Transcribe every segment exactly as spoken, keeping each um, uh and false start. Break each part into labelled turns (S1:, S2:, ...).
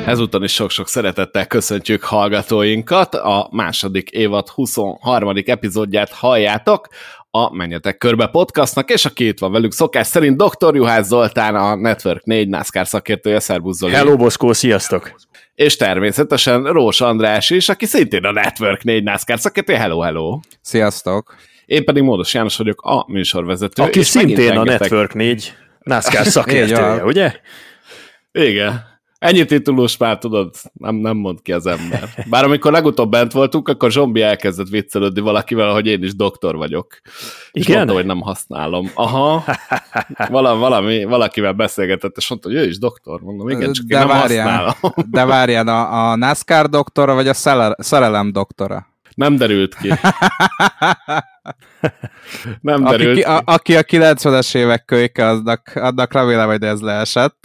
S1: Ezúton is sok-sok szeretettel köszöntjük hallgatóinkat. A második évad huszonharmadik epizódját halljátok a Menjetek Körbe podcastnak, és aki itt van velük szokás szerint doktor Juhász Zoltán, a Network négy NASCAR szakértője. Szerbusz Zoli.
S2: Hello Boszkó, sziasztok!
S1: És természetesen Rós András is, aki szintén a Network négy NASCAR szakértője. Hello, hello!
S3: Sziasztok!
S1: Én pedig Módos János vagyok, a műsorvezető.
S2: Aki
S1: és
S2: szintén a
S1: rengeteg...
S2: Network négy NASCAR szakértője, ugye?
S1: Igen. Ennyi titulus már tudod, nem, nem mond ki az ember. Bár amikor legutóbb bent voltunk, akkor Zsombi elkezdett viccelődni valakivel, hogy én is doktor vagyok. És
S2: igen?
S1: mondta, hogy nem használom. Aha, valami, valami, valakivel beszélgetett, és mondta, hogy ő is doktor. Mondom, igen, csak de én nem várján, használom.
S3: De várjál, a, a NASCAR doktora, vagy a szerelem doktora?
S1: Nem derült ki. Nem derült
S3: aki,
S1: ki.
S3: A, aki a kilencvenes évek kölyke, aznak, annak remélem, hogy ez leesett.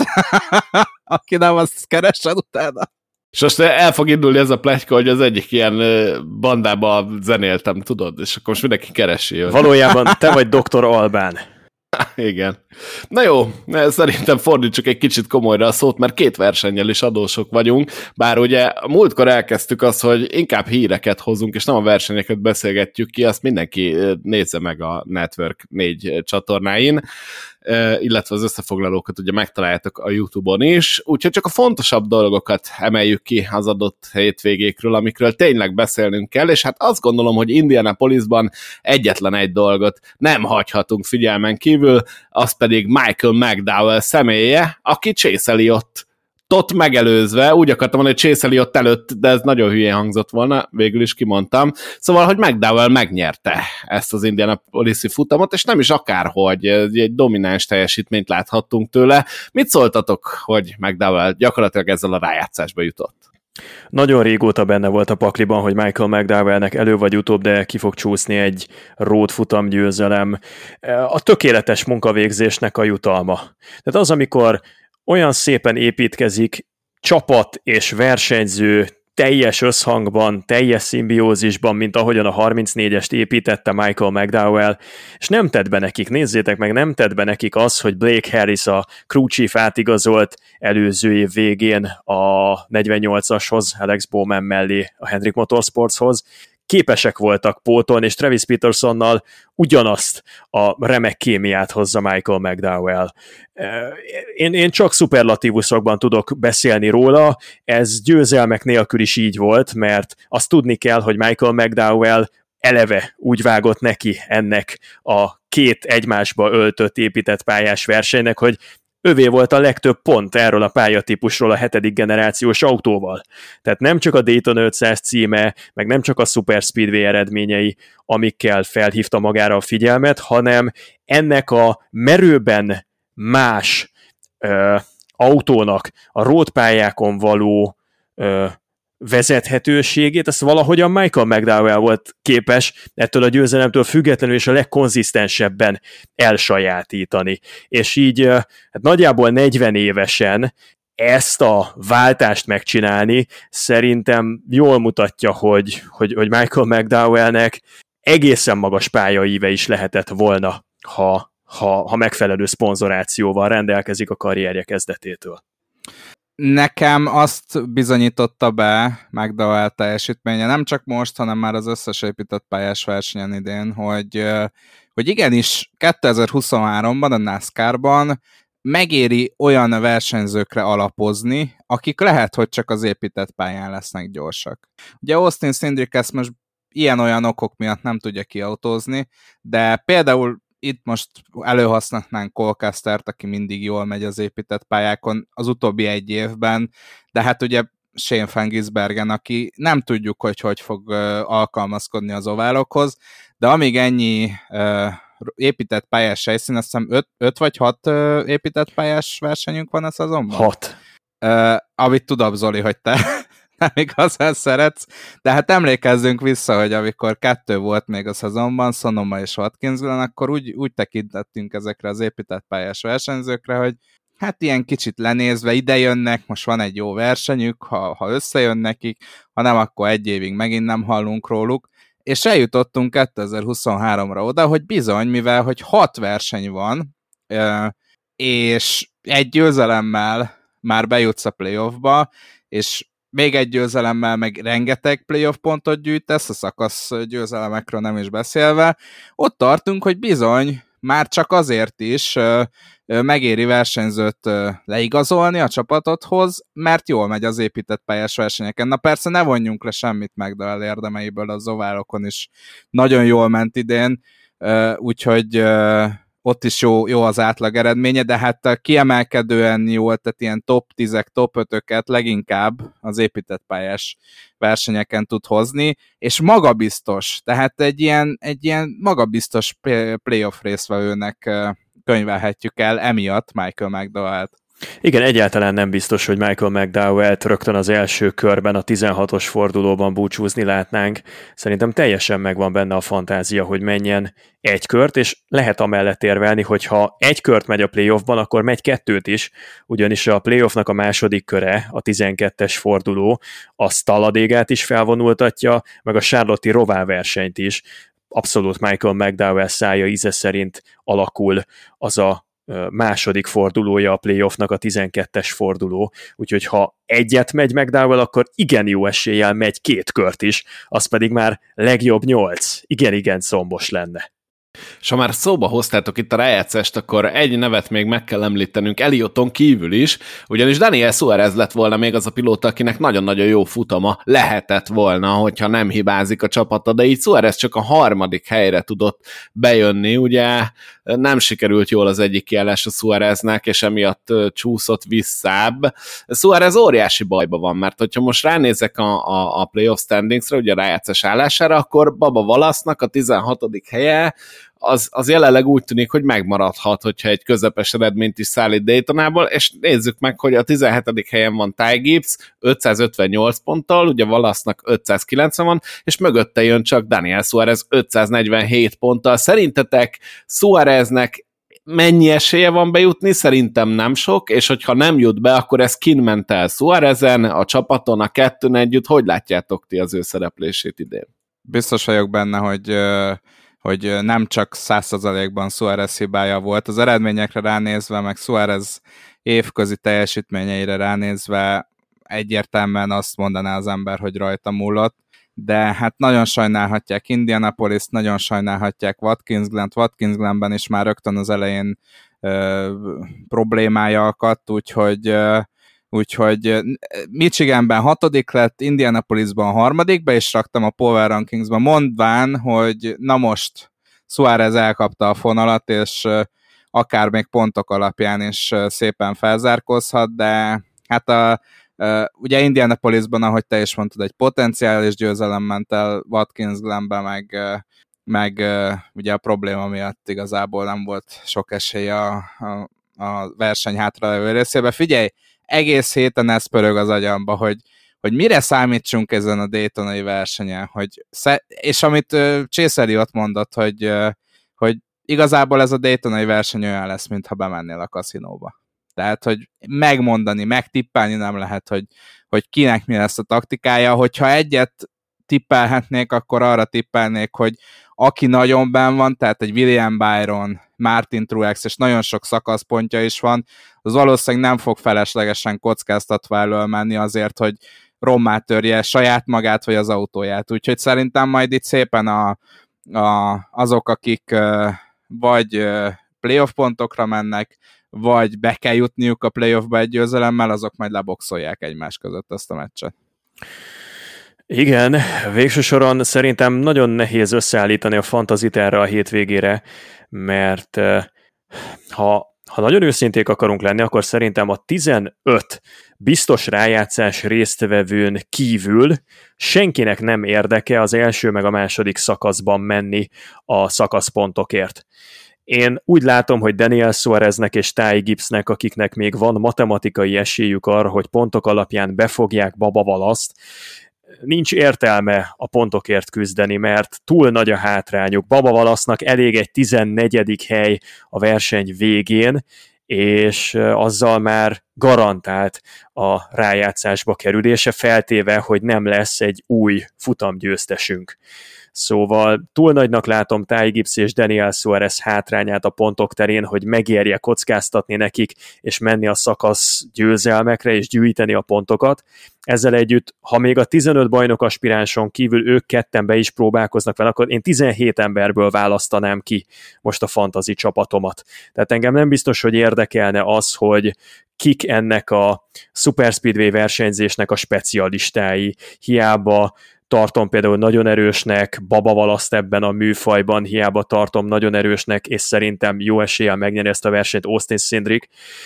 S3: Aki nem, azt keresed utána.
S1: És most el fog indulni ez a pletyka, hogy az egyik ilyen bandában zenéltem, tudod? És akkor most mindenki keresi.
S2: Valójában te vagy doktor Albán.
S1: Igen. Na jó, szerintem fordítsuk egy kicsit komolyra a szót, mert két versennyel is adósok vagyunk, bár ugye múltkor elkezdtük azt, hogy inkább híreket hozunk, és nem a versenyeket beszélgetjük ki, azt mindenki nézze meg a Network négy csatornáin, illetve az összefoglalókat ugye megtaláljátok a YouTube-on is, úgyhogy csak a fontosabb dolgokat emeljük ki az adott hétvégékről, amikről tényleg beszélnünk kell, és hát azt gondolom, hogy Indianapolisban egyetlen egy dolgot nem hagyhatunk figyelmen kívül, az pedig Michael McDowell személye, aki Chase Elliott tot megelőzve, úgy akartam mondani, hogy Chase Elliott előtt, de ez nagyon hülyén hangzott volna, végül is kimondtam. Szóval, hogy McDowell megnyerte ezt az Indianapolis-i futamot, és nem is akárhogy, egy domináns teljesítményt láthattunk tőle. Mit szóltatok, hogy McDowell gyakorlatilag ezzel a rájátszásba jutott?
S2: Nagyon régóta benne volt a pakliban, hogy Michael McDowellnek elő vagy utóbb, de ki fog csúszni egy road futam győzelem. A tökéletes munkavégzésnek a jutalma. Tehát az, amikor olyan szépen építkezik, csapat és versenyző teljes összhangban, teljes szimbiózisban, mint ahogyan a harmincnégyest építette Michael McDowell, és nem tett be nekik, nézzétek meg, nem tett be nekik az, hogy Blake Harris, a crew chief átigazolt előző év végén a negyvennyolcashoz, Alex Bowman mellé a Hendrick Motorsportshoz, képesek voltak pótolni, és Travis Petersonnal ugyanazt a remek kémiát hozza Michael McDowell. Én, én csak szuperlatívuszokban tudok beszélni róla, ez győzelmek nélkül is így volt, mert azt tudni kell, hogy Michael McDowell eleve úgy vágott neki ennek a két egymásba öltött épített pályás versenynek, hogy övé volt a legtöbb pont erről a pályatípusról a hetedik generációs autóval. Tehát nem csak a Dayton ötszáz címe, meg nem csak a Super Speedway eredményei, amikkel felhívta magára a figyelmet, hanem ennek a merőben más ö, autónak a roadpályákon való ö, vezethetőségét, ezt valahogyan Michael McDowell volt képes ettől a győzelemtől függetlenül és a legkonzisztensebben elsajátítani. És így hát nagyjából negyven évesen ezt a váltást megcsinálni szerintem jól mutatja, hogy, hogy, hogy Michael McDowellnek egészen magas pályaíve is lehetett volna, ha, ha, ha megfelelő szponzorációval rendelkezik a karrierje kezdetétől.
S3: Nekem azt bizonyította be McDowell teljesítménye, nem csak most, hanem már az összes épített pályás versenyen idén, hogy, hogy igenis kétezer-huszonháromban a NASCAR-ban megéri olyan versenyzőkre alapozni, akik lehet, hogy csak az épített pályán lesznek gyorsak. Ugye Austin Cindric ezt most ilyen-olyan okok miatt nem tudja kiautózni, de például itt most előhasználnánk Cole Custer-t, aki mindig jól megy az épített pályákon az utóbbi egy évben, de hát ugye Shane Van Gisbergen, aki nem tudjuk, hogy hogy fog alkalmazkodni az oválokhoz, de amíg ennyi uh, épített pályás helyszín, azt hiszem öt, öt vagy hat uh, épített pályás versenyünk van a szezonban?
S2: Hat.
S3: Uh, amit tudom, Zoli, hogy te nem igazán szeretsz, de hát emlékezzünk vissza, hogy amikor kettő volt még a szezonban, Sonoma és Watkinsglen, akkor úgy, úgy tekintettünk ezekre az épített pályás versenyzőkre, hogy hát ilyen kicsit lenézve ide jönnek, most van egy jó versenyük, ha, ha összejön nekik, ha nem, akkor egy évig megint nem hallunk róluk, és eljutottunk kétezer-huszonháromra oda, hogy bizony, mivel hogy hat verseny van, és egy győzelemmel már bejutsz a playoffba, és még egy győzelemmel meg rengeteg playoff pontot gyűjtesz, a szakasz győzelemekről nem is beszélve, ott tartunk, hogy bizony, már csak azért is ö, ö, megéri versenyzőt ö, leigazolni a csapatodhoz, mert jól megy az épített pályás versenyeken. Na persze ne vonjunk le semmit Magdalena érdemeiből, az oválokon is nagyon jól ment idén, ö, úgyhogy ö, ott is jó, jó az átlag eredménye, de hát kiemelkedően jól, tehát ilyen top tízek, top ötöket leginkább az épített pályás versenyeken tud hozni, és magabiztos, tehát egy ilyen, egy ilyen magabiztos playoff résztvevőnek könyvelhetjük el emiatt Michael McDowell-t.
S2: Igen, egyáltalán nem biztos, hogy Michael McDowell-t rögtön az első körben a tizenhatos fordulóban búcsúzni látnánk. Szerintem teljesen megvan benne a fantázia, hogy menjen egy kört, és lehet amellett érvelni, hogy ha egy kört megy a playoffban, akkor megy kettőt is, ugyanis a playoffnak a második köre, a tizenkettes forduló, a Talladégát is felvonultatja, meg a Charlotte-i Rová versenyt is. Abszolút Michael McDowell szája íze szerint alakul az a második fordulója a playoffnak, a tizenkettes forduló, úgyhogy ha egyet megy McDowell, akkor igen jó eséllyel megy két kört is, az pedig már legjobb nyolc. Igen-igen szombos lenne.
S1: És ha már szóba hoztátok itt a rájátszást, akkor egy nevet még meg kell említenünk Ellioton kívül is, ugyanis Daniel Suárez lett volna még az a pilóta, akinek nagyon-nagyon jó futama lehetett volna, hogyha nem hibázik a csapata, de így Suárez csak a harmadik helyre tudott bejönni, ugye nem sikerült jól az egyik kiállás a Suáreznek, és emiatt csúszott visszább. Suárez óriási bajba van, mert hogyha most ránézek a, a, a playoff standingsre, ugye a rájátszás állására, akkor Baba Wallace-nak a tizenhatodik helye Az, az jelenleg úgy tűnik, hogy megmaradhat, hogyha egy közepes eredményt is szállít Daytonából, és nézzük meg, hogy a tizenhetedik helyen van Ty Gibbs ötszázötvennyolc ponttal, ugye Wallace-nak ötszázkilencven van, és mögötte jön csak Daniel Suárez ötszáznegyvenhét ponttal. Szerintetek Suáreznek mennyi esélye van bejutni? Szerintem nem sok, és hogyha nem jut be, akkor ez kin ment el Suárezen, a csapaton, a kettőn együtt. Hogy látjátok ti az ő szereplését idén?
S3: Biztos vagyok benne, hogy hogy nem csak száz százalékban Suárez hibája volt. Az eredményekre ránézve, meg Suárez évközi teljesítményeire ránézve egyértelműen azt mondaná az ember, hogy rajta múlott, de hát nagyon sajnálhatják Indianapolis-t, nagyon sajnálhatják Watkins Glen-t, Watkins Glenben is már rögtön az elején ö, problémája akadt, úgyhogy ö, úgyhogy Michiganben hatodik lett, Indianapolisban harmadik, be is raktam a Power Rankingsban, mondván, hogy na most Suárez elkapta a fonalat, és akár még pontok alapján is szépen felzárkózhat, de hát a, ugye Indianapolisban, ahogy te is mondtad, egy potenciális győzelem ment el, Watkins Glenbe, meg, meg ugye a probléma miatt igazából nem volt sok esély a, a, a verseny hátralevő részébe. Figyelj, egész héten ez pörög az agyamba, hogy, hogy mire számítsunk ezen a Daytonai versenyen, hogy, és amit uh, Chase ott mondott, hogy, uh, hogy igazából ez a Daytonai verseny olyan lesz, mintha bemennél a kaszinóba. Tehát, hogy megmondani, megtippelni nem lehet, hogy, hogy kinek mi lesz a taktikája. Hogyha egyet tippelhetnék, akkor arra tippelnék, hogy aki nagyon benn van, tehát egy William Byron, Martin Truex, és nagyon sok szakaszpontja is van, az valószínűleg nem fog feleslegesen kockáztatva elől menni azért, hogy rommá törje saját magát, vagy az autóját. Úgyhogy szerintem majd itt szépen a, a, azok, akik uh, vagy uh, playoff pontokra mennek, vagy be kell jutniuk a playoffba egy győzelemmel, azok majd leboxolják egymás között ezt a meccset.
S2: Igen, végső soron szerintem nagyon nehéz összeállítani a fantazit erre a hétvégére, mert ha, ha nagyon őszinték akarunk lenni, akkor szerintem a tizenöt biztos rájátszás résztvevőn kívül senkinek nem érdeke az első meg a második szakaszban menni a szakaszpontokért. Én úgy látom, hogy Daniel Suáreznek és Ty Gibbsnek, akiknek még van matematikai esélyük arra, hogy pontok alapján befogják Baba Wallace-t, nincs értelme a pontokért küzdeni, mert túl nagy a hátrányuk. Baba Wallace-nak elég egy tizennegyedik hely a verseny végén, és azzal már garantált a rájátszásba kerülése, feltéve, hogy nem lesz egy új futamgyőztesünk. Szóval túl nagynak látom Ty Gibbs és Daniel Suarez hátrányát a pontok terén, hogy megérje kockáztatni nekik, és menni a szakasz győzelmekre, és gyűjteni a pontokat. Ezzel együtt, ha még a tizenöt bajnok aspiránson kívül ők ketten be is próbálkoznak vele, akkor én tizenhét emberből választanám ki most a fantasy csapatomat. Tehát engem nem biztos, hogy érdekelne az, hogy kik ennek a Super Speedway versenyzésnek a specialistái. Hiába tartom például nagyon erősnek Baba Valaszt ebben a műfajban, hiába tartom nagyon erősnek, és szerintem jó eséllyel megnyeri ezt a versenyt Austin Cindric.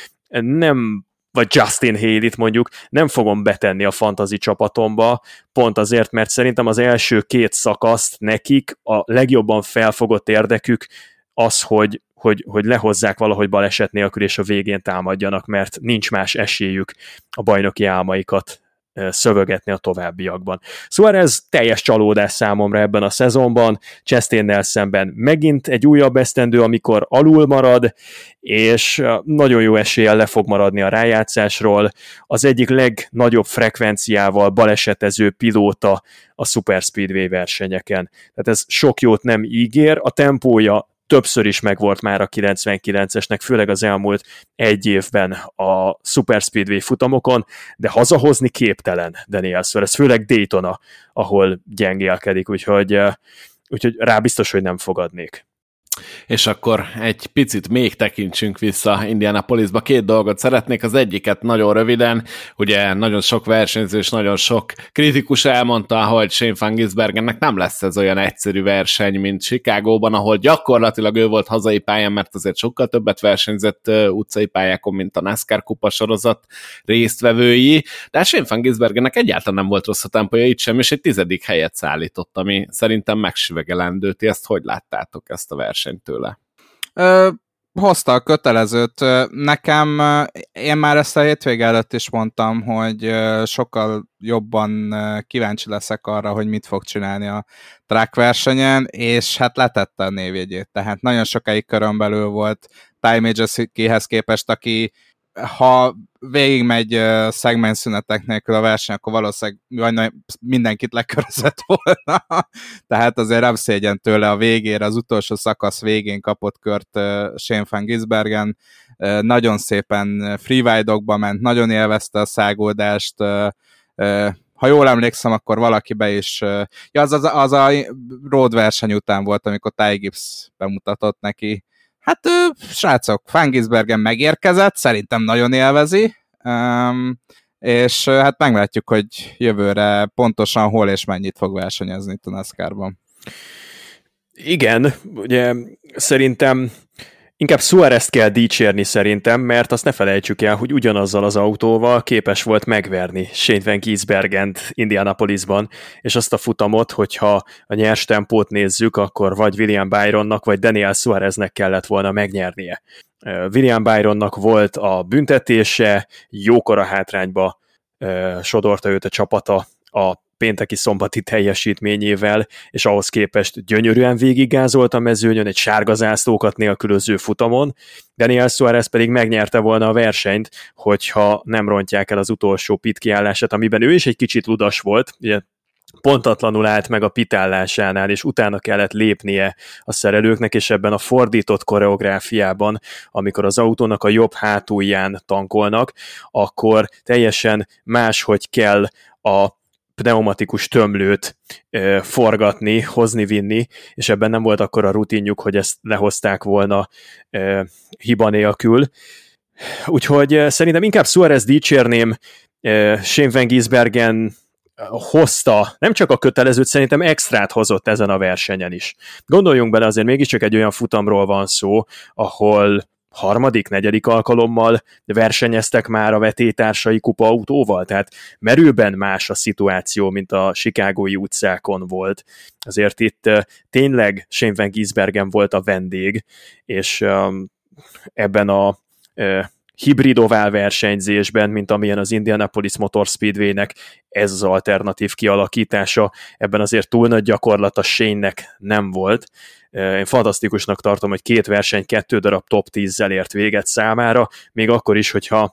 S2: Nem vagy Justin Haley-t mondjuk, nem fogom betenni a fantasy csapatomba, pont azért, mert szerintem az első két szakaszt nekik a legjobban felfogott érdekük az, hogy, hogy, hogy lehozzák valahogy baleset nélkül, és a végén támadjanak, mert nincs más esélyük a bajnoki álmaikat szövögetni a továbbiakban. Suarez teljes csalódás számomra ebben a szezonban, Chastainnel szemben megint egy újabb esztendő, amikor alul marad, és nagyon jó eséllyel le fog maradni a rájátszásról. Az egyik legnagyobb frekvenciával balesetező pilóta a Super Speedway versenyeken. Tehát ez sok jót nem ígér, a tempója többször is megvolt már a kilencvenkilencesnek, főleg az elmúlt egy évben a Super Speedway futamokon, de hazahozni képtelen Daniel Suarez, főleg Daytona, ahol gyengélkedik, úgyhogy, úgyhogy rá biztos, hogy nem fogadnék.
S1: És akkor egy picit még tekintsünk vissza Indianapolisba. Két dolgot szeretnék, az egyiket nagyon röviden, ugye nagyon sok versenyző és nagyon sok kritikus elmondta, hogy Shane Van Gisbergennek nem lesz ez olyan egyszerű verseny, mint Chicagóban, ahol gyakorlatilag ő volt hazai pályán, mert azért sokkal többet versenyzett utcai pályákon, mint a NASCAR kupa sorozat résztvevői, de hát Shane Van Gisbergennek egyáltalán nem volt rossz a tempója itt sem, és egy tizedik helyet szállított, ami szerintem megsüvegelendő. Ti ezt hogy láttátok, ezt a versenyt tőle?
S3: Ö, hozta a kötelezőt. Nekem, én már ezt a hétvége előtt is mondtam, hogy sokkal jobban kíváncsi leszek arra, hogy mit fog csinálni a track versenyen, és hát letette a névjegyét. Tehát nagyon sokáig körön belül volt Ty Majeskihez képest, aki ha végigmegy uh, szegmenszünetek nélkül a verseny, akkor valószínűleg mindenkit lekörözött volna. Tehát azért nem szégyen tőle a végére, az utolsó szakasz végén kapott kört uh, Shane Van Gisbergen. Uh, nagyon szépen freeride-okba ment, nagyon élvezte a száguldást. Uh, uh, ha jól emlékszem, akkor valaki be is... Uh, ja, az, az, az a road verseny után volt, amikor Ty Gibbs bemutatott neki. Hát, srácok, Van Gisbergen megérkezett, szerintem nagyon élvezi, um, és hát meglátjuk, hogy jövőre pontosan hol és mennyit fog versenyezni itt a NASCAR-ban.
S2: Igen, ugye szerintem inkább Suarezt kell dicsérni szerintem, mert azt ne felejtsük el, hogy ugyanazzal az autóval képes volt megverni Shane Van Gisbergent Indianapolisban, és azt a futamot, hogyha a nyers tempót nézzük, akkor vagy William Byronnak, vagy Daniel Suareznek kellett volna megnyernie. William Byronnak volt a büntetése, jókora hátrányba sodorta őt a csapata a pénteki szombati teljesítményével, és ahhoz képest gyönyörűen végiggázolt a mezőnyön egy sárga zászlókat nélkülöző futamon, Daniel Suarez pedig megnyerte volna a versenyt, hogyha nem rontják el az utolsó pit kiállását, amiben ő is egy kicsit ludas volt, ugye pontatlanul állt meg a pitállásánál, és utána kellett lépnie a szerelőknek, és ebben a fordított koreográfiában, amikor az autónak a jobb hátulján tankolnak, akkor teljesen máshogy kell a pneumatikus tömlőt e, forgatni, hozni-vinni, és ebben nem volt akkor a rutinjuk, hogy ezt lehozták volna e, hiba nélkül. Úgyhogy e, szerintem inkább Suarez dicsérném, e, Shane Van Gisbergen hozta, nem csak a kötelezőt, szerintem extrát hozott ezen a versenyen is. Gondoljunk bele, azért mégiscsak egy olyan futamról van szó, ahol harmadik, negyedik alkalommal versenyeztek már a vetélytársai kupaautóval, tehát merőben más a szituáció, mint a chicagói utcákon volt. Azért itt uh, tényleg Shane Van Gisbergen volt a vendég, és um, ebben a uh, hibrid ovál versenyzésben, mint amilyen az Indianapolis Motor Speedway-nek ez az alternatív kialakítása, ebben azért túl nagy gyakorlata Shane-nek nem volt. Én fantasztikusnak tartom, hogy két verseny, kettő darab top tízzel ért véget számára, még akkor is, hogyha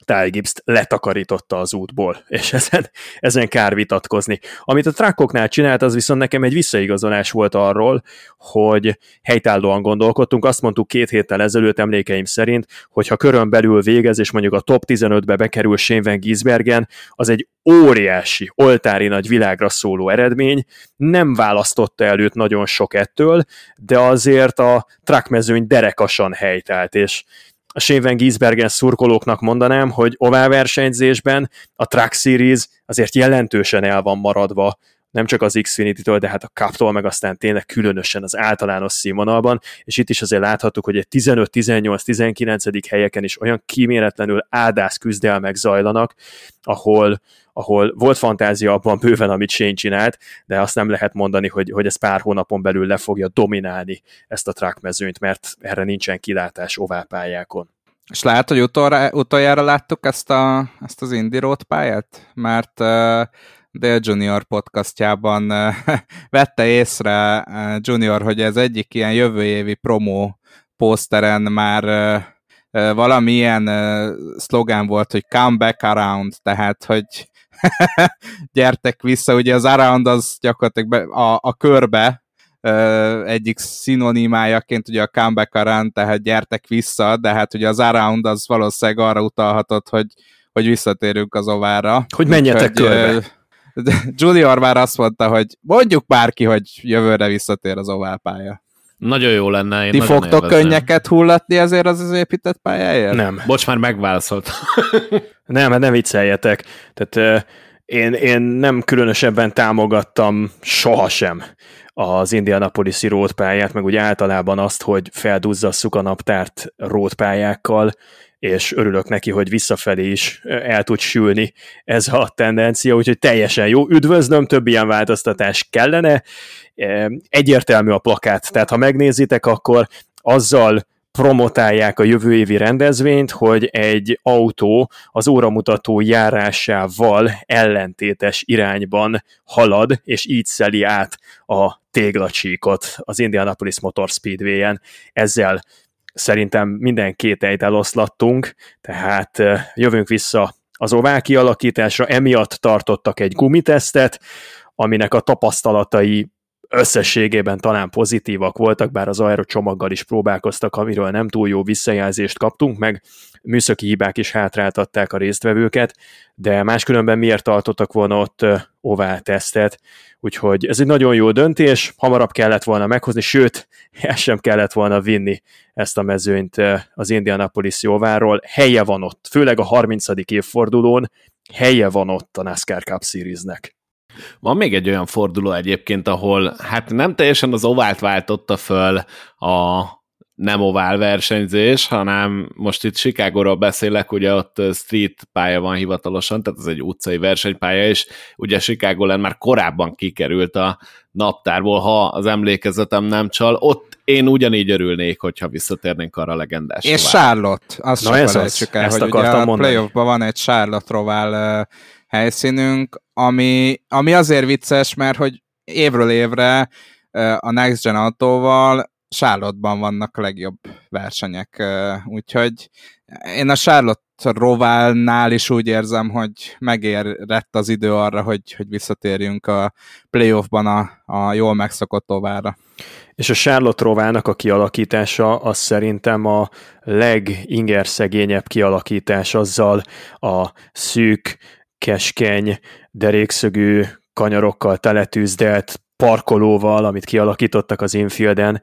S2: Ty Gibbs-t letakarította az útból, és ezen, ezen kár vitatkozni. Amit a truckoknál csinált, az viszont nekem egy visszaigazolás volt arról, hogy helytállóan gondolkodtunk, azt mondtuk két héttel ezelőtt emlékeim szerint, hogy ha körön belül végez, és mondjuk a top tizenötbe bekerül Shane Van Gisbergen, az egy óriási, oltári nagy világra szóló eredmény, nem választotta el őt nagyon sok ettől, de azért a truckmezőny derekasan helytált, és a Shane Van Gisbergen szurkolóknak mondanám, hogy ovál versenyzésben a Truck Series azért jelentősen el van maradva, nem csak az Xfinity-től, de hát a Cup-tól, meg aztán tényleg különösen az általános színvonalban, és itt is azért láthattuk, hogy egy tizenöt, tizennyolc, tizenkilencedik helyeken is olyan kíméletlenül áldász küzdelmek zajlanak, ahol, ahol volt fantázia abban bőven, amit Shane csinált, de azt nem lehet mondani, hogy, hogy ez pár hónapon belül le fogja dominálni ezt a truck mezőnyt, mert erre nincsen kilátás oválpályákon.
S3: És lehet, hogy utolra, utoljára láttuk ezt, a, ezt az Indy Road pályát? Mert uh, Dale Junior podcastjában uh, vette észre uh, Junior, hogy ez egyik ilyen jövő évi promó poszteren már uh, uh, valamilyen uh, szlogán volt, hogy come back around, tehát, hogy gyertek vissza, ugye az around az gyakorlatilag be, a, a körbe uh, egyik szinonimájaként ugye a come back around, tehát gyertek vissza, de hát ugye az around az valószínűleg arra utalhatott, hogy, hogy visszatérünk az ovára.
S2: Hogy menjetek hogy, körbe. Uh,
S3: Junior már azt mondta, hogy mondjuk bárki, hogy jövőre visszatér az oválpálya.
S1: Nagyon jó lenne. Én
S3: Ti fogtok élvezem. Könnyeket hullatni ezért az az épített pályáért?
S2: Nem.
S1: Bocs, már megválaszolt.
S2: nem, hát nem vicceljetek. Tehát uh, én, én nem különösebben támogattam sohasem az Indianapolis-i roadpályát, meg úgy általában azt, hogy felduzzasszuk a naptárt roadpályákkal, és örülök neki, hogy visszafelé is el tud sülni ez a tendencia, úgyhogy teljesen jó. Üdvözlöm, több ilyen változtatás kellene. Egyértelmű a plakát, tehát ha megnézitek, akkor azzal promotálják a jövő évi rendezvényt, hogy egy autó az óramutató járásával ellentétes irányban halad, és így szeli át a téglacsíkot az Indianapolis Motor Speedway-en. Ezzel szerintem minden kételyt eloszlattunk, tehát jövünk vissza az ovál kialakításra, emiatt tartottak egy gumitesztet, aminek a tapasztalatai összességében talán pozitívak voltak, bár az aerocsomaggal is próbálkoztak, amiről nem túl jó visszajelzést kaptunk, meg műszaki hibák is hátráltatták a résztvevőket, de máskülönben miért tartottak volna ott ovál tesztet, úgyhogy ez egy nagyon jó döntés, hamarabb kellett volna meghozni, sőt, el sem kellett volna vinni ezt a mezőnyt az Indianapolis-i oválról, helye van ott, főleg a harmincadik évfordulón, helye van ott a NASCAR Cup Series-nek.
S1: Van még egy olyan forduló egyébként, ahol hát nem teljesen az ovált váltotta föl a nem ovál versenyzés, hanem most itt Chicagóról beszélek, ugye ott street pálya van hivatalosan, tehát ez egy utcai versenypálya, és ugye Chicagoland már korábban kikerült a naptárból, ha az emlékezetem nem csal, ott én ugyanígy örülnék, hogyha visszatérnénk arra a legendás.
S3: És Charlotte, azt
S2: Na
S3: sem
S2: ez
S3: felejtsük el,
S2: ezt
S3: hogy ugye a playoffban van egy Charlotte Roval helyszínünk, ami, ami azért vicces, mert hogy évről évre a Next Gen autóval Charlotte-ban vannak a legjobb versenyek, úgyhogy én a Charlotte Rovalnál is úgy érzem, hogy megérett az idő arra, hogy, hogy visszatérjünk a playoffban a, a jól megszokott ovára.
S2: És a Charlotte Rovalnak a kialakítása az szerintem a legingerszegényebb kialakítás, azzal a szűk, keskeny, derékszögű kanyarokkal teletűzdelt parkolóval, amit kialakítottak az infielden,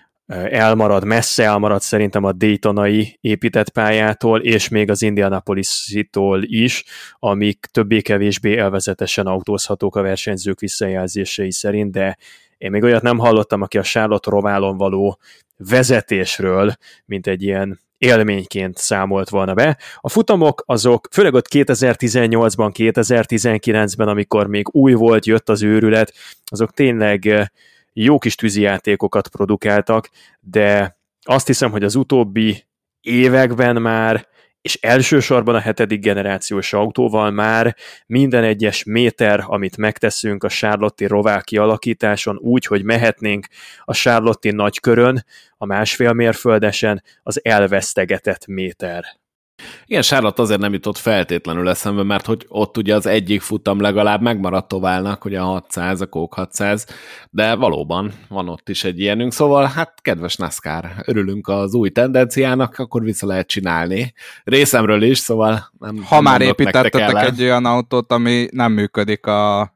S2: elmarad, messze elmarad szerintem a Daytonai épített pályától, és még az Indianapolis-tól is, amik többé-kevésbé élvezetesen autózhatók a versenyzők visszajelzései szerint, de én még olyat nem hallottam, aki a Charlotte Rovalon való vezetésről, mint egy ilyen élményként számolt volna be. A futamok azok, főleg ott kétezer-tizennyolcban, kétezer-tizenkilencben, amikor még új volt, jött az őrület, azok tényleg jó kis tűzijátékokat produkáltak, de azt hiszem, hogy az utóbbi években már, és elsősorban a hetedik generációs autóval már minden egyes méter, amit megteszünk a Charlotte-i Roval kialakításon úgy, hogy mehetnénk a Charlotte-i nagykörön, a másfél mérföldesen, az elvesztegetett méter.
S1: Igen, Charlotte azért nem jutott feltétlenül eszembe, mert hogy ott ugye az egyik futam legalább megmaradt Oválnak, ugye a hatszáz, a Coke hatszáz, de valóban van ott is egy ilyenünk, szóval hát kedves NASCAR, örülünk az új tendenciának, akkor vissza lehet csinálni. Részemről is, szóval nem
S3: Ha
S1: nem
S3: már építettetek egy olyan autót, ami nem működik a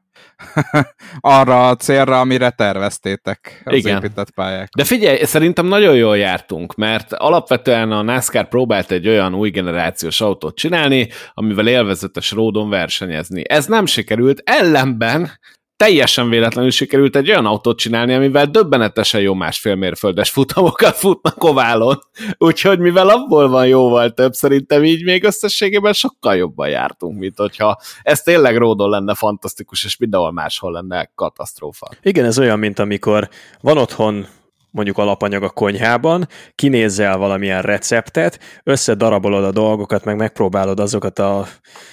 S3: arra a célra, amire terveztétek az
S1: Igen.
S3: épített pályák.
S1: De figyelj, szerintem nagyon jól jártunk, mert alapvetően a NASCAR próbált egy olyan új generációs autót csinálni, amivel élvezetes ródon versenyezni. Ez nem sikerült, ellenben teljesen véletlenül sikerült egy olyan autót csinálni, amivel döbbenetesen jó másfél mérföldes futamokat futnak oválon. Úgyhogy mivel abból van jóval több, szerintem így még összességében sokkal jobban jártunk, mint hogyha ez tényleg ródon lenne fantasztikus, és mindenhol máshol lenne katasztrófa.
S2: Igen, ez olyan, mint amikor van otthon mondjuk alapanyag a konyhában, kinézzel valamilyen receptet, összedarabolod a dolgokat, meg megpróbálod azokat a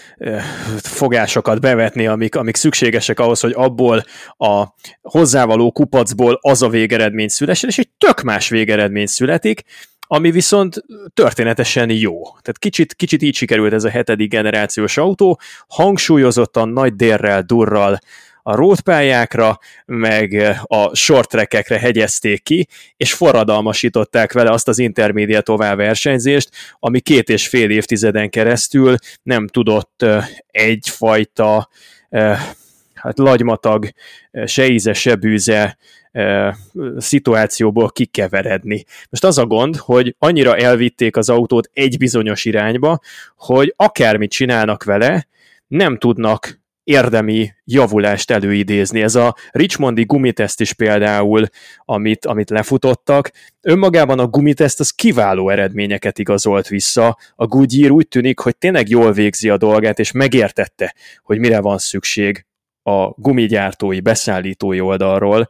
S2: fogásokat bevetni, amik, amik szükségesek ahhoz, hogy abból a hozzávaló kupacból az a végeredmény szülessen, és egy tök más végeredmény születik, ami viszont történetesen jó. Tehát kicsit, kicsit így sikerült ez a hetedik generációs autó, hangsúlyozottan nagy dérrel, durral a roadpályákra, meg a short trackekre hegyezték ki, és forradalmasították vele azt az intermediate oval versenyzést, ami két és fél évtizeden keresztül nem tudott egyfajta hát lagymatag, se íze, se bűze szituációból kikeveredni. Most az a gond, hogy annyira elvitték az autót egy bizonyos irányba, hogy akármit csinálnak vele, nem tudnak érdemi javulást előidézni. Ez a Richmondi gumiteszt is például, amit, amit lefutottak, önmagában a gumiteszt az kiváló eredményeket igazolt vissza. A Goodyear úgy tűnik, hogy tényleg jól végzi a dolgát, és megértette, hogy mire van szükség a gumigyártói, beszállítói oldalról,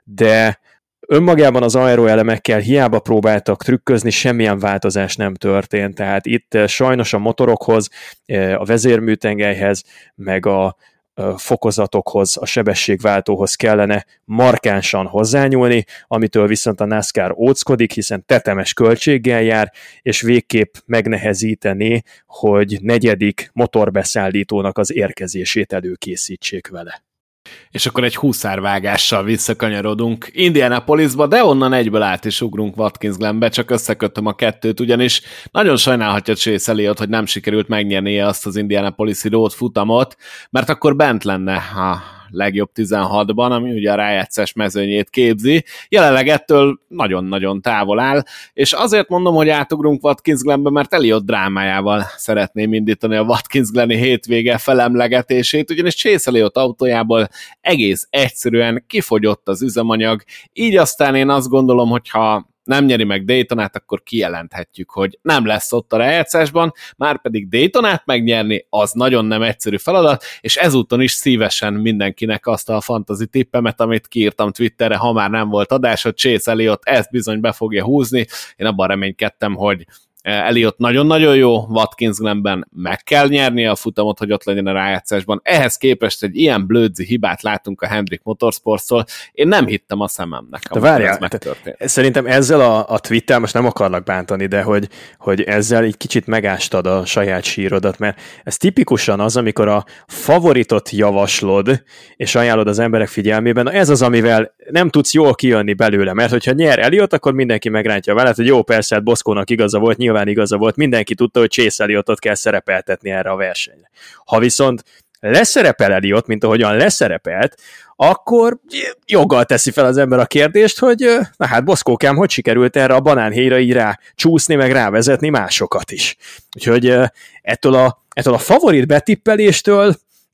S2: de önmagában az aeroelemekkel hiába próbáltak trükközni, semmilyen változás nem történt, tehát itt sajnos a motorokhoz, a vezérműtengelyhez, meg a fokozatokhoz, a sebességváltóhoz kellene markánsan hozzányúlni, amitől viszont a NASCAR óckodik, hiszen tetemes költséggel jár, és végképp megnehezítené, hogy negyedik motorbeszállítónak az érkezését előkészítsék vele.
S1: És akkor egy húszárvágással visszakanyarodunk Indianapolisba, de onnan egyből át is ugrunk Watkins Glenbe, csak összekötöm a kettőt, ugyanis nagyon sajnálhatja Chase Elliott, hogy nem sikerült megnyernie azt az Indianapolisi road futamot, mert akkor bent lenne a legjobb tizenhatban, ami ugye a rájátszás mezőnyét képzi. Jelenleg ettől nagyon-nagyon távol áll, és azért mondom, hogy átugrunk Watkins Glenbe, mert Elliott drámájával szeretném indítani a Watkins Gleni hétvége felemlegetését, ugyanis Chase Elliott autójából egész egyszerűen kifogyott az üzemanyag, így aztán én azt gondolom, hogyha nem nyeri meg Daytonát, akkor kijelenthetjük, hogy nem lesz ott a rájátszásban, már pedig Daytonát megnyerni, az nagyon nem egyszerű feladat, és ezúton is szívesen mindenkinek azt a fantasy tippemet, amit kiírtam Twitterre, ha már nem volt adás, hogy Chase Elliott ezt bizony be fogja húzni. Én abban reménykedtem, hogy Elliott nagyon-nagyon jó, Watkins Glenben meg kell nyernie a futamot, hogy ott legyen a rájátszásban. Ehhez képest egy ilyen blödzi hibát látunk a Hendrick Motorsportstól. Én nem hittem a szememnek,
S2: de várjál, szerintem ezzel a, a tweettel most nem akarlak bántani, de hogy, hogy ezzel egy kicsit megástad a saját sírodat, mert ez tipikusan az, amikor a favoritot javaslod, és ajánlod az emberek figyelmében, na ez az, amivel nem tudsz jól kijönni belőle, mert hogyha nyer Elliott, akkor mindenki megrántja vele, hogy jó, persze, hát Boszkónak igaza volt, nyilván igaza volt, mindenki tudta, hogy Chase Elliotot kell szerepeltetni erre a versenyre. Ha viszont leszerepel Elliott, mint ahogyan leszerepelt, akkor joggal teszi fel az ember a kérdést, hogy na hát Boszkókám, hogy sikerült erre a banánhéjra így rá csúszni, meg rávezetni másokat is. Úgyhogy ettől a, ettől a favorit betippeléstől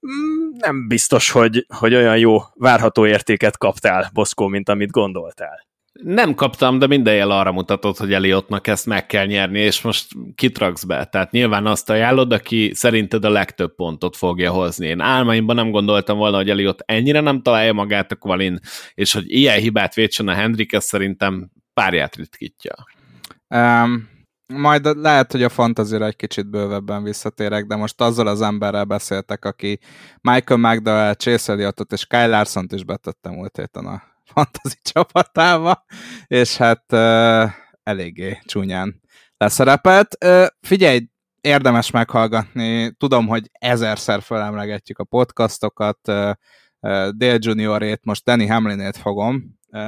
S2: nem biztos, hogy, hogy olyan jó várható értéket kaptál, Boszkó, mint amit gondoltál.
S1: Nem kaptam, de minden jel arra mutatott, hogy Elliottnak ezt meg kell nyerni, és most kitraksz be. Tehát nyilván azt ajánlod, aki szerinted a legtöbb pontot fogja hozni. Én álmaimban nem gondoltam volna, hogy Elliott ennyire nem találja magát a kvalin, és hogy ilyen hibát védsen a Hendrick, ez szerintem párját ritkítja.
S3: Um, majd lehet, hogy a fantazira egy kicsit bővebben visszatérek, de most azzal az emberrel beszéltek, aki Michael McDowell, Chase Elliotot és Kyle Larsont is betette múlt héten a fantasy csapatába, és hát uh, eléggé csúnyán leszerepelt. Uh, figyelj, érdemes meghallgatni. Tudom, hogy ezerszer felemlegetjük a podcastokat. Dale Juniorét, most Denny Hamlinét fogom.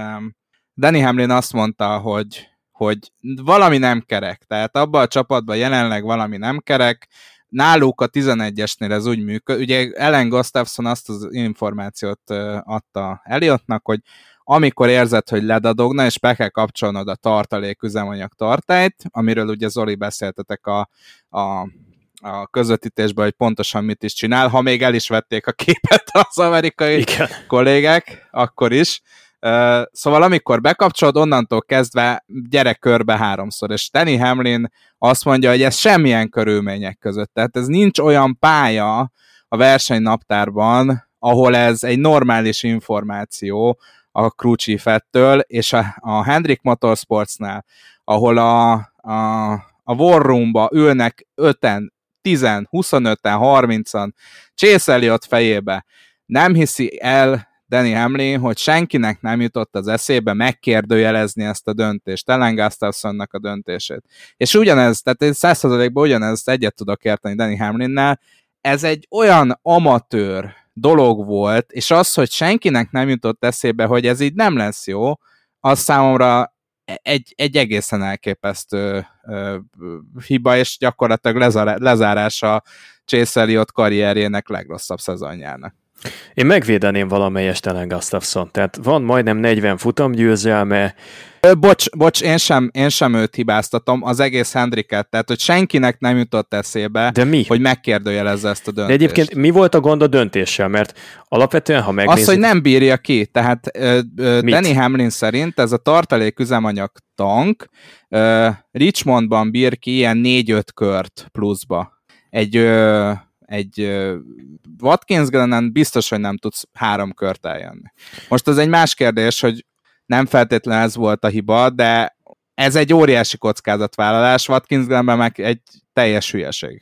S3: Danny Hamlin azt mondta, hogy, hogy valami nem kerek. Tehát abban a csapatban jelenleg valami nem kerek. Náluk a tizenegyesnél ez úgy működik. Ugye Ellen Gustafson azt az információt adta Elliottnak, hogy amikor érzed, hogy ledadogna, és be kell kapcsolnod a tartalék üzemanyag tartályt, amiről ugye Zoli beszéltetek a, a, a közvetítésben, hogy pontosan mit is csinál, ha még el is vették a képet az amerikai Igen. kollégák, akkor is. Uh, szóval amikor bekapcsolod, onnantól kezdve gyere körbe háromszor, és Denny Hamlin azt mondja, hogy ez semmilyen körülmények között, tehát ez nincs olyan pálya a versenynaptárban, ahol ez egy normális információ a crew chief-ettől, és a, a Hendrick Motorsportsnál, ahol a, a, a War Room-ba ülnek öten, tízen, huszonöten, harmincan, Chase Elliott fejébe, nem hiszi el Denny Hamlin, hogy senkinek nem jutott az eszébe megkérdőjelezni ezt a döntést, Ellen Gustafsonnak a döntését. És ugyanez, tehát száz százalékban ugyanezt egyet tudok érteni Denny Hamlinnál, ez egy olyan amatőr dolog volt, és az, hogy senkinek nem jutott eszébe, hogy ez így nem lesz jó, az számomra egy, egy egészen elképesztő ö, hiba, és gyakorlatilag lezár, lezárása Chase Elliott karrierjének legrosszabb szezonjának.
S2: Én megvédeném valamelyest Ellen Gustafson, tehát van majdnem negyven futamgyőzelme.
S3: Bocs, bocs én, sem, én sem őt hibáztatom, az egész Hendricket, tehát hogy senkinek nem jutott eszébe,
S2: de mi?
S3: hogy megkérdőjelezze ezt a döntést.
S2: De egyébként mi volt a gond a döntéssel? Mert alapvetően, ha megnézzük...
S3: Az, hogy nem bírja ki, tehát ö, ö, Denny Hamlin szerint ez a tartalék üzemanyag tank ö, Richmondban bír ki ilyen négy-öt kört pluszba. Egy... Ö, egy Watkins Glenen biztos, hogy nem tudsz három kört eljönni. Most az egy más kérdés, hogy nem feltétlenül ez volt a hiba, de ez egy óriási kockázatvállalás, Watkins Glenben meg egy teljes hülyeség.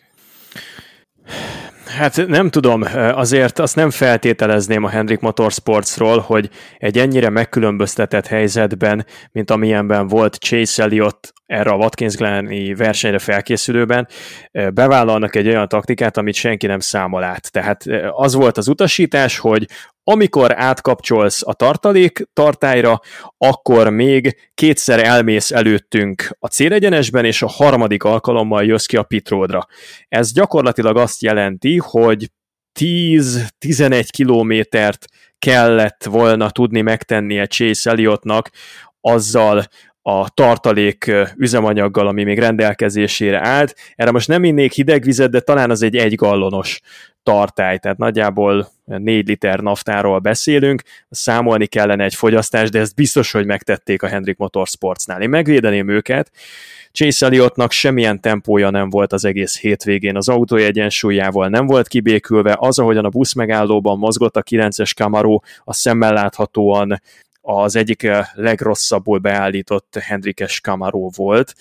S2: Hát nem tudom, azért azt nem feltételezném a Hendrick Motorsportsról, hogy egy ennyire megkülönböztetett helyzetben, mint amilyenben volt Chase Elliott erre a Watkins Gleni versenyre felkészülőben, bevállalnak egy olyan taktikát, amit senki nem számol át. Tehát az volt az utasítás, hogy amikor átkapcsolsz a tartalék tartályra, akkor még kétszer elmész előttünk a célegyenesben, és a harmadik alkalommal jössz ki a pitródra. Ez gyakorlatilag azt jelenti, hogy tíz-tizenegy kilométert kellett volna tudni megtennie Chase Elliottnak azzal a tartalék üzemanyaggal, ami még rendelkezésére állt. Erre most nem innék hideg vizet, de talán az egy egy gallonos tartály, tehát nagyjából négy liter naftáról beszélünk, számolni kellene egy fogyasztást, de ezt biztos, hogy megtették a Hendrick Motorsportsnál. Én megvédeném őket, Chase Elliottnak semmilyen tempója nem volt az egész hétvégén, az autója egyensúlyával nem volt kibékülve, az, ahogyan a busz megállóban mozgott a kilences Camaro, a szemmel láthatóan az egyik legrosszabbul beállított Hendrickes Camaro volt.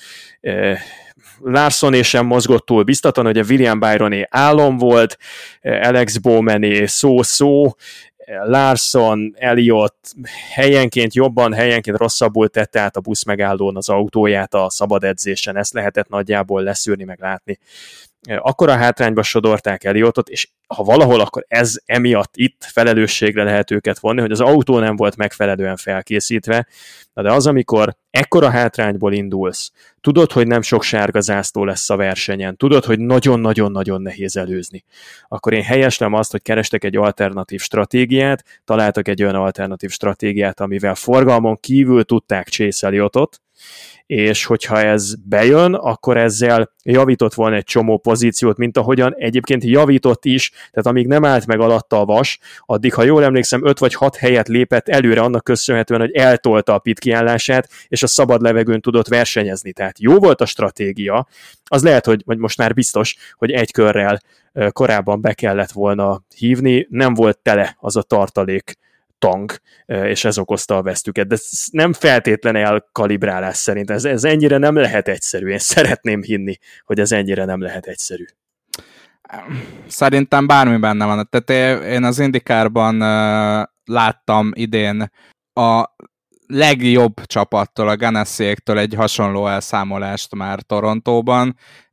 S2: Larsoné sem mozgott túl biztatóan, hogy a William Byroné álom volt, Alex Bowmané szó-szó, Larson, Elliott helyenként jobban, helyenként rosszabbul tette át a busz megállón az autóját a szabad edzésen, ezt lehetett nagyjából leszűrni, meg látni. Akkora hátrányba sodorták Elliotot, és ha valahol, akkor ez emiatt itt felelősségre lehet őket vonni, hogy az autó nem volt megfelelően felkészítve, de az, amikor ekkora hátrányból indulsz, tudod, hogy nem sok sárga zászló lesz a versenyen, tudod, hogy nagyon-nagyon-nagyon nehéz előzni, akkor én helyeslem azt, hogy kerestek egy alternatív stratégiát, találtak egy olyan alternatív stratégiát, amivel forgalmon kívül tudták Chase Elliotot, és hogyha ez bejön, akkor ezzel javított volna egy csomó pozíciót, mint ahogyan egyébként javított is, tehát amíg nem állt meg alatta a vas, addig, ha jól emlékszem, öt vagy hat helyet lépett előre annak köszönhetően, hogy eltolta a pit kiállását, és a szabad levegőn tudott versenyezni. Tehát jó volt a stratégia, az lehet, hogy vagy most már biztos, hogy egy körrel korábban be kellett volna hívni, nem volt tele az a tartalék tank, és ez okozta a vesztüket. De ez nem feltétlen elkalibrálás szerint. Ez, ez ennyire nem lehet egyszerű. Én szeretném hinni, hogy ez ennyire nem lehet egyszerű.
S3: Szerintem bármi benne van. Tehát én az IndyCarban uh, láttam idén a legjobb csapattól, a Ganassi-éktől egy hasonló elszámolást már Torontóban,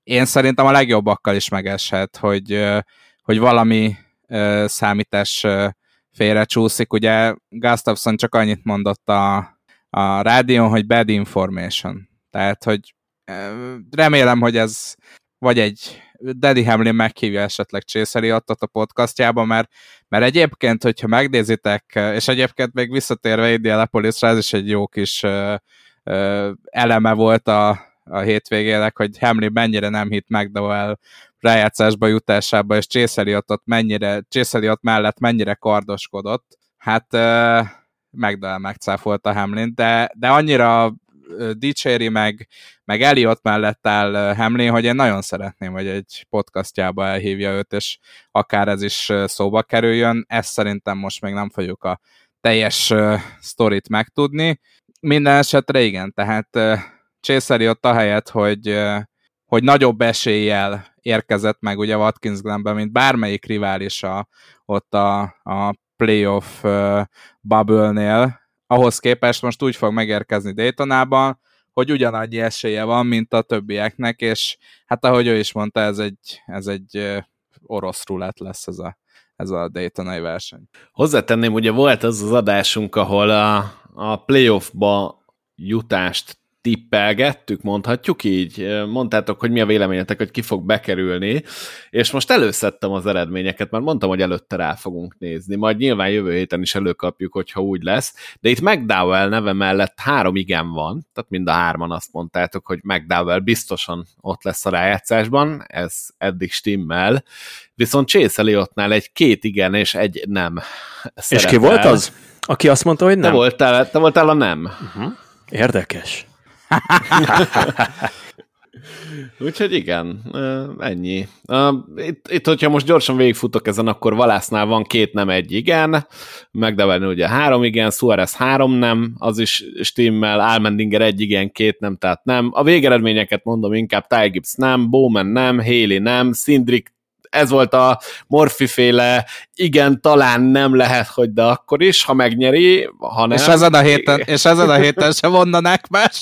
S3: én szerintem a legjobbakkal is megeshet, hogy, hogy valami számítás félrecsúszik. Ugye Gustafsson csak annyit mondott a, a rádión, hogy bad information. Tehát, hogy remélem, hogy ez vagy egy Daddy Hamlin meghívja esetleg Chase Elliotot a podcastjába, mert, mert egyébként, hogyha megnézitek, és egyébként még visszatérve Indianapolisra, ez is egy jó kis ö, ö, eleme volt a, a hétvégének, hogy Hamlin mennyire nem hitt McDowell rájátszásba jutásába, és Chase Elliotot mennyire, Chase Elliott mellett mennyire kardoskodott. Hát ö, McDowell megcáfolta Hamlin, de, de annyira dicséri, meg, meg Elliott mellett áll Hamlin, hogy én nagyon szeretném, hogy egy podcastjába elhívja őt, és akár ez is szóba kerüljön. Ezt szerintem most még nem fogjuk a teljes uh, sztorit megtudni. Minden esetre igen, tehát uh, Chase Elliott ahelyett, hogy, uh, hogy nagyobb eséllyel érkezett meg ugye Watkins Glenbe, mint bármelyik riválisa ott a, a playoff uh, bubble-nél, ahhoz képest most úgy fog megérkezni Daytonában, hogy ugyanannyi esélye van, mint a többieknek, és hát ahogy ő is mondta, ez egy, ez egy orosz rulett lesz ez a, ez a Daytonai verseny.
S1: Hozzátenném, ugye volt az az adásunk, ahol a, a playoffba jutást tippelgettük, mondhatjuk így. Mondtátok, hogy mi a véleményetek, hogy ki fog bekerülni, és most előszedtem az eredményeket, mert mondtam, hogy előtte rá fogunk nézni. Majd nyilván jövő héten is előkapjuk, hogyha úgy lesz. De itt McDowell neve mellett három igen van, tehát mind a hárman azt mondtátok, hogy McDowell biztosan ott lesz a rájátszásban, ez eddig stimmel. Viszont Chase Elliottnál egy két igen és egy nem szerepel.
S2: És ki volt az, aki azt mondta, hogy nem?
S1: Te voltál, te voltál a nem.
S2: Uh-huh. Érdekes.
S1: Úgyhogy igen, ennyi. Itt, itt, hogyha most gyorsan végigfutok ezen, akkor Valásznál van két nem, egy igen, McDowell ugye három igen, Suarez három nem, az is stimmel, Allmendinger egy igen, két nem, tehát nem. A végeredményeket mondom inkább, Ty Gibbs nem, Bowman nem, Haley nem, Cindric, ez volt a Murphy-féle, igen, talán nem lehet, hogy de akkor is, ha megnyeri, ha nem.
S3: És ezen a héten, és ezen a héten sem mondanák mást.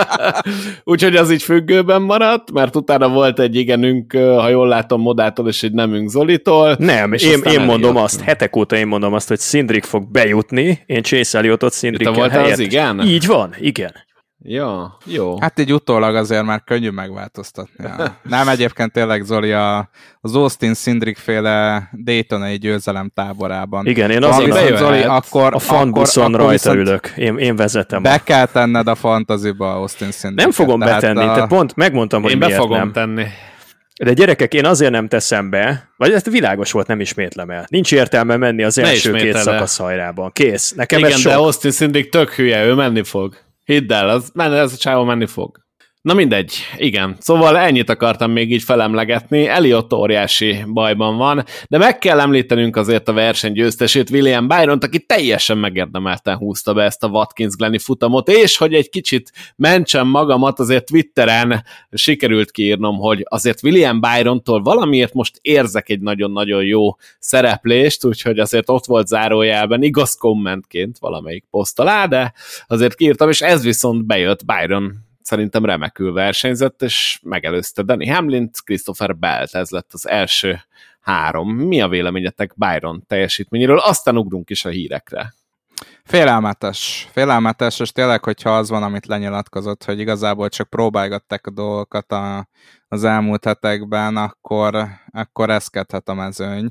S1: Úgyhogy az így függőben maradt, mert utána volt egy igenünk, ha jól látom, Modától, és egy nemünk Zolitól.
S2: Nem, én, én mondom azt, hetek óta én mondom azt, hogy Cindric fog bejutni, én Chase Elliotot Cindric helyett.
S1: Az igen?
S2: Így van, igen.
S1: Ja, jó.
S3: Hát így utólag azért már könnyű megváltoztatni. Nem, egyébként tényleg Zoli a, az Austin Cindric féle Daytonai győzelem táborában.
S2: Igen, én azért
S3: viszont, Zoli, akkor,
S2: a fanbuszon
S3: akkor,
S2: rajta ülök. Én, én vezetem.
S3: Be
S2: a...
S3: kell tenned a fantasyba Austin Cindric.
S2: Nem fogom tehát betenni, a... tehát pont megmondtam, hogy
S1: én
S2: miért
S1: be fogom
S2: nem.
S1: tenni.
S2: De gyerekek, én azért nem teszem be, vagy ez világos volt, nem ismétlem el. Nincs értelme menni az első két szakasz hajrában. Kész. Nekem
S1: igen,
S2: ez sok.
S1: de Austin Cindric tök hülye, ő menni fog. Hidd el, az, ez a csávó menni fog. Na mindegy, igen. Szóval ennyit akartam még így felemlegetni. Elliott óriási bajban van, de meg kell említenünk azért a verseny győztesét, William Byront, aki teljesen megérdemelten húzta be ezt a Watkins Gleni futamot, és hogy egy kicsit mentsem magamat, azért Twitteren sikerült kiírnom, hogy azért William Byrontól valamiért most érzek egy nagyon-nagyon jó szereplést, úgyhogy azért ott volt zárójelben, igaz kommentként valamelyik poszt alá, de azért kiírtam, és ez viszont bejött. Byron szerintem remekül versenyzett, és megelőzte Denny Hamlint, Christopher Belt, ez lett az első három. Mi a véleményetek Byron teljesítményéről? Aztán ugrunk is a hírekre.
S3: Félelmetes. Félelmetes, és tényleg, hogyha az van, amit lenyilatkozott, hogy igazából csak próbálgatták a dolgokat a, az elmúlt hetekben, akkor, akkor eszkedhet a mezőny.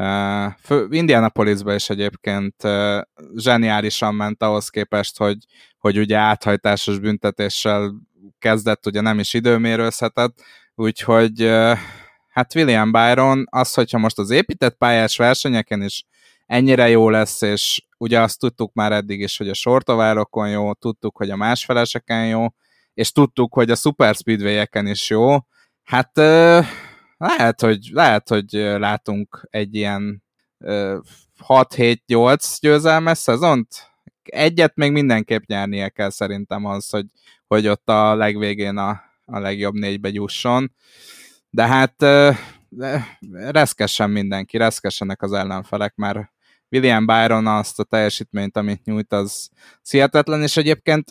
S3: Uh, Indianapolisba is egyébként uh, zseniálisan ment ahhoz képest, hogy, hogy ugye áthajtásos büntetéssel kezdett, ugye nem is időmérőzhetett, úgyhogy uh, hát William Byron az, hogyha most az épített pályás versenyeken is ennyire jó lesz, és ugye azt tudtuk már eddig is, hogy a sortovárokon jó, tudtuk, hogy a másfeleseken jó, és tudtuk, hogy a super speedway-eken is jó, hát uh, Lehet, hogy, lehet, hogy látunk egy ilyen uh, hat hét nyolc győzelmes szezont. Egyet még mindenképp nyernie kell szerintem az, hogy, hogy ott a legvégén a, a legjobb négybe jusson. De hát uh, reszkessen mindenki, reszkessenek az ellenfelek, mert William Byron azt a teljesítményt, amit nyújt, az hihetetlen, és egyébként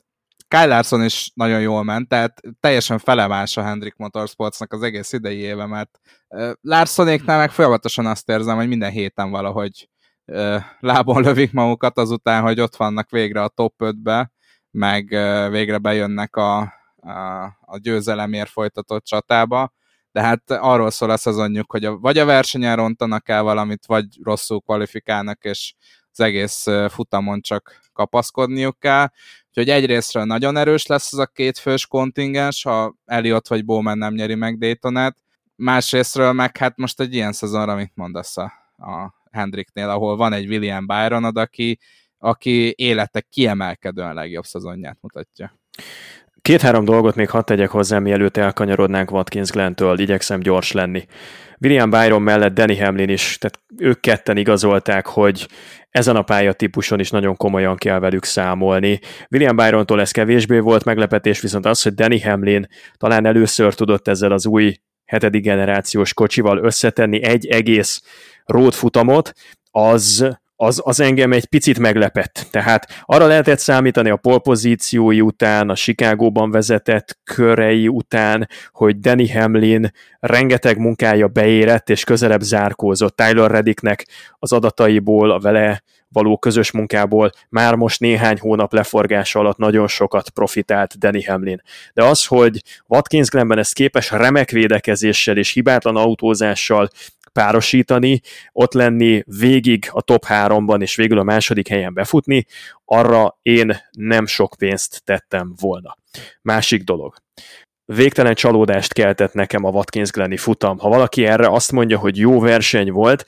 S3: Kyle Larson is nagyon jól ment, tehát teljesen felemás a Hendrick Motorsportsnak az egész idei éve, mert Larsonéknál meg folyamatosan azt érzem, hogy minden héten valahogy lábon lövik magukat azután, hogy ott vannak végre a top ötbe, meg végre bejönnek a, a, a győzelemért folytatott csatába, de hát arról szól a szezonjuk, hogy a, vagy a versenyen rontanak el valamit, vagy rosszul kvalifikálnak, és az egész futamon csak kapaszkodniuk kell. Úgyhogy egyrésztről nagyon erős lesz az a két fős kontingens, ha Elliott vagy Bowman nem nyeri meg Daytonát, másrésztről meg hát most egy ilyen szezonra, mit mondasz a, a Hendricknél, ahol van egy William Byronod, aki, aki élete kiemelkedően legjobb szezonját mutatja.
S2: Két-három dolgot még hadd tegyek hozzá, mielőtt elkanyarodnánk Watkins Glentől, igyekszem gyors lenni. William Byron mellett Denny Hamlin is, tehát ők ketten igazolták, hogy ezen a pályatípuson is nagyon komolyan kell velük számolni. William Byrontól ez kevésbé volt meglepetés, viszont az, hogy Denny Hamlin talán először tudott ezzel az új hetedik generációs kocsival összetenni egy egész road futamot, az... Az, az engem egy picit meglepett. Tehát arra lehetett számítani a polpozíciói után, a Chicagóban vezetett körei után, hogy Denny Hamlin rengeteg munkája beérett és közelebb zárkózott Tyler Reddicknek az adataiból, a vele való közös munkából már most néhány hónap leforgása alatt nagyon sokat profitált Denny Hamlin. De az, hogy Watkins Glenben ezt képes remek védekezéssel és hibátlan autózással párosítani, ott lenni végig a top háromban, és végül a második helyen befutni, arra én nem sok pénzt tettem volna. Másik dolog. Végtelen csalódást keltett nekem a Watkins Gleni futam. Ha valaki erre azt mondja, hogy jó verseny volt,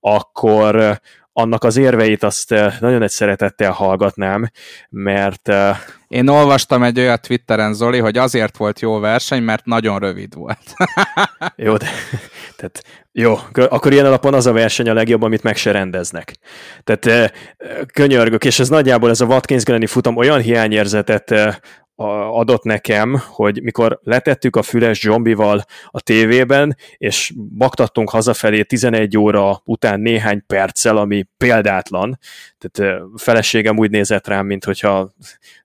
S2: akkor annak az érveit azt nagyon nagy szeretettel hallgatnám, mert...
S3: Én olvastam egy olyat Twitteren, Zoli, hogy azért volt jó verseny, mert nagyon rövid volt.
S2: Jó, de, tehát, jó, akkor ilyen alapon az a verseny a legjobb, amit meg se rendeznek. Tehát könyörgök, és ez nagyjából ez a Watkins Gleni futam olyan hiányérzetet adott nekem, hogy mikor letettük a füles zombival a tévében, és baktattunk hazafelé tizenegy óra után néhány perccel, ami példátlan, tehát feleségem úgy nézett rám, mint hogyha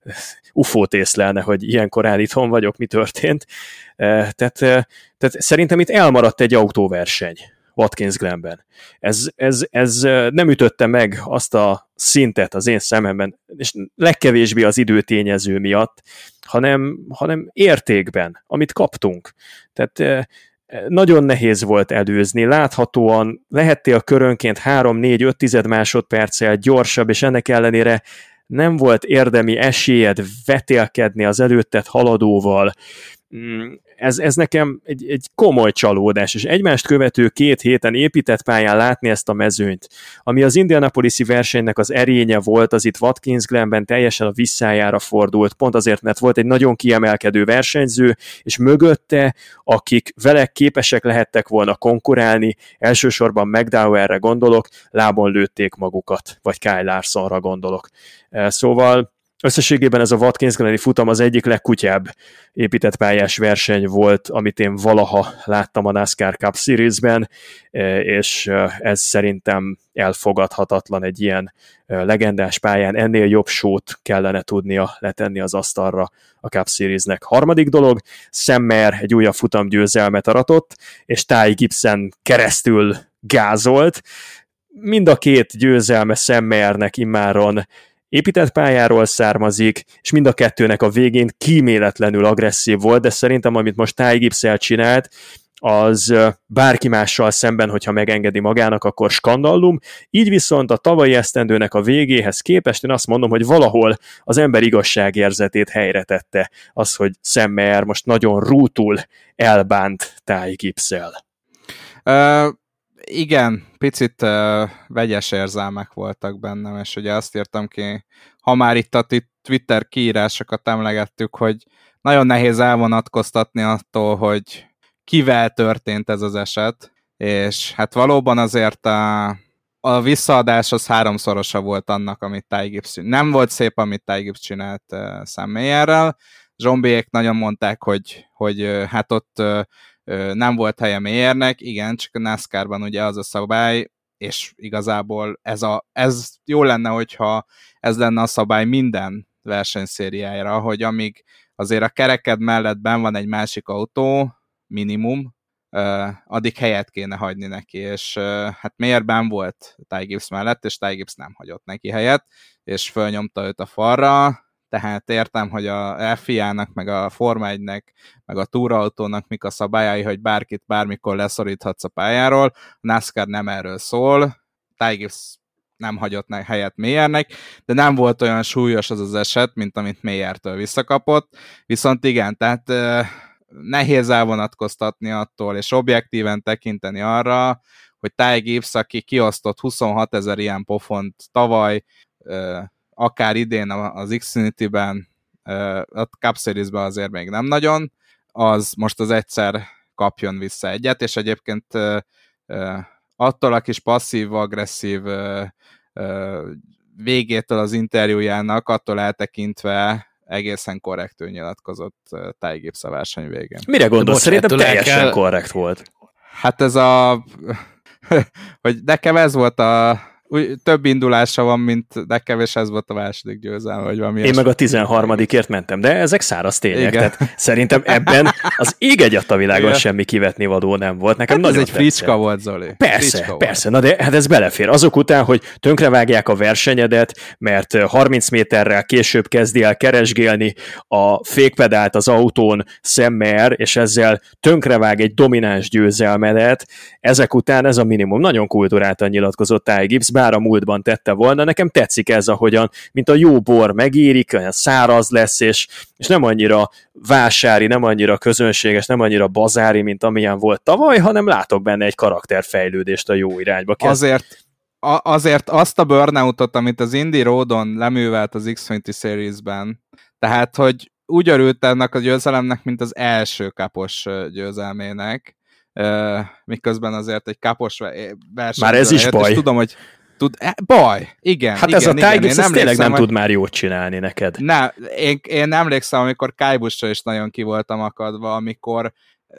S2: ufót észlelne, hogy ilyen korán itthon vagyok, mi történt. Tehát, tehát szerintem itt elmaradt egy autóverseny Watkins Glenben. Ez, ez, ez nem ütötte meg azt a szintet az én szememben, és legkevésbé az időtényező miatt, hanem, hanem értékben, amit kaptunk. Tehát nagyon nehéz volt előzni, láthatóan lehettél körönként három négy öt tized másodperccel gyorsabb, és ennek ellenére nem volt érdemi esélyed vetélkedni az előtted haladóval. Ez, ez nekem egy, egy komoly csalódás, és egymást követő két héten épített pályán látni ezt a mezőnyt, ami az Indianapolisi versenynek az erénye volt, az itt Watkins Glenben teljesen a visszájára fordult, pont azért, mert volt egy nagyon kiemelkedő versenyző, és mögötte, akik vele képesek lehettek volna konkurálni, elsősorban McDowellre gondolok, lábon lőtték magukat, vagy Kyle Larsonra gondolok. Szóval összességében ez a Watkins Gleni futam az egyik legkutyább épített pályás verseny volt, amit én valaha láttam a NASCAR Cup Series-ben, és ez szerintem elfogadhatatlan egy ilyen legendás pályán. Ennél jobb sót kellene tudnia letenni az asztalra a Cup Series-nek. Harmadik dolog, Sam Mayer egy újabb futamgyőzelmet aratott, és Ty Gibson keresztül gázolt. Mind a két győzelme Sam Mayernek immáron épített pályáról származik, és mind a kettőnek a végén kíméletlenül agresszív volt, de szerintem amit most Ty Gibbs csinált, az bárki mással szemben, hogyha megengedi magának, akkor skandallum. Így viszont a tavalyi esztendőnek a végéhez képest én azt mondom, hogy valahol az ember igazságérzetét helyre tette az, hogy Sam Mayer most nagyon rútul elbánt Ty Gibbs-el.
S3: Uh... Igen, picit uh, vegyes érzelmek voltak bennem, és ugye azt írtam ki, ha már itt a Twitter kiírásokat emlegettük, hogy nagyon nehéz elvonatkoztatni attól, hogy kivel történt ez az eset, és hát valóban azért a, a visszaadás az háromszorosa volt annak, amit Ty Gibbs csinált. Nem volt szép, amit Ty Gibbs csinált uh, Sam Mayerrel. Zsombiék nagyon mondták, hogy, hogy uh, hát ott uh, nem volt helye Mayernek, igen, csak a NASCAR-ban ugye az a szabály, és igazából ez, a, ez jó lenne, hogyha ez lenne a szabály minden versenyszériájára, hogy amíg azért a kereked mellett benn van egy másik autó, minimum, Uh, addig helyet kéne hagyni neki, és uh, hát miért benn volt Ty Gibbs mellett, és Ty Gibbs nem hagyott neki helyet, és fölnyomta őt a falra, tehát értem, hogy a ef i á-nak, meg a Forma egynek, meg a túraautónak mik a szabályai, hogy bárkit bármikor leszoríthatsz a pályáról, a NASCAR nem erről szól, Ty Gibbs nem hagyott helyet Mayernek, de nem volt olyan súlyos az az eset, mint amit Mayertől visszakapott, viszont igen, tehát uh, nehéz elvonatkoztatni attól, és objektíven tekinteni arra, hogy Ty Gibbs, aki kiosztott huszonhat ezer ilyen pofont tavaly, akár idén az Xfinity-ben, a Cup Series-ben azért még nem nagyon, az most az egyszer kapjon vissza egyet, és egyébként attól a kis passzív-agresszív végétől az interjújának, attól eltekintve egészen korrektül nyilatkozott Ty Gibbs a verseny végén.
S2: Mire gondolsz? Szerintem teljesen kell... korrekt volt.
S3: Hát ez a... hogy nekem ez volt a... Úgy, több indulása van, mint nekem, és ez volt a második győzelme, vagy valami.
S2: Én meg a tizenharmadikért mentem, de ezek száraz tények. Tehát szerintem ebben az ég egyat a világon igen. semmi kivetnivaló nem volt. Nekem hát
S3: ez egy fricska volt, Zoli.
S2: Persze,
S3: fricska
S2: persze. Volt. Na de hát ez belefér. Azok után, hogy tönkrevágják a versenyedet, mert harminc méterrel később kezdi el keresgélni a fékpedált az autón Sam Mayer, és ezzel tönkrevág egy domináns győzelmedet. Ezek után ez a minimum. Nagyon kultúráltan nyilatkozott Ty Gibbs, bár a múltban tette volna. Nekem tetszik ez, ahogyan, mint a jó bor megérik, olyan száraz lesz, és, és nem annyira vásári, nem annyira közönséges, nem annyira bazári, mint amilyen volt tavaly, hanem látok benne egy karakterfejlődést a jó irányba. Kezd.
S3: Azért, a, azért azt a burnoutot, amit az Indy Roadon leművelt az Xfinity Series-ben, tehát, hogy úgy örült ennek a győzelemnek, mint az első kapos győzelmének, Uh, miközben azért egy kapos verseny.
S2: Már ez is jött, baj.
S3: Tudom, hogy tud, eh, baj, igen.
S2: Hát
S3: igen,
S2: ez a Ty Gibbs
S3: nem
S2: tényleg nem
S3: hogy...
S2: tud már jót csinálni neked.
S3: Ne, én, én emlékszem, amikor Kyle Busch-ra is nagyon ki voltam akadva, amikor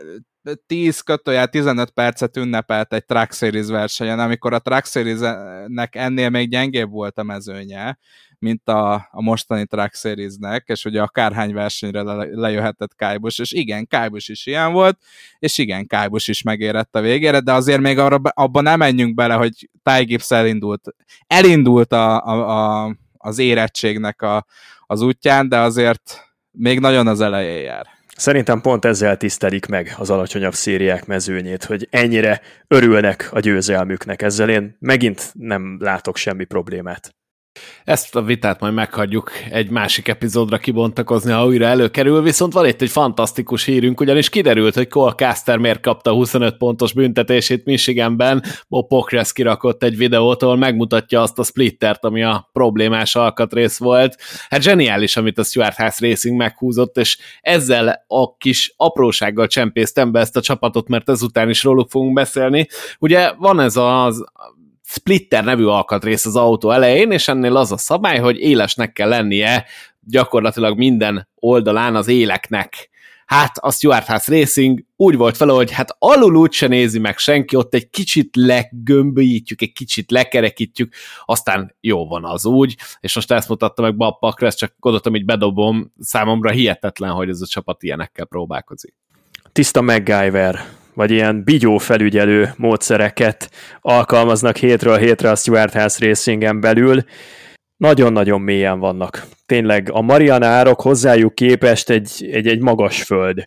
S3: tíz kötőjel tizenöt percet ünnepelt egy Truck Series versenyen, amikor a Truck Series-nek ennél még gyengébb volt a mezőnye, mint a, a mostani Truck Series-nek, és ugye akárhány versenyre le, lejöhetett Kyle Busch, és igen, Kyle Busch is ilyen volt, és igen, Kyle Busch is megérett a végére, de azért még arra, abban nem menjünk bele, hogy Ty Gibbs elindult, elindult a, a, a, az érettségnek a, az útján, de azért még nagyon az elején jár.
S2: Szerintem pont ezzel tisztelik meg az alacsonyabb szériák mezőnyét, hogy ennyire örülnek a győzelmüknek. Ezzel én megint nem látok semmi problémát.
S1: Ezt a vitát majd meghagyjuk egy másik epizódra kibontakozni, ha újra előkerül, viszont van itt egy fantasztikus hírünk, ugyanis kiderült, hogy Cole Custer miért kapta huszonöt pontos büntetését Michiganben. Bob Pockrass kirakott egy videót, ahol megmutatja azt a splittert, ami a problémás alkatrész volt. Hát zseniális, amit a Stewart-Haas Racing meghúzott, és ezzel a kis aprósággal csempésztem be ezt a csapatot, mert ezután is róluk fogunk beszélni. Ugye van ez az splitter nevű alkatrész az autó elején, és ennél az a szabály, hogy élesnek kell lennie gyakorlatilag minden oldalán az éleknek. Hát a Stewart-Haas Racing úgy volt vele, hogy hát alul úgy se nézi meg senki, ott egy kicsit legömbölyítjük, egy kicsit lekerekítjük, aztán jó van az úgy, és most ezt mutatta meg Bob Pockrass, csak gondoltam, így bedobom, számomra hihetetlen, hogy ez a csapat ilyenekkel próbálkozik.
S2: Tiszta MacGyver, vagy ilyen bigyó felügyelő módszereket alkalmaznak hétről hétre a Stewart-Haas Racingen belül. Nagyon-nagyon mélyen vannak. Tényleg a Mariana-árok hozzájuk képest egy, egy, egy magas föld.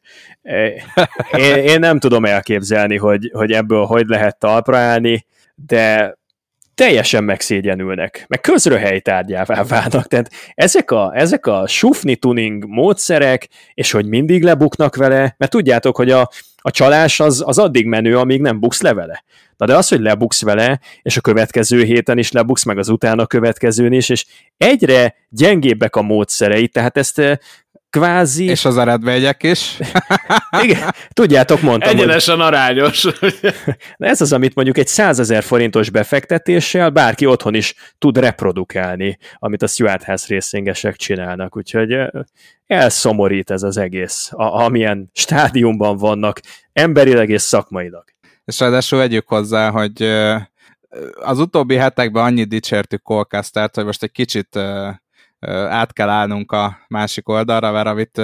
S2: Én, én nem tudom elképzelni, hogy, hogy ebből hogy lehet talpra állni, de teljesen megszégyenülnek, meg közröhelytárgyává válnak. Tehát ezek a, ezek a sufni tuning módszerek, és hogy mindig lebuknak vele, mert tudjátok, hogy a, a csalás az, az addig menő, amíg nem buksz le vele. Na de az, hogy lebuksz vele, és a következő héten is lebuksz, meg az utána következőn is, és egyre gyengébbek a módszerei, tehát ezt kvázi...
S3: És az eredmények is.
S2: Igen, tudjátok, mondtam,
S1: egyenesen hogy... arányos.
S2: De ez az, amit mondjuk egy százezer forintos befektetéssel bárki otthon is tud reprodukálni, amit a Stewart-Haas Racingesek csinálnak, úgyhogy elszomorít ez az egész, a, amilyen stádiumban vannak, emberileg és szakmailag.
S3: És ráadásul vegyük hozzá, hogy az utóbbi hetekben annyit dicsértük Cole Custert, hogy most egy kicsit át kell állnunk a másik oldalra, mert amit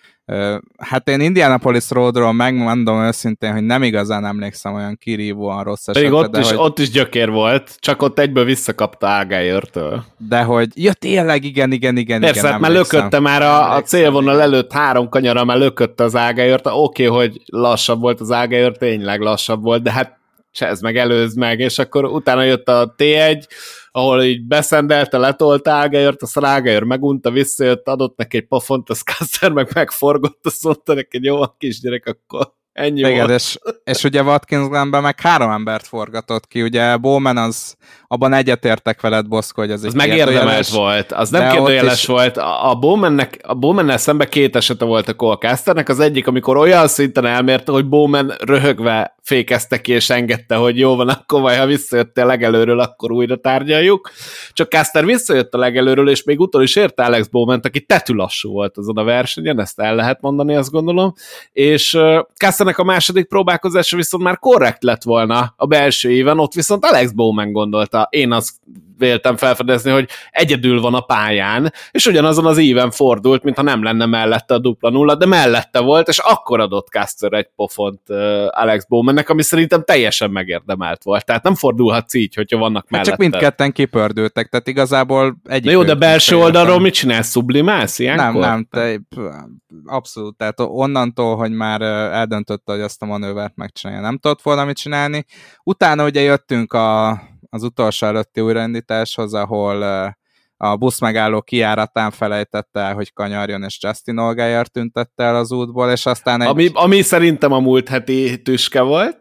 S3: hát én Indianapolis Roadról megmondom őszintén, hogy nem igazán emlékszem olyan kirívóan rossz esetre.
S1: Pedig ott,
S3: de
S1: is,
S3: hogy...
S1: ott is gyökér volt, csak ott egyből visszakapta Allgaier-től.
S3: De hogy, ja tényleg, igen, igen, igen.
S1: Persze,
S3: igen,
S1: hát már lökötte már a, a célvonal előtt három kanyarra, már lökötte az Allgaiert. Oké, okay, hogy lassabb volt az Allgaier, tényleg lassabb volt, de hát csezd meg, előzd meg, és akkor utána jött a té egy, ahol így beszendelte, letolta Allgaiert, aztán Allgaier megunta, visszajött, adott neki egy pofont, az Custer meg megforgott, azt mondta neki, jó, a kisgyerek, akkor ennyi
S3: igen,
S1: volt.
S3: És, és ugye Watkins Glenben meg három embert forgatott ki, ugye Bowman az, abban egyetértek veled, Boszko, hogy az egy
S1: az megérdemelt volt, az nem kérdőjeles is... volt. A, a Bowmannek, a Bowmannel szemben két esete volt a Cole Custernek, az egyik, amikor olyan szinten elmérte, hogy Bowman röhögve fékezte ki, és engedte, hogy jó van, akkor majd, ha visszajött a legelőről, akkor újra tárgyaljuk. Csak Custer visszajött a legelőről, és még utol is érte Alex Bowmant, aki tetű lassú volt azon a versenyen, ezt el lehet mondani, azt gondolom, és uh, Custernek a második próbálkozása viszont már korrekt lett volna a belső éven, ott viszont Alex Bowman gondolta, én azt véltem felfedezni, hogy egyedül van a pályán, és ugyanazon az éven fordult, mintha nem lenne mellette a dupla nulla, de mellette volt, és akkor adott Custer egy pofont uh, Alex Bowmannek, ami szerintem teljesen megérdemelt volt. Tehát nem fordulhatsz így, hogyha vannak mellette.
S3: Hát csak mindketten kipördültek, tehát igazából egyik.
S1: Na jó, de belső oldalról mit csinálsz? Sublimálsz ilyenkor?
S3: Nem, nem, te, abszolút. Tehát onnantól, hogy már eldöntötte, hogy azt a manővert megcsinálja, nem tudott volna mit csinálni. Utána ugye jöttünk a az utolsó előtti újraindításhoz, ahol a busz megálló kijáratán felejtette el, hogy kanyarjon, és Justin Allgaier tüntette el az útból, és aztán egy...
S1: Ami, ami szerintem a múlt heti tüske volt.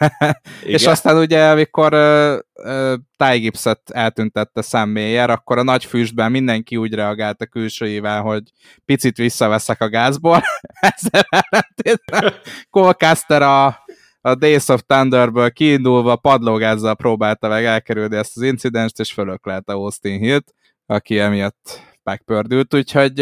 S3: És aztán ugye, amikor uh, uh, Ty Gibbs-et eltüntette Sam Mayer, akkor a nagy füstben mindenki úgy reagált a külsőjével, hogy picit visszaveszek a gázból. Ezzel ellentétben Cole Custer a a Days of Thunderből kiindulva padlógázzal próbálta meg elkerülni ezt az incidenst, és fölöklelte Austin Hill-t, aki emiatt megpördült, úgyhogy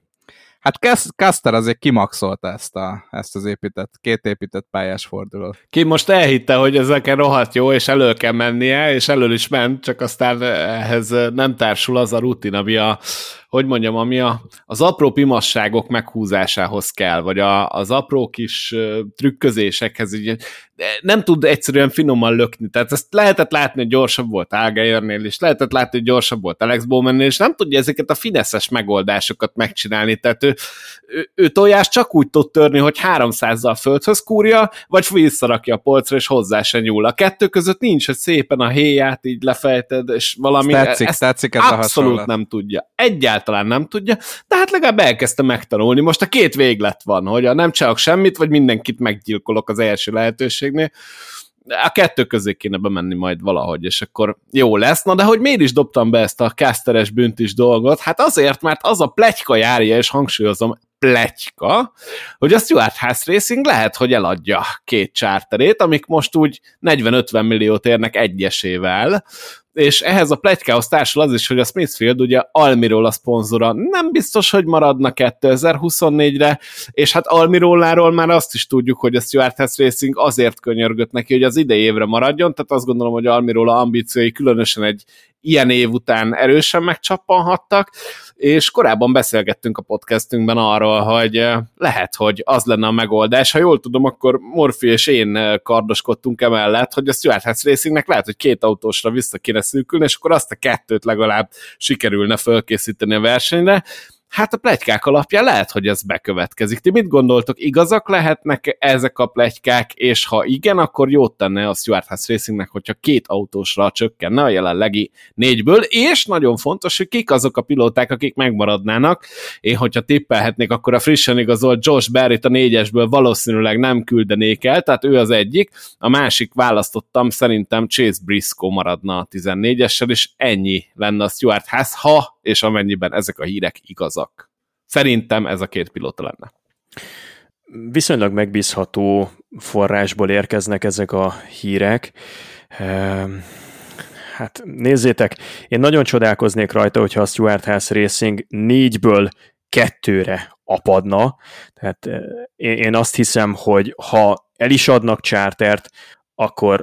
S3: hát Custer azért kimaxolta ezt, a, ezt az épített, két épített pályás fordulót.
S1: Ki most elhitte, hogy ezeken rohadt jó, és elő kell mennie, és elől is ment, csak aztán ehhez nem társul az a rutin, ami a, hogy mondjam, ami a, az apró pimasságok meghúzásához kell, vagy a, az apró kis trükközésekhez, így nem tud egyszerűen finoman lökni, tehát ezt lehetett látni, hogy gyorsabb volt Allgaiernél, és lehetett látni, hogy gyorsabb volt Alex Bowmannél, és nem tudja ezeket a fineszes megoldásokat megcsinálni, tehát ő, ő, ő tojás csak úgy tud törni, hogy háromszázzal földhöz kúrja, vagy visszarakja a polcra, és hozzá se nyúl. A kettő között nincs, hogy szépen a héját így lefejted, és valami...
S3: Tetszik,
S1: ezt
S3: tetszik ez
S1: abszolút
S3: a
S1: nem tudja. Egyáltalán nem tudja, de hát legalább elkezdte megtanulni. Most a két véglet van, hogy a nem csinálok semmit, vagy mindenkit meggyilkolok az első lehetőségnél. A kettő közé kéne bemenni majd valahogy, és akkor jó lesz. Na de hogy miért is dobtam be ezt a Custeres büntis dolgot? Hát azért, mert az a pletyka járja, és hangsúlyozom, pletyka, hogy a Stewart Haas Racing lehet, hogy eladja két charterét, amik most úgy negyven-ötven milliót érnek egyesével, és ehhez a pletykához társul az is, hogy a Smithfield ugye Almirola szponzora nem biztos, hogy maradna kétezer-huszonnégyre, és hát Almirolláról már azt is tudjuk, hogy a Stewart Haas Racing azért könyörgött neki, hogy az idei évre maradjon, tehát azt gondolom, hogy Almirola ambíciói különösen egy ilyen év után erősen megcsappanhattak, és korábban beszélgettünk a podcastünkben arról, hogy lehet, hogy az lenne a megoldás. Ha jól tudom, akkor Morfi és én kardoskodtunk emellett, hogy a Stewart Haas Racingnek lehet, hogy két autósra vissza kéne szűkülni, és akkor azt a kettőt legalább sikerülne fölkészíteni a versenyre. Hát a pletykák alapján lehet, hogy ez bekövetkezik. Ti mit gondoltok, igazak lehetnek ezek a pletykák, és ha igen, akkor jót tenne a Stewart Haas Racingnek, hogyha két autósra csökkenne a jelenlegi négyből, és nagyon fontos, hogy kik azok a pilóták, akik megmaradnának. Én, hogyha tippelhetnék, akkor a frissen igazolt Josh Berryt a négyesből valószínűleg nem küldenék el, tehát ő az egyik. A másik választottam, szerintem Chase Briscoe maradna a tizennégyessel, és ennyi lenne a Stewart Haas, ha és amennyiben ezek a hírek igazak. Szerintem ez a két pilóta lenne.
S2: Viszonylag megbízható forrásból érkeznek ezek a hírek. Hát nézzétek, én nagyon csodálkoznék rajta, hogyha a Stewart Haas Racing négyből kettőre apadna. Tehát én azt hiszem, hogy ha el is adnak chartert, akkor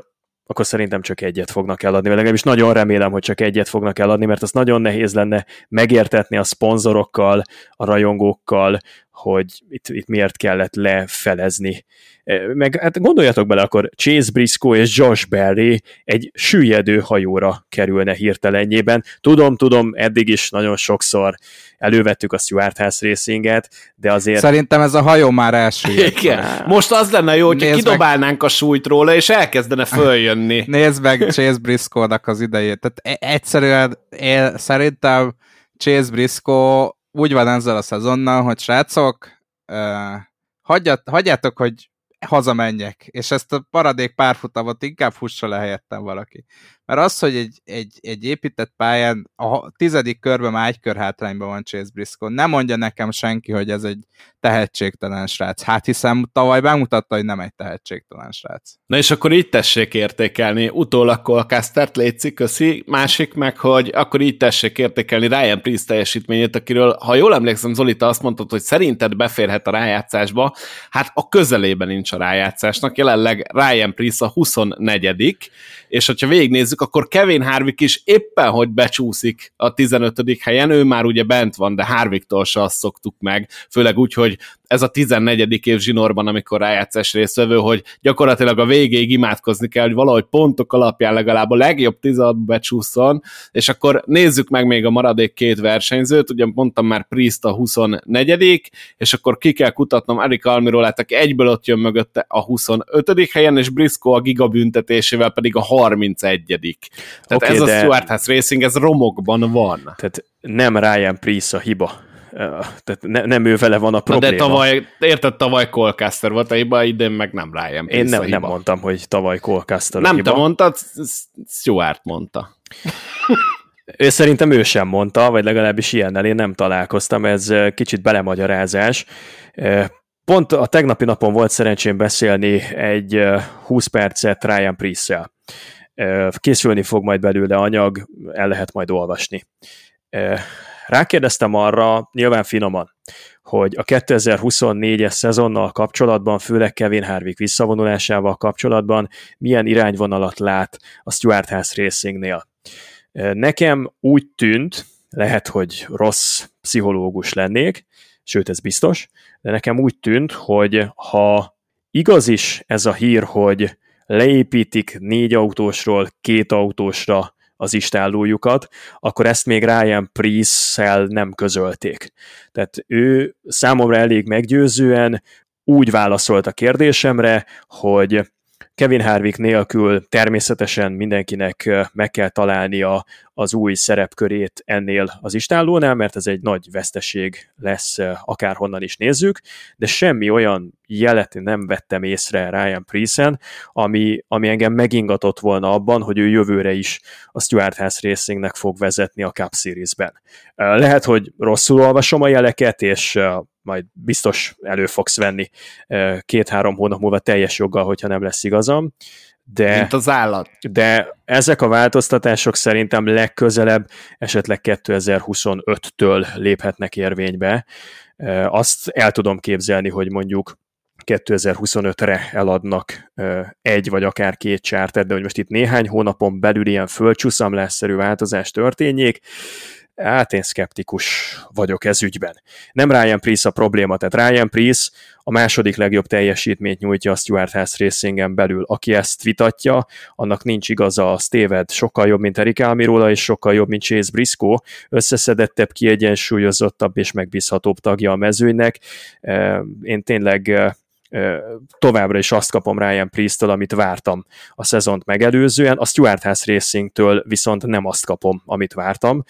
S2: akkor szerintem csak egyet fognak eladni, vagy legalábbis nagyon remélem, hogy csak egyet fognak eladni, mert az nagyon nehéz lenne megértetni a szponzorokkal, a rajongókkal, hogy itt, itt miért kellett lefelezni. Meg hát gondoljatok bele, akkor Chase Briscoe és Josh Berry egy süllyedő hajóra kerülne hirtelenjében. Tudom, tudom, eddig is nagyon sokszor elővettük a Stewart Haas Racinget, de azért...
S3: Szerintem ez a hajó már elsüllyedt.
S1: Igen. Most az lenne jó, hogyha kidobálnánk meg... a súlyt róla, és elkezdene följönni.
S3: Nézd meg Chase Briscoe-nak az idejét. Tehát egyszerűen én szerintem Chase Briscoe úgy van ezzel a szezonnal, hogy srácok, uh, hagyjat, hagyjátok, hogy hazamenjek, és ezt a paradék párfutamot inkább fussa le helyettem valaki. Mert az, hogy egy, egy, egy épített pályán a tizedik körben már egy kör hátrányban van Chase Briscoe, nem mondja nekem senki, hogy ez egy tehetségtelen srác. Hát hiszen tavaly bemutatta, hogy nem egy tehetségtelen srác.
S1: Na és akkor így tessék értékelni. Utólag Colcastert, létszik, köszi. Másik meg, hogy akkor így tessék értékelni Ryan Preece teljesítményét, akiről, ha jól emlékszem, Zolita azt mondtad, hogy szerinted beférhet a rájátszásba, hát a közelében nincs a rájátszásnak. Jelenleg Ryan Preece a huszonnegyedik, és hogyha végignézzük, akkor Kevin Harvick is éppen, hogy becsúszik a tizenötödik helyen, ő már ugye bent van, de Harvicktól se azt szoktuk meg, főleg úgy, hogy ez a tizennegyedik év zsinórban, amikor rájátszás résztvevő, hogy gyakorlatilag a végéig imádkozni kell, hogy valahogy pontok alapján legalább a legjobb tizenhat becsúszson, és akkor nézzük meg még a maradék két versenyzőt, ugye mondtam már Preece-t a huszonnegyedik, és akkor ki kell kutatnom Eric Almirolát, aki egyből ott jön mögötte a huszonötödik helyen, és Briscoe a gigabüntetésével pedig a harmincegyedik. Tehát okay, ez de... a Stewart Haas Racing, ez romokban van.
S2: Tehát nem Ryan Preece a hiba. Tehát ne, nem ő vele van a probléma.
S1: Na de tavaly, érted, tavaly Colcaster volt a hiba, idén meg nem Ryan Preece.
S2: Én nem, nem mondtam, hogy tavaly Colcaster
S1: nem
S2: a hiba.
S1: Nem te mondtad, Stewart mondta.
S2: Ő szerintem ő sem mondta, vagy legalábbis ilyennel én nem találkoztam, ez kicsit belemagyarázás. Pont a tegnapi napon volt szerencsém beszélni egy húsz percet Ryan Preece-szel. Készülni fog majd belőle anyag, el lehet majd olvasni. Rákérdeztem arra, nyilván finoman, hogy a kétezer-huszonnégyes szezonnal kapcsolatban, főleg Kevin Harvick visszavonulásával kapcsolatban milyen irányvonalat lát a Stewart Haas Racingnél. Nekem úgy tűnt, lehet, hogy rossz pszichológus lennék, sőt ez biztos, de nekem úgy tűnt, hogy ha igaz is ez a hír, hogy leépítik négy autósról két autósra az istállójukat, akkor ezt még Ryan Preece-szel nem közölték. Tehát ő számomra elég meggyőzően úgy válaszolt a kérdésemre, hogy Kevin Harvick nélkül természetesen mindenkinek meg kell találnia az új szerepkörét ennél az istállónál, mert ez egy nagy veszteség lesz, akárhonnan is nézzük, de semmi olyan jelet nem vettem észre Ryan Preece-en, ami, ami engem megingatott volna abban, hogy ő jövőre is a Stewart Haas Racingnek fog vezetni a Cup Series-ben. Lehet, hogy rosszul olvasom a jeleket, és majd biztos elő fogsz venni két-három hónap múlva teljes joggal, hogyha nem lesz igazam. De,
S1: mint az állat.
S2: De ezek a változtatások szerintem legközelebb esetleg kétezer-huszonöttől léphetnek érvénybe. Azt el tudom képzelni, hogy mondjuk kétezer-huszonötre eladnak egy vagy akár két chartert, de hogy most itt néhány hónapon belül ilyen földcsúszamlásszerű változás történjék, hát én szkeptikus vagyok ez ügyben. Nem Ryan Preece a probléma, tehát Ryan Preece a második legjobb teljesítményt nyújtja a Stewart Haas Racingen belül. Aki ezt vitatja, annak nincs igaza, a Stewart sokkal jobb, mint Eric Almirola, és sokkal jobb, mint Chase Briscoe, összeszedettebb, kiegyensúlyozottabb és megbízhatóbb tagja a mezőnynek. Én tényleg továbbra is azt kapom Ryan Preece-től, amit vártam a szezont megelőzően, a Stewart Haas Racingtől viszont nem azt kapom, amit vártam,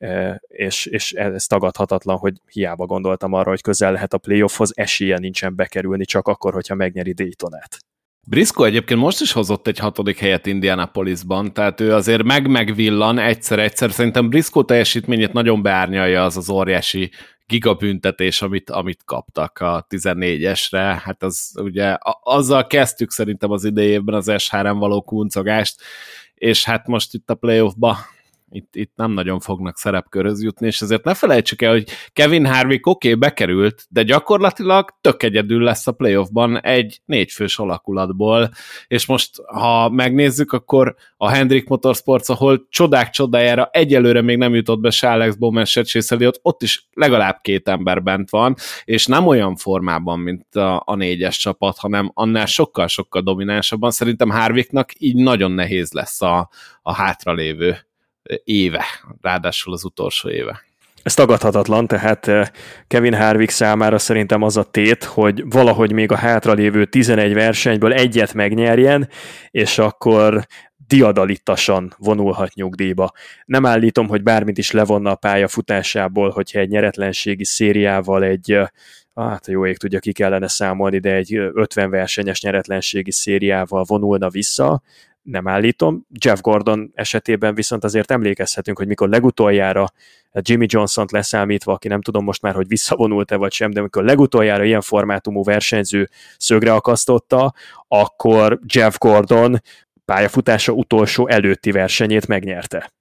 S2: és, és ez tagadhatatlan, hogy hiába gondoltam arra, hogy közel lehet a playoffhoz, esélye nincsen bekerülni, csak akkor, hogyha megnyeri Daytonát.
S1: Briscoe egyébként most is hozott egy hatodik helyet Indianapolisban, tehát ő azért meg-megvillan egyszer-egyszer. Szerintem Briscoe teljesítményét nagyon beárnyalja az az óriási gigabüntetés, amit, amit kaptak a tizennégyesre. Hát az ugye, azzal kezdtük szerintem az idejében az es hárán való kuncogást, és hát most itt a playoffba Itt, itt nem nagyon fognak szerepkörhöz jutni, és ezért ne felejtsük el, hogy Kevin Harvick oké, okay, bekerült, de gyakorlatilag tök egyedül lesz a playoffban egy négyfős alakulatból, és most, ha megnézzük, akkor a Hendrick Motorsports, ahol csodák csodájára egyelőre még nem jutott be se Alex Bowman, se Chase Elliott, ott is legalább két ember bent van, és nem olyan formában, mint a, a négyes csapat, hanem annál sokkal-sokkal dominánsabban. Szerintem Harvicknak így nagyon nehéz lesz a, a hátralévő éve, ráadásul az utolsó éve.
S2: Ez tagadhatatlan, tehát Kevin Harvick számára szerintem az a tét, hogy valahogy még a hátralévő tizenegy versenyből egyet megnyerjen, és akkor diadalittasan vonulhat nyugdíjba. Nem állítom, hogy bármit is levonna a pályafutásából, hogyha egy nyeretlenségi szériával egy, hát jó ég tudja, ki kellene számolni, de egy ötven versenyes nyeretlenségi szériával vonulna vissza, nem állítom. Jeff Gordon esetében viszont azért emlékezhetünk, hogy mikor legutoljára Jimmy Johnson-t leszámítva, aki nem tudom most már, hogy visszavonult-e vagy sem, de amikor legutoljára ilyen formátumú versenyző szögre akasztotta, akkor Jeff Gordon pályafutása utolsó előtti versenyét megnyerte.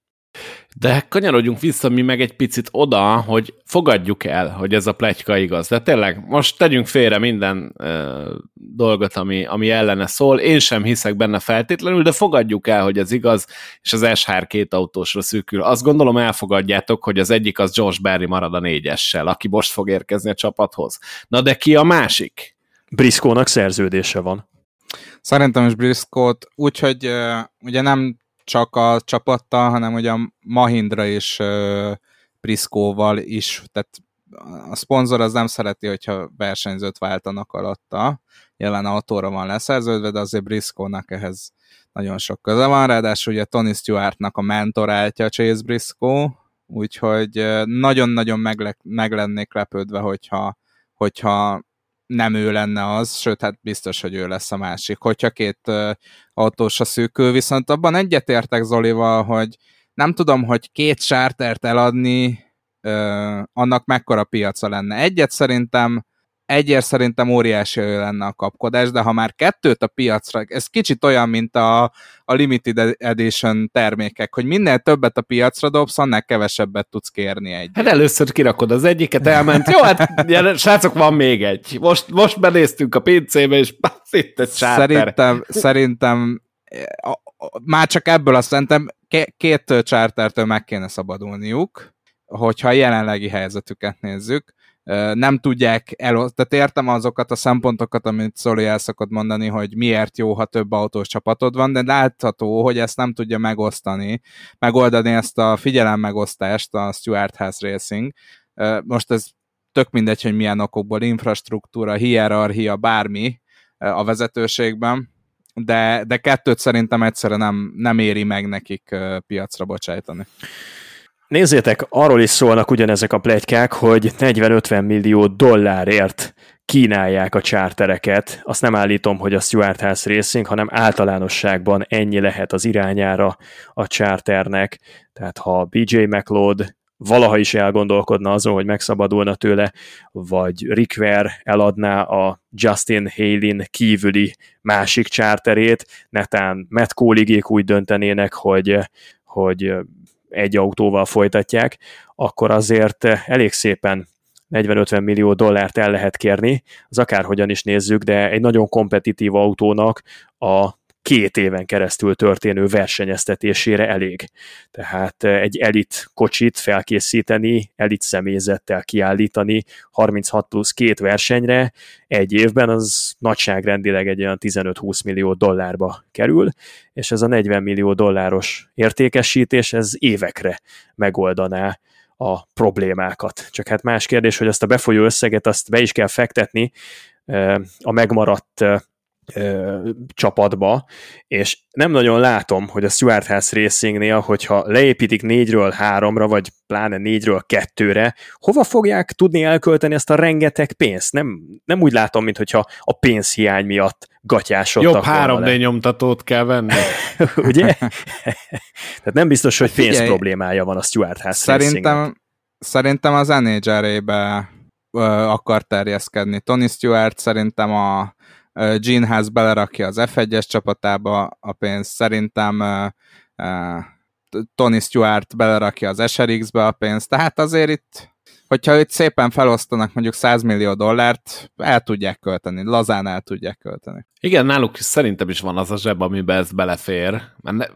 S1: De kanyarodjunk vissza mi meg egy picit oda, hogy fogadjuk el, hogy ez a pletyka igaz. De tényleg, most tegyünk félre minden ö, dolgot, ami, ami ellene szól. Én sem hiszek benne feltétlenül, de fogadjuk el, hogy ez igaz, és az es há er két autósra szűkül. Azt gondolom elfogadjátok, hogy az egyik az Josh Berry marad a négyessel, aki most fog érkezni a csapathoz. Na de ki a másik?
S2: Briscoe-nak szerződése van.
S3: Szerintem is Briscoe-t, úgyhogy uh, ugye nem csak a csapattal, hanem ugye a Mahindra és uh, Briscoe-val is, tehát a szponzor az nem szereti, hogyha versenyzőt váltanak alatta, jelen autóra van leszerződve, de azért Briscoe-nak ehhez nagyon sok köze van, ráadásul ugye Tony Stewartnak a mentoráltja Chase Briscoe, úgyhogy uh, nagyon-nagyon meg, meg lennék lepődve, hogyha, hogyha nem ő lenne az, sőt, hát biztos, hogy ő lesz a másik, hogyha két uh, autósra szűkül, viszont abban egyetértek Zolival, hogy nem tudom, hogy két chartert eladni, uh, annak mekkora piaca lenne. Egyet szerintem, egyért szerintem óriási lenne a kapkodás, de ha már kettőt a piacra, ez kicsit olyan, mint a, a limited edition termékek, hogy minél többet a piacra dobsz, annál kevesebbet tudsz kérni egy.
S1: Hát először kirakod az egyiket, elment. Jó, hát gyere, srácok, van még egy. Most, most benéztünk a pincébe, és itt egy charter.
S3: Szerintem, szerintem a, a, már csak ebből azt szerintem két chartertől meg kéne szabadulniuk, hogyha a jelenlegi helyzetüket nézzük. Nem tudják el, tehát értem azokat a szempontokat, amit Zoli el szokott mondani, hogy miért jó, ha több autós csapatod van, de látható, hogy ezt nem tudja megosztani, megoldani ezt a figyelemmegosztást a Stewart Haas Racing. Most ez tök mindegy, hogy milyen okokból, infrastruktúra, hierarchia, bármi a vezetőségben, de, de kettőt szerintem egyszerűen nem, nem éri meg nekik piacra bocsájtani.
S2: Nézzétek, arról is szólnak ugyanezek a pletykák, hogy negyven-ötven millió dollárért kínálják a chartereket. Azt nem állítom, hogy a Stewart Haas Racing, hanem általánosságban ennyi lehet az irányára a charternek. Tehát ha bé jé McLeod valaha is elgondolkodna azon, hogy megszabadulna tőle, vagy Rick Ware eladná a Justin Haley-n kívüli másik charterét, netán Matt Kauligék úgy döntenének, hogy, hogy egy autóval folytatják, akkor azért elég szépen negyven-ötven millió dollárt el lehet kérni, az akárhogyan is nézzük, de egy nagyon kompetitív autónak a két éven keresztül történő versenyeztetésére elég. Tehát egy elit kocsit felkészíteni, elit személyzettel kiállítani harminchat plusz két versenyre egy évben, az nagyságrendileg egy olyan tizenöt-húsz millió dollárba kerül, és ez a negyven millió dolláros értékesítés, ez évekre megoldaná a problémákat. Csak hát más kérdés, hogy azt a befolyó összeget azt be is kell fektetni a megmaradt Ö, csapatba, és nem nagyon látom, hogy a Stewart Haas Racingnél, hogyha leépítik négyről háromra, vagy pláne négyről kettőre, hova fogják tudni elkölteni ezt a rengeteg pénzt? Nem, nem úgy látom, mintha a pénzhiány miatt gatyásodtak.
S1: Jobb három dé nyomtatót kell venni.
S2: Ugye? Tehát nem biztos, hogy pénz Figyelj, problémája van a Stewart Haas
S3: Szerintem, szerintem az en há er-ébe akar terjeszkedni. Tony Stewart szerintem a Gene Haas belerakja az ef egyes csapatába a pénzt, szerintem uh, uh, Tony Stewart belerakja az es er iksz-be a pénzt, tehát azért itt, hogyha itt szépen felosztanak mondjuk száz millió dollárt, el tudják költeni, lazán el tudják költeni.
S1: Igen, náluk szerintem is van az a zseb, amiben ez belefér. Mert ne,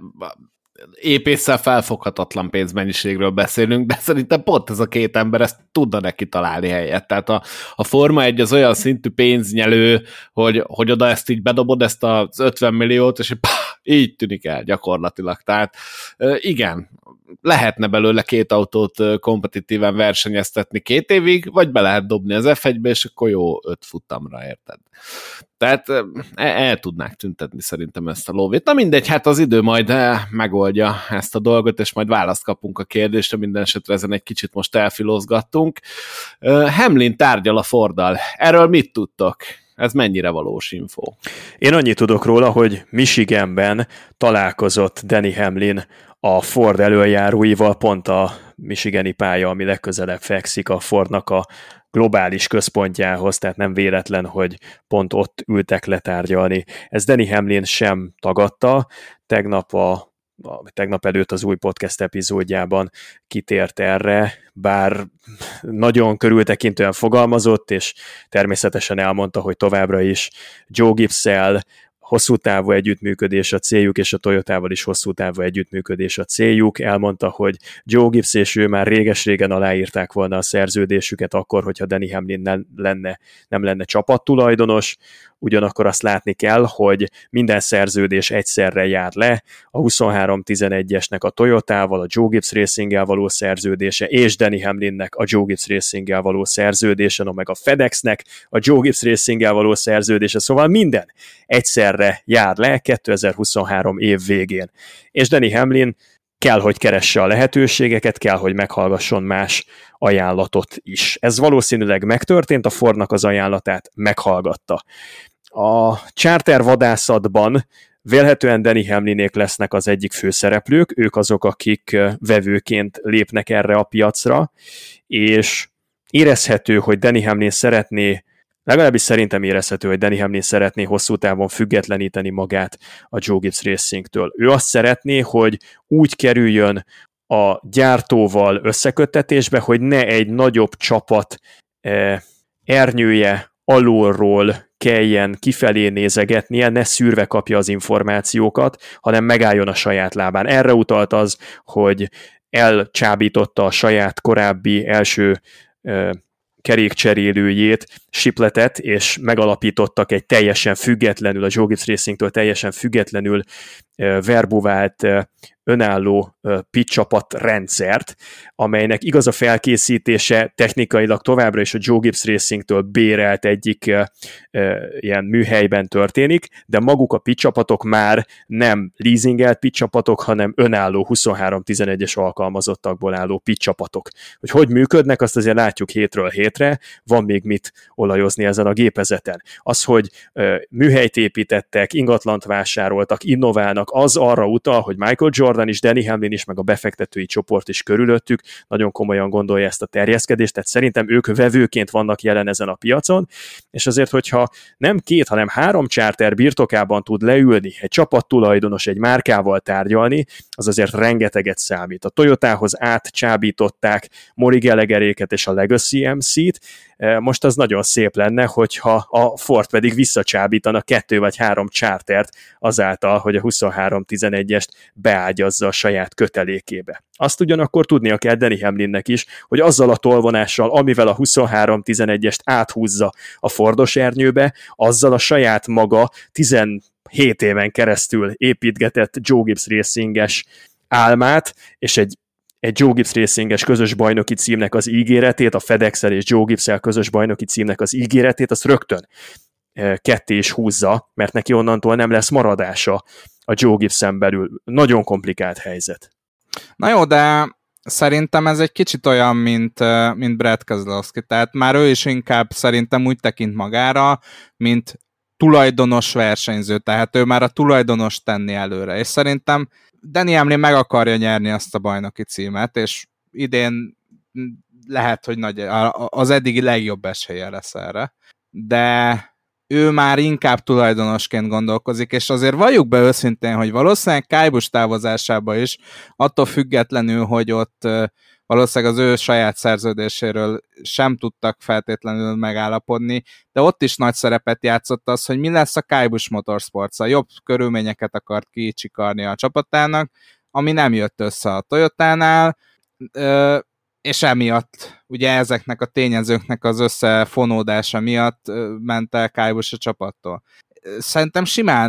S1: épésszel felfoghatatlan pénzmennyiségről beszélünk, de szerintem pont ez a két ember ezt tudna neki találni helyet. Tehát a, a Forma egy az olyan szintű pénznyelő, hogy, hogy oda ezt így bedobod, ezt az ötven milliót, és pá, így tűnik el gyakorlatilag. Tehát igen, lehetne belőle két autót kompetitíven versenyeztetni két évig, vagy be lehet dobni az ef egybe, és akkor jó öt futamra, érted? Tehát el, el tudnák tüntetni szerintem ezt a lóvét. Na mindegy, hát az idő majd megoldja ezt a dolgot, és majd választ kapunk a kérdésre, minden esetre ezen egy kicsit most elfilózgattunk. Hamlin tárgyal a Forddal. Erről mit tudtok? Ez mennyire valós info?
S2: Én annyit tudok róla, hogy Michiganben találkozott Denny Hamlin a Ford elöljáróival, pont a michigani pálya, ami legközelebb fekszik a Fordnak a globális központjához, tehát nem véletlen, hogy pont ott ültek letárgyalni. Ez Denny Hamlin sem tagadta, tegnap a tegnap előtt az új podcast epizódjában kitért erre, bár nagyon körültekintően fogalmazott, és természetesen elmondta, hogy továbbra is Joe Gibbs-szel hosszú távú együttműködés a céljuk, és a Toyotával is hosszú távú együttműködés a céljuk. Elmondta, hogy Joe Gibbs és ő már réges-régen aláírták volna a szerződésüket akkor, hogyha Denny Hamlin nem lenne, nem lenne csapattulajdonos. Ugyanakkor azt látni kell, hogy minden szerződés egyszerre jár le, a huszonhárom tizenegyesnek a Toyotával, a Joe Gibbs Racinggel való szerződése, és Denny Hamlinnek a Joe Gibbs Racinggel való szerződése, no meg a FedExnek a Joe Gibbs Racinggel való szerződése, szóval minden egyszerre jár le kétezer-huszonhárom év végén. És Denny Hamlin kell, hogy keresse a lehetőségeket, kell, hogy meghallgasson más ajánlatot is. Ez valószínűleg megtörtént, a Fordnak az ajánlatát meghallgatta. A charter vadászatban vélhetően Denny Hamlinék lesznek az egyik főszereplők, ők azok, akik vevőként lépnek erre a piacra, és érezhető, hogy Denny Hamlin szeretné, legalábbis szerintem érezhető, hogy Denny Hamlin szeretné hosszú távon függetleníteni magát a Joe Gibbs Racingtől. Ő azt szeretné, hogy úgy kerüljön a gyártóval összeköttetésbe, hogy ne egy nagyobb csapat eh, ernyője alulról kelljen kifelé nézegetnie, ne szűrve kapja az információkat, hanem megálljon a saját lábán. Erre utalt az, hogy elcsábította a saját korábbi első eh, kerékcserélőjét, Shipletet, és megalapítottak egy teljesen függetlenül, a Joe Gibbs Racingtől teljesen függetlenül verbuvált önálló pit csapat rendszert, amelynek igaz a felkészítése technikailag továbbra is a Joe Gibbs Racingtől bérelt egyik e, e, ilyen műhelyben történik, de maguk a pit csapatok már nem leasingelt pit csapatok, hanem önálló huszonhárom tizenegyes alkalmazottakból álló pit csapatok. Hogy hogy működnek, azt azért látjuk hétről hétre, van még mit olajozni ezen a gépezeten. Az, hogy e, műhelyt építettek, ingatlant vásároltak, innoválnak, az arra utal, hogy Michael Jordan is, Denny Hamlin is, meg a befektetői csoport is körülöttük nagyon komolyan gondolja ezt a terjeszkedést, tehát szerintem ők vevőként vannak jelen ezen a piacon, és azért, hogyha nem két, hanem három charter birtokában tud leülni, egy csapattulajdonos egy márkával tárgyalni, az azért rengeteget számít. A Toyotához átcsábították Maury Gallagheréket és a Legacy em cét, most az nagyon szép lenne, hogyha a Ford pedig visszacsábítana kettő vagy három chartert azáltal, hogy a huszonhárom tizenegyest beágyazza a saját kötelékébe. Azt ugyanakkor tudnia kell Denny Hamlinnek is, hogy azzal a tolvonással, amivel a huszonhárom tizenegyest áthúzza a Fordos ernyőbe, azzal a saját maga tizenhét éven keresztül építgetett Joe Gibbs Racinges álmát, és egy egy Joe Gibbs Racinges közös bajnoki címnek az ígéretét, a FedEx-el és Joe Gibbs-el közös bajnoki címnek az ígéretét, azt rögtön ketté is húzza, mert neki onnantól nem lesz maradása a Joe Gibbs-en belül. Nagyon komplikált helyzet.
S3: Na jó, de szerintem ez egy kicsit olyan, mint, mint Brad Keselowski, tehát már ő is inkább szerintem úgy tekint magára, mint tulajdonos versenyző, tehát ő már a tulajdonos tenni előre, és szerintem Denny Hamlin meg akarja nyerni azt a bajnoki címet, és idén lehet, hogy nagy, az eddigi legjobb esélye lesz erre, de ő már inkább tulajdonosként gondolkozik, és azért valljuk be őszintén, hogy valószínűleg Kyle Busch távozásába is, attól függetlenül, hogy ott valószínűleg az ő saját szerződéséről sem tudtak feltétlenül megállapodni, de ott is nagy szerepet játszott az, hogy mi lesz a Kyle Busch Motorsports-a. Jobb körülményeket akart kicsikarni a csapatának, ami nem jött össze a Toyotánál, és emiatt ugye ezeknek a tényezőknek az összefonódása miatt ment el Kyle Busch a csapattól. Szerintem simán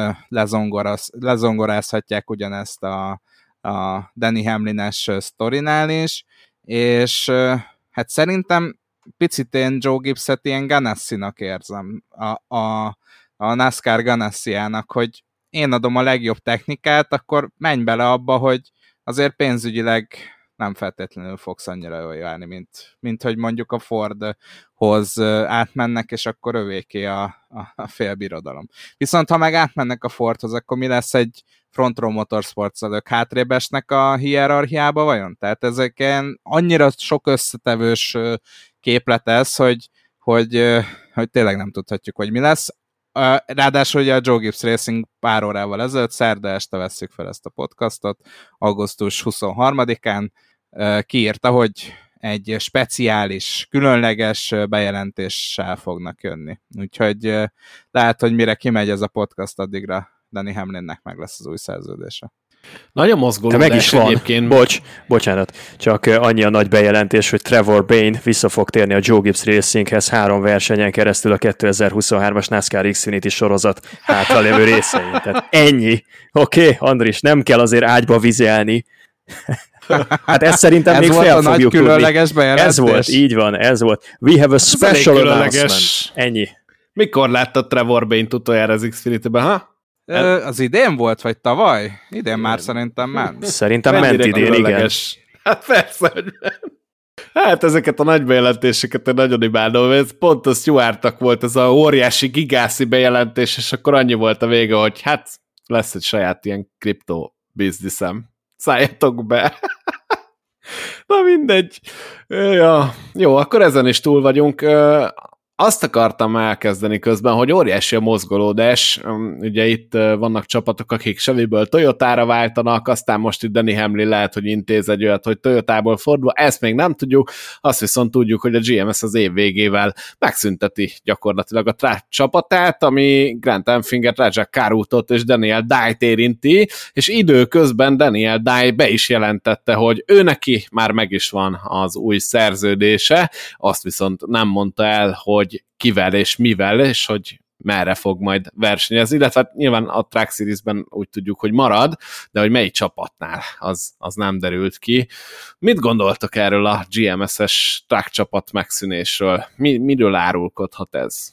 S3: lezongorázhatják ugyanezt a, a Denny Hamlin-es sztorinál is, és hát szerintem picit én Joe Gibbs-et ilyen Ganassi-nak érzem, a, a, a NASCAR Ganassi-ának, hogy én adom a legjobb technikát, akkor menj bele abba, hogy azért pénzügyileg nem feltétlenül fogsz annyira jól járni, mint, mint hogy mondjuk a Fordhoz átmennek, és akkor övéké a, a, a félbirodalom. Viszont ha meg átmennek a Fordhoz, akkor mi lesz egy Front Row Motorsports-al, ők hátrébb esnek a hierarchiába vajon? Tehát ezek ilyen annyira sok összetevős képlet ez, hogy, hogy, hogy tényleg nem tudhatjuk, hogy mi lesz. Ráadásul ugye a Joe Gibbs Racing pár órával ezelőtt, szerda este vesszük fel ezt a podcastot, augusztus huszonharmadikán kiírta, hogy egy speciális, különleges bejelentéssel fognak jönni. Úgyhogy lehet, hogy mire kimegy ez a podcast, addigra Denny Hamlinnek meg lesz az új szerződése.
S1: Nagyon mozgolódás
S2: meg is van.
S1: Egyébként.
S2: Bocs, bocsánat, csak annyi a nagy bejelentés, hogy Trevor Bayne vissza fog térni a Joe Gibbs Racinghez három versenyen keresztül a kétezer-huszonhármas NASCAR Xfinity sorozat hátralévő részein. Tehát ennyi. Oké, okay, Andris, nem kell azért ágyba vizelni. Hát ezt szerintem
S3: ez
S2: még fel
S3: fogjuk
S2: tudni.
S3: Különleges bejelentés.
S2: Ez volt, így van, ez volt. We have a special announcement. Ennyi.
S1: Mikor láttad Trevor Bayne-t utoljára az Xfinity-ben, ha?
S3: Ö, az idén volt, vagy tavaly? Idén már szerintem ment.
S2: Szerintem ment idén, igen.
S1: Hát persze, hogy ment. Hát ezeket a nagy bejelentéseket én nagyon imádom, ez pont a Stewartnak volt ez a óriási gigászi bejelentés, és akkor annyi volt a vége, hogy hát lesz egy saját ilyen kriptó bizniszem. Szálljatok be! Na mindegy. Ja, jó, akkor ezen is túl vagyunk. Azt akartam elkezdeni közben, hogy óriási a mozgolódás, ugye itt vannak csapatok, akik Chevyből Toyotára váltanak, aztán most itt Denny Hamlin lehet, hogy intéz egy olyat, hogy Toyotából fordul, ezt még nem tudjuk, azt viszont tudjuk, hogy a gé em es az év végével megszünteti gyakorlatilag a track csapatát, ami Grant Enfinger, Rajah Caruthot és Daniel Dye-t érinti, és időközben Daniel Dye be is jelentette, hogy ő neki már meg is van az új szerződése, azt viszont nem mondta el, hogy hogy kivel és mivel, és hogy merre fog majd versenyezni, illetve hát nyilván a Track Series-ben úgy tudjuk, hogy marad, de hogy melyik csapatnál, az, az nem derült ki. Mit gondoltok erről a gé em es-es track csapat megszűnésről? Mi, miről árulkodhat ez?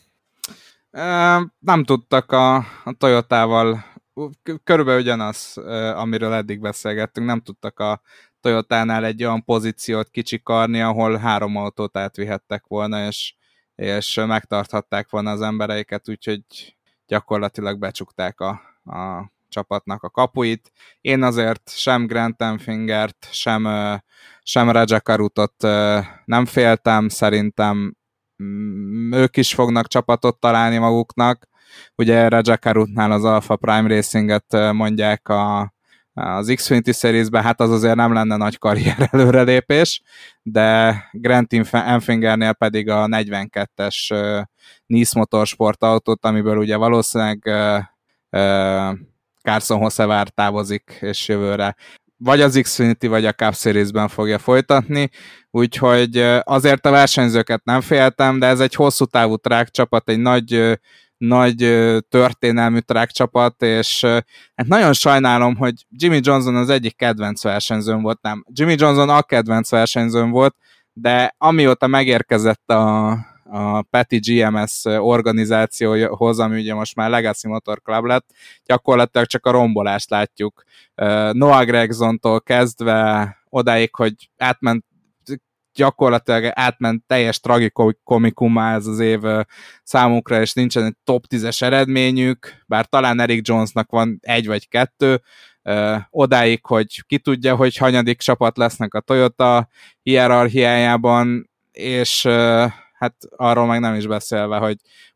S3: Nem tudtak a, a Toyotával, körülbelül ugyanaz, amiről eddig beszélgettünk, nem tudtak a Toyotánál egy olyan pozíciót kicsikarni, ahol három autót átvihettek volna, és és megtarthatták volna az embereiket, úgyhogy gyakorlatilag becsukták a, a csapatnak a kapuit. Én azért sem Grant Enfingert, sem, sem Rajah Caruthot nem féltem, szerintem ők is fognak csapatot találni maguknak. Ugye Rajah Caruthnál az Alpha Prime Racinget mondják a az Xfinity Series-ben, hát az azért nem lenne nagy karrier előrelépés, de Grant Enfingernél pedig a negyvenkettes uh, Nice Motorsport autót, amiből ugye valószínűleg uh, uh, Carson Hocevar távozik, és jövőre vagy az Xfinity, vagy a Cup Series-ben fogja folytatni, úgyhogy uh, azért a versenyzőket nem féltem, de ez egy hosszú távú track csapat, egy nagy uh, nagy történelmű track csapat, és hát nagyon sajnálom, hogy Jimmy Johnson az egyik kedvenc versenyzőm volt, nem, Jimmy Johnson a kedvenc versenyzőm volt, de amióta megérkezett a, a Petty gé em es organizációhoz, ami ugye most már Legacy Motor Club lett, gyakorlatilag csak a rombolást látjuk. Noah Gragsontól kezdve odáig, hogy átment gyakorlatilag átment teljes tragikomikumá ez az év számukra, és nincsen egy top tízes eredményük, bár talán Eric Jonesnak van egy vagy kettő, odáig, hogy ki tudja, hogy hanyadik csapat lesznek a Toyota hierarchiájában, és hát arról meg nem is beszélve, hogy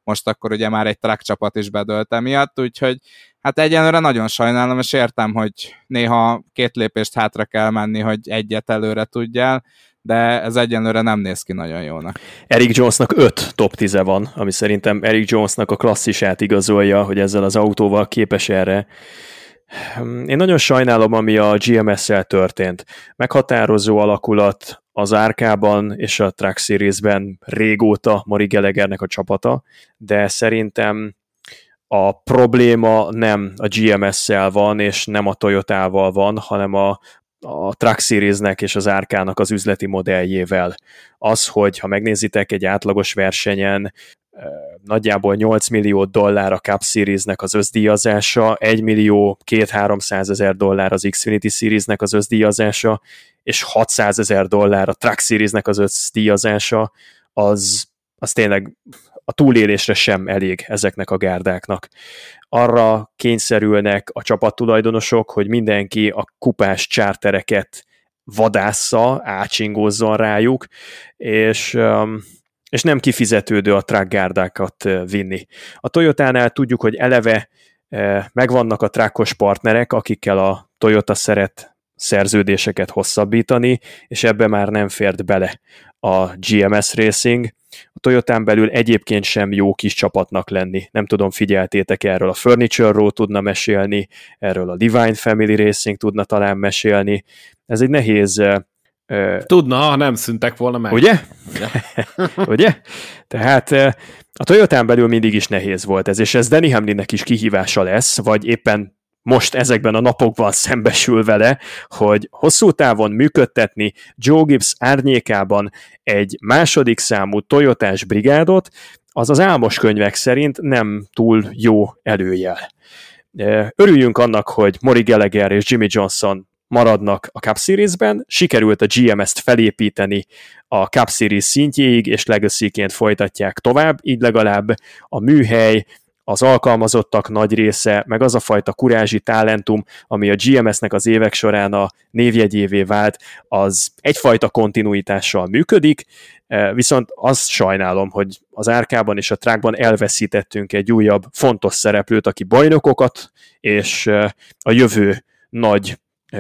S3: most akkor ugye már egy track csapat is bedölt emiatt, úgyhogy hát egyenlőre nagyon sajnálom, és értem, hogy néha két lépést hátra kell menni, hogy egyet előre tudjál, de ez egyenlőre nem néz ki nagyon jónak.
S2: Eric Jonesnak öt top tíze van, ami szerintem Eric Jonesnak a klasszisát igazolja, hogy ezzel az autóval képes erre. Én nagyon sajnálom, ami a gé em es-szel történt. Meghatározó alakulat az árkában és a Truck Series-ben régóta Maury Gallaghernek a csapata, de szerintem a probléma nem a gé em es-szel van, és nem a Toyotával van, hanem a, a Truck Series-nek és az árkának az üzleti modelljével. Az, hogy ha megnézitek egy átlagos versenyen, nagyjából nyolc millió dollár a Cup Series-nek az összdíjazása, egy millió kétszáz-háromszázezer dollár az Xfinity Series-nek az összdíjazása, és hatszázezer dollár a Truck Series-nek az összdíjazása, az, az tényleg a túlélésre sem elég ezeknek a gárdáknak. Arra kényszerülnek a csapattulajdonosok, hogy mindenki a kupás chartereket vadásza, átsingózzon rájuk, és... Um, és nem kifizetődő a truck gárdákat vinni. A Toyotánál tudjuk, hogy eleve megvannak a truckos partnerek, akikkel a Toyota szeret szerződéseket hosszabbítani, és ebbe már nem fért bele a gé em es Racing. A Toyotán belül egyébként sem jó kis csapatnak lenni. Nem tudom, figyeltétek, erről a Furniture Row tudna mesélni, erről a Divine Family Racing tudna talán mesélni. Ez egy nehéz...
S1: Tudna, ha nem szüntek volna meg.
S2: Ugye? Ugye? Tehát a Toyotán belül mindig is nehéz volt ez, és ez Denny Hamlinnek is kihívása lesz, vagy éppen most ezekben a napokban szembesül vele, hogy hosszú távon működtetni Joe Gibbs árnyékában egy második számú Toyotás brigádot, az az álmos könyvek szerint nem túl jó előjel. Örüljünk annak, hogy Maury Gallagher és Jimmy Johnson maradnak a Cup Series-ben, sikerült a gé em es-t felépíteni a Cup Series szintjéig, és legacy-ként folytatják tovább, így legalább a műhely, az alkalmazottak nagy része, meg az a fajta kurázsi talentum, ami a gé em es-nek az évek során a névjegyévé vált, az egyfajta kontinuitással működik, viszont azt sajnálom, hogy az árkában és a truckban elveszítettünk egy újabb fontos szereplőt, aki bajnokokat és a jövő nagy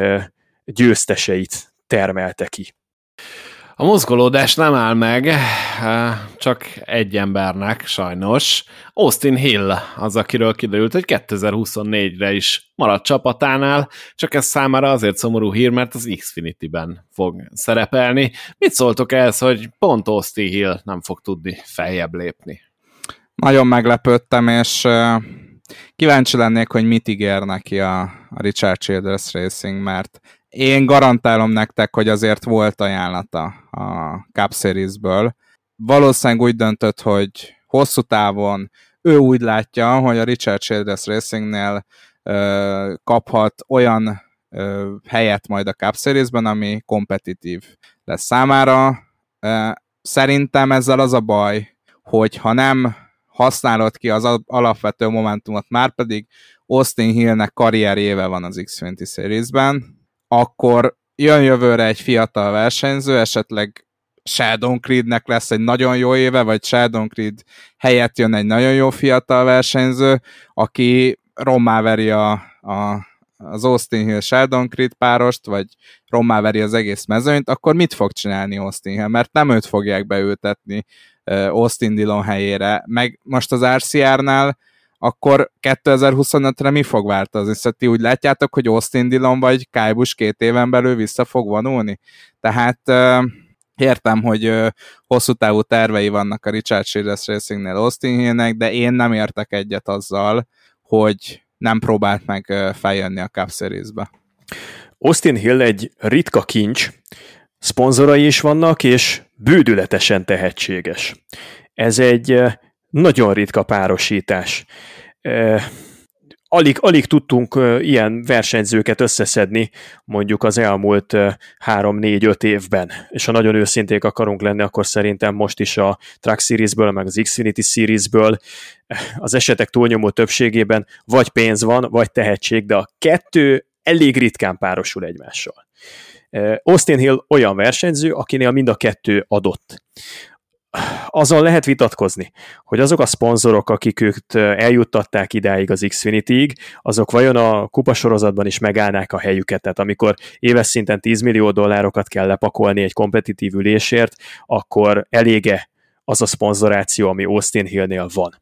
S2: győzteseit termelte ki.
S1: A mozgolódás nem áll meg, csak egy embernek sajnos. Austin Hill az, akiről kiderült, hogy kétezer-huszonnégyre is maradt csapatánál, csak ez számára azért szomorú hír, mert az Xfinity-ben fog szerepelni. Mit szóltok ehhez, hogy pont Austin Hill nem fog tudni feljebb lépni?
S3: Nagyon meglepődtem, és kíváncsi lennék, hogy mit ígér neki a, a Richard Childress Racing, mert én garantálom nektek, hogy azért volt ajánlata a Cup Series-ből. Valószínűleg úgy döntött, hogy hosszú távon ő úgy látja, hogy a Richard Childress Racingnél ö, kaphat olyan ö, helyet majd a Cup Series-ben, ami kompetitív lesz számára. Ö, szerintem ezzel az a baj, hogy ha nem használod ki az alapvető momentumot, már pedig Austin Hillnek karrierjéve van az Xfinity Series-ben, akkor jön jövőre egy fiatal versenyző, esetleg Sheldon Creednek lesz egy nagyon jó éve, vagy Sheldon Creed helyett jön egy nagyon jó fiatal versenyző, aki rommá veri a, a, az Austin Hill-Sheldon Creed párost, vagy rommá veri az egész mezőnyt, akkor mit fog csinálni Austin Hill? Mert nem őt fogják beültetni Austin Dillon helyére. Meg most az er cé er-nál akkor kétezer-huszonötre mi fog változni? Szóval ti úgy látjátok, hogy Austin Dillon vagy Kyle Busch két éven belül vissza fog vonulni? Tehát uh, értem, hogy uh, hosszú távú tervei vannak a Richard Childress Racingnél Austin Hillnek, de én nem értek egyet azzal, hogy nem próbált meg uh, feljönni a Cup Series-be.
S2: Austin Hill egy ritka kincs, szponzorai is vannak, és bődületesen tehetséges. Ez egy nagyon ritka párosítás. Alig, alig tudtunk ilyen versenyzőket összeszedni mondjuk az elmúlt három-négy-öt évben. És ha nagyon őszinték akarunk lenni, akkor szerintem most is a Truck Series-ből, meg az Xfinity Series-ből az esetek túlnyomó többségében vagy pénz van, vagy tehetség, de a kettő elég ritkán párosul egymással. Austin Hill olyan versenyző, akinél mind a kettő adott. azon lehet vitatkozni, hogy azok a szponzorok, akik őt eljuttatták idáig az Xfinity-ig, azok vajon a kupasorozatban is megállnák a helyüket, tehát amikor éves szinten tíz millió dollárokat kell lepakolni egy kompetitív ülésért, akkor elége az a szponzoráció, ami Austin Hillnél van.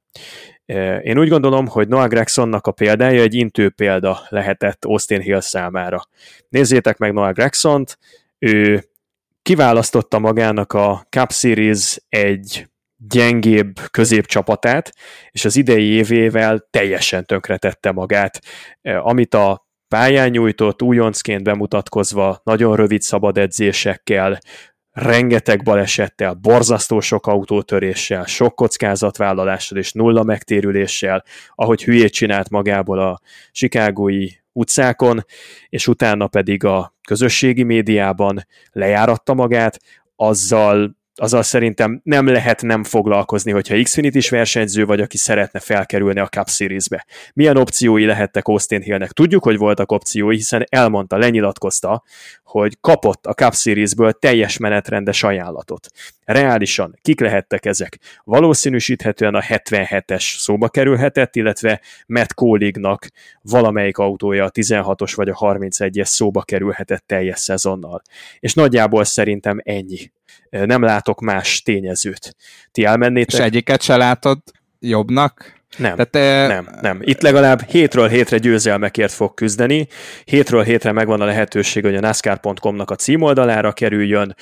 S2: Én úgy gondolom, hogy Noah Gragsonnak a példája egy intő példa lehetett Austin Hill számára. Nézzétek meg Noah Gragsont, ő kiválasztotta magának a Cup Series egy gyengébb középcsapatát, és az idei évével teljesen tönkretette magát. Amit a pályán nyújtott, újoncként bemutatkozva, nagyon rövid szabad edzésekkel, rengeteg balesettel, borzasztó sok autótöréssel, sok kockázatvállalással és nulla megtérüléssel, ahogy hülyét csinált magából a chicagói utcákon, és utána pedig a közösségi médiában lejáratta magát, azzal, azzal szerintem nem lehet nem foglalkozni, hogyha Xfinity-s versenyző vagy, aki szeretne felkerülni a Cup Series-be. Milyen opciói lehettek Austin Hillnek? Tudjuk, hogy voltak opciói, hiszen elmondta, lenyilatkozta, hogy kapott a Cup Series-ből teljes menetrendes ajánlatot. Reálisan kik lehettek ezek? Valószínűsíthetően a hetvenhetes szóba kerülhetett, illetve Matt Collignak valamelyik autója a tizenhatos vagy a harmincegyes szóba kerülhetett teljes szezonnal. És nagyjából szerintem ennyi. Nem látok más tényezőt. Ti elmennétek?
S3: És egyiket se látod jobbnak?
S2: Nem,
S3: Tehát,
S2: nem, nem. Itt legalább hétről hétre győzelmekért fog küzdeni. Hétről hétre megvan a lehetőség, hogy a NASCAR pont com-nak a címoldalára kerüljön.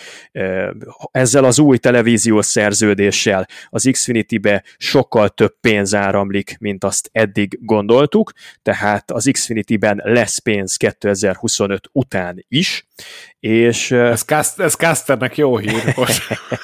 S2: Ezzel az új televíziós szerződéssel az Xfinity-be sokkal több pénz áramlik, mint azt eddig gondoltuk, tehát az Xfinity-ben lesz pénz kétezer-huszonöt után is, és...
S1: Ez, Cast, ez Casternek jó hír most.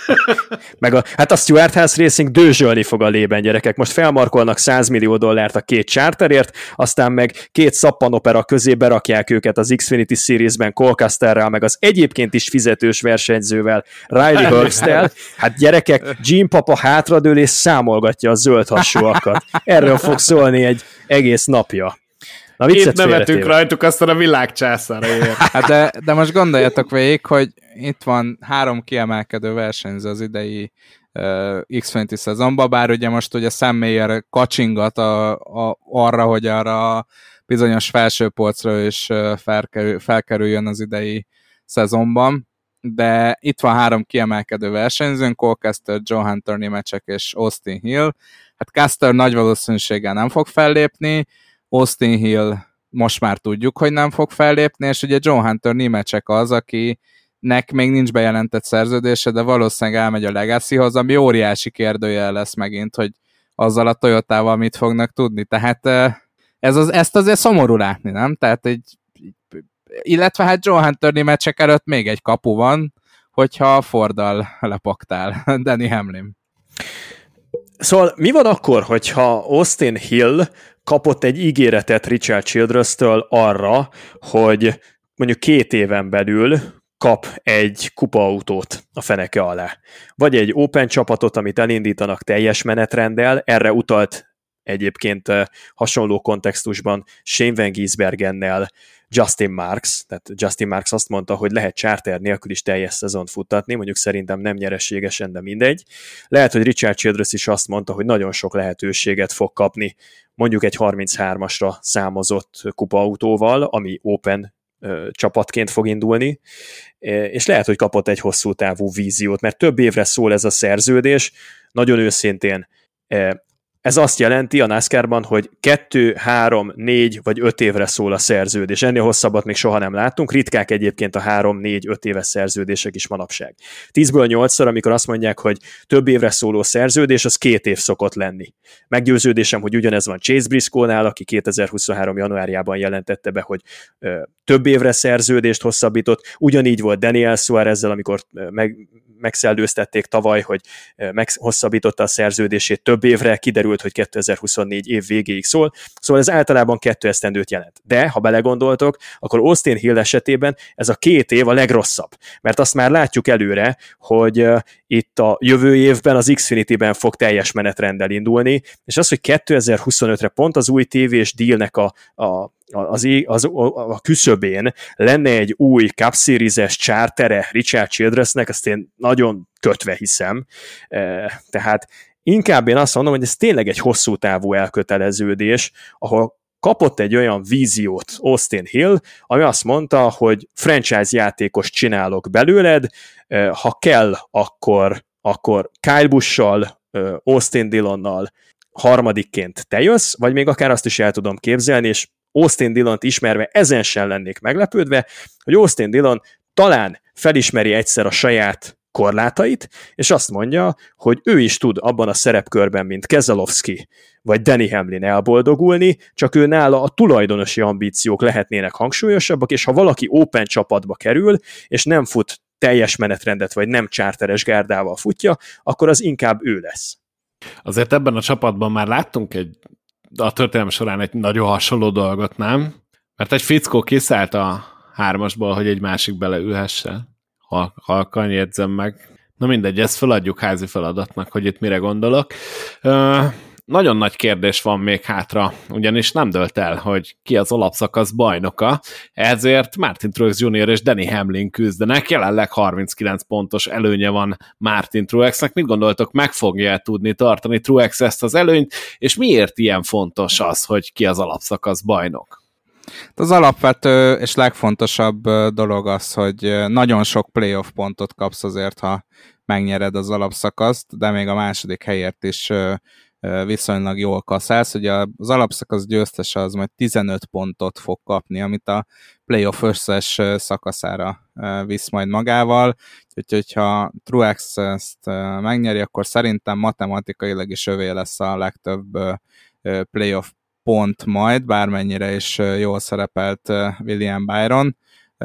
S2: Meg a, hát a Stewart House Racing dőzsölni fog a lében, gyerekek. Most felmarkolnak száz millió dollárt a két charterért, aztán meg két szappanopera közé berakják őket az Xfinity Series-ben Cole Custerrel, meg az egyébként is fizetős versenyzővel, Riley Herbst-tel. Hát gyerekek, Jim Papa hátradől és számolgatja a zöld hasúakat. Erről fog szólni egy egész napja.
S1: Na, itt nevetünk rajtuk, aztán a világ császára ér.
S3: Hát de, de most gondoljatok végig, hogy itt van három kiemelkedő versenyző az idei uh, Xfinity szezonban, bár ugye most ugye Sam Mayer kacsingat a, a, arra, hogy arra a bizonyos felsőpolcra is uh, felkerül, felkerüljön az idei szezonban, de itt van három kiemelkedő versenyzőnk, Cole Custer, Joe Hunter, Nemechek és Austin Hill. Hát Custer nagy valószínűséggel nem fog fellépni, Austin Hill most már tudjuk, hogy nem fog fellépni, és ugye Joe Hunter Nemechek az, akinek még nincs bejelentett szerződése, de valószínűleg elmegy a Legacyhoz, ami óriási kérdőjel lesz megint, hogy azzal a Toyotával mit fognak tudni. Tehát ez az, ezt azért szomorú látni, nem? Tehát egy, illetve hát Joe Hunter Nemechek előtt még egy kapu van, hogyha Forddal lepaktál, Danny Hamlin.
S2: Szóval mi van akkor, hogyha Austin Hill kapott egy ígéretet Richard Childress-től arra, hogy mondjuk két éven belül kap egy kupaautót a feneke alá. Vagy egy Open csapatot, amit elindítanak teljes menetrenddel, erre utalt egyébként hasonló kontextusban Shane Van Gisbergennel Justin Marks, tehát Justin Marks azt mondta, hogy lehet charter nélkül is teljes szezont futtatni, mondjuk szerintem nem nyereségesen, de mindegy. Lehet, hogy Richard Childress is azt mondta, hogy nagyon sok lehetőséget fog kapni, mondjuk egy harminchármasra számozott kupaautóval, ami Open ö, csapatként fog indulni, és lehet, hogy kapott egy hosszú távú víziót, mert több évre szól ez a szerződés, nagyon őszintén. Ez azt jelenti a NASCAR-ban, hogy kettő, három, négy vagy öt évre szól a szerződés. Ennél hosszabbat még soha nem láttunk. Ritkák egyébként a három, négy, öt éves szerződések is manapság. tízből nyolcszor, amikor azt mondják, hogy több évre szóló szerződés, az két év szokott lenni. Meggyőződésem, hogy ugyanez van Chase Briscoe-nál, aki kétezer-huszonhárom januárjában jelentette be, hogy ö, több évre szerződést hosszabbított. Ugyanígy volt Daniel Suárezzel, amikor meg, megszellőztették tavaly, hogy meghosszabbította a szerződését több évre, kiderült, kiderült, hogy kétezer-huszonnégy év végéig szól, szóval ez általában kettő esztendőt jelent. De, ha belegondoltok, akkor Austin Hill esetében ez a két év a legrosszabb, mert azt már látjuk előre, hogy uh, itt a jövő évben az Xfinity-ben fog teljes menetrenddel indulni, és az, hogy kétezer-huszonötre pont az új tévés dealnek a, a Az, az, a, a küszöbén lenne egy új Cup Series-es chartere Richard Childressnek, azt én nagyon kötve hiszem. E, tehát inkább én azt mondom, hogy ez tényleg egy hosszú távú elköteleződés, ahol kapott egy olyan víziót Austin Hill, ami azt mondta, hogy franchise játékos csinálok belőled, e, ha kell, akkor, akkor Kyle Busch-sal, Austin Dillonnal harmadikként te jössz, vagy még akár azt is el tudom képzelni, és Austin Dillont ismerve ezen sem lennék meglepődve, hogy Austin Dillon talán felismeri egyszer a saját korlátait, és azt mondja, hogy ő is tud abban a szerepkörben, mint Keselowski vagy Denny Hamlin elboldogulni, csak ő nála a tulajdonosi ambíciók lehetnének hangsúlyosabbak, és ha valaki Open csapatba kerül, és nem fut teljes menetrendet, vagy nem charteres gárdával futja, akkor az inkább ő lesz.
S1: Azért ebben a csapatban már láttunk egy a történelem során egy nagyon hasonló dolgot, nem? Mert egy fickó kiszállt a hármasból, hogy egy másik beleülhessen. Halkan jegyzem meg. Na mindegy, ezt feladjuk házi feladatnak, hogy itt mire gondolok. Ö, nagyon nagy kérdés van még hátra, ugyanis nem dölt el, hogy ki az alapszakasz bajnoka, ezért Martin Truex junior és Denny Hamlin küzdenek, jelenleg harminckilenc pontos előnye van Martin Truexnek. Mit gondoltok, meg fogja tudni tartani Truex ezt az előnyt, és miért ilyen fontos az, hogy ki az alapszakasz bajnok?
S3: Az alapvető és legfontosabb dolog az, hogy nagyon sok playoff pontot kapsz azért, ha megnyered az alapszakaszt, de még a második helyért is viszonylag jól kaszálsz. Ugye az alapszakasz győztese az majd tizenöt pontot fog kapni, amit a playoff összes szakaszára visz majd magával, úgyhogy ha Truex ezt megnyeri, akkor szerintem matematikailag is övé lesz a legtöbb playoff pont majd, bármennyire is jól szerepelt William Byron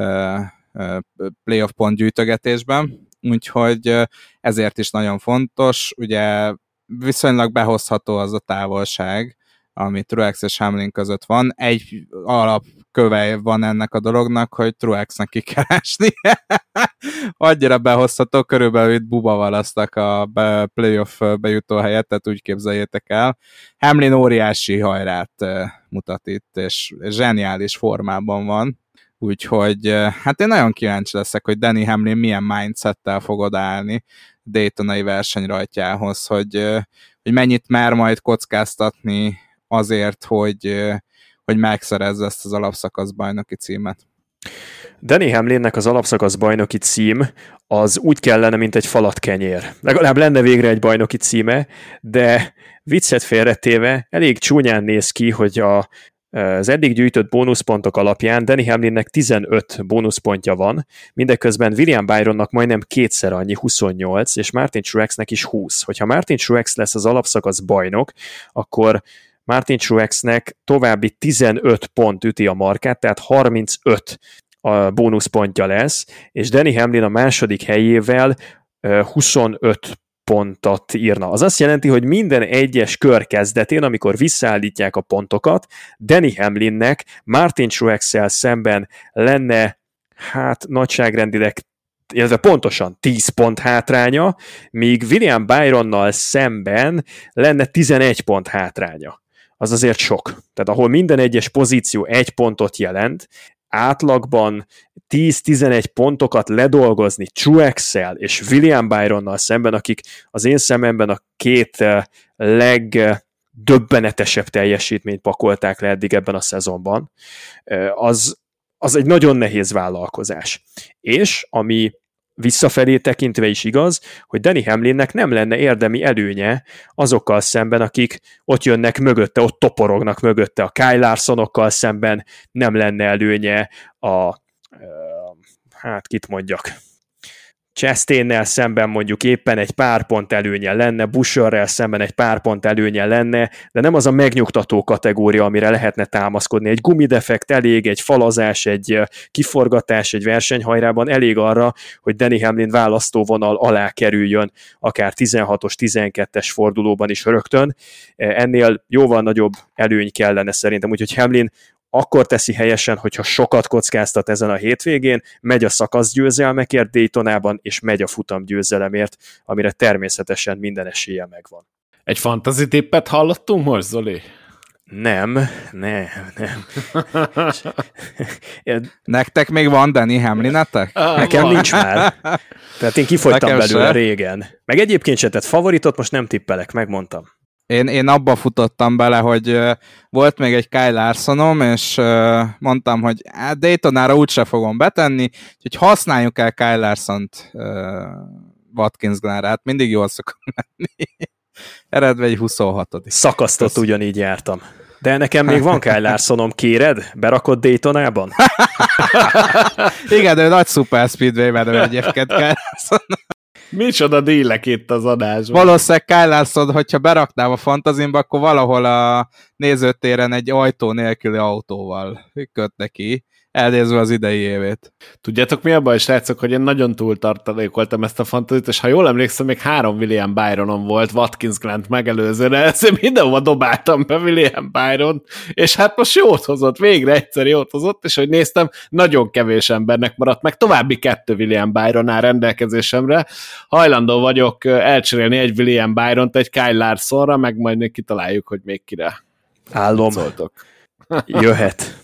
S3: playoff pont gyűjtögetésben, úgyhogy ezért is nagyon fontos. Ugye viszonylag behozható az a távolság, ami Truex és Hamlin között van. Egy alapköve van ennek a dolognak, hogy Truexnek ki kell esni. Annyira behozható, körülbelül itt buba valasztak a playoff bejutó helyet, tehát úgy képzeljétek el. Hamlin óriási hajrát mutat itt, és zseniális formában van. Úgyhogy hát én nagyon kíváncsi leszek, hogy Denny Hamlin milyen mindsettel fog odaállni Daytonai versenyrajtjához, hogy, hogy mennyit mer majd kockáztatni azért, hogy, hogy megszerezze ezt az alapszakasz bajnoki címet.
S2: Denny Hamlinnek az alapszakasz bajnoki cím az úgy kellene, mint egy falatkenyér. Legalább lenne végre egy bajnoki címe, de viccet félretéve elég csúnyán néz ki, hogy a az eddig gyűjtött bónuszpontok alapján Denny Hamlinnek tizenöt bónuszpontja van, mindeközben William Byronnak majdnem kétszer annyi, huszonnyolc, és Martin Truexnek is húsz. Hogyha Martin Truex lesz az alapszakasz bajnok, akkor Martin Truexnek további tizenöt pont üti a markát, tehát harmincöt a bónuszpontja lesz, és Denny Hamlin a második helyével huszonöt pontot írna. Az azt jelenti, hogy minden egyes kör kezdetén, amikor visszaállítják a pontokat, Denny Hamlinnek Martin Truex-szel szemben lenne, hát nagyságrendileg, illetve pontosan tíz pont hátránya, míg William Byronnal szemben lenne tizenegy pont hátránya. Az azért sok. Tehát ahol minden egyes pozíció egy pontot jelent, átlagban tíz-tizenegy pontokat ledolgozni Truex-szel és William Byronnal szemben, akik az én szememben a két legdöbbenetesebb teljesítményt pakolták le eddig ebben a szezonban, az, az egy nagyon nehéz vállalkozás. És ami visszafelé tekintve is igaz, hogy Denny Hamlinnek nem lenne érdemi előnye azokkal szemben, akik ott jönnek mögötte, ott toporognak mögötte, a Kyle Larsonokkal szemben nem lenne előnye, a hát kit mondjak, Chastainnel szemben mondjuk éppen egy pár pont előnye lenne, Boucherrel szemben egy pár pont előnye lenne, de nem az a megnyugtató kategória, amire lehetne támaszkodni. Egy gumidefekt elég, egy falazás, egy kiforgatás egy versenyhajrában elég arra, hogy Denny Hamlin választóvonal alá kerüljön, akár tizenhatos, tizenkettes fordulóban is rögtön. Ennél jóval nagyobb előny kellene szerintem, úgyhogy Hamlin akkor teszi helyesen, hogyha sokat kockáztat ezen a hétvégén, megy a szakaszgyőzelmekért Daytonában, és megy a futamgyőzelemért, amire természetesen minden esélye megvan.
S1: Egy fantasy tippet hallottunk most, Zoli?
S2: Nem, nem, nem.
S3: Nektek még van Denny Hamlinetek?
S2: Ah, Nekem van. Nincs már. Tehát én kifogytam Nekem belőle se. Régen. Meg egyébként se tett favoritot, most nem tippelek, megmondtam.
S3: Én, én abba futottam bele, hogy uh, volt még egy Kyle Larsonom, és uh, mondtam, hogy hát Daytonára úgyse fogom betenni, úgyhogy használjuk el Kyle Larsont uh, Watkins Glenre, hát mindig jól szokott menni. Eredmény huszonhatodik
S2: Szakasztott Köszön. Ugyanígy jártam. De nekem még van Kyle Larsonom, kéred? Berakod Daytonában?
S3: Igen, ő nagy Super Speedway menő egyébként Kyle Larson.
S1: Micsoda dílek itt az adásban.
S3: Valószínűleg Kyle Larson, hogyha beraknám a fantazimba, akkor valahol a nézőtéren egy ajtó nélküli autóval köt neki, elnézve az idei évét.
S1: Tudjátok mi a baj, srácok, hogy én nagyon túl tartalékoltam ezt a fantazit, és ha jól emlékszem, még három William Byronom volt Watkins Glent megelőzően, ezért mindenhova dobáltam be William Byron, és hát most jót hozott, végre egyszer jót hozott, és hogy néztem, nagyon kevés embernek maradt meg, további kettő William Byron áll rendelkezésemre. Hajlandó vagyok elcserélni egy William Byront egy Kyle Larsonra, meg majd még kitaláljuk, hogy még kire.
S2: Állom.
S1: Szóltok.
S2: Jöhet.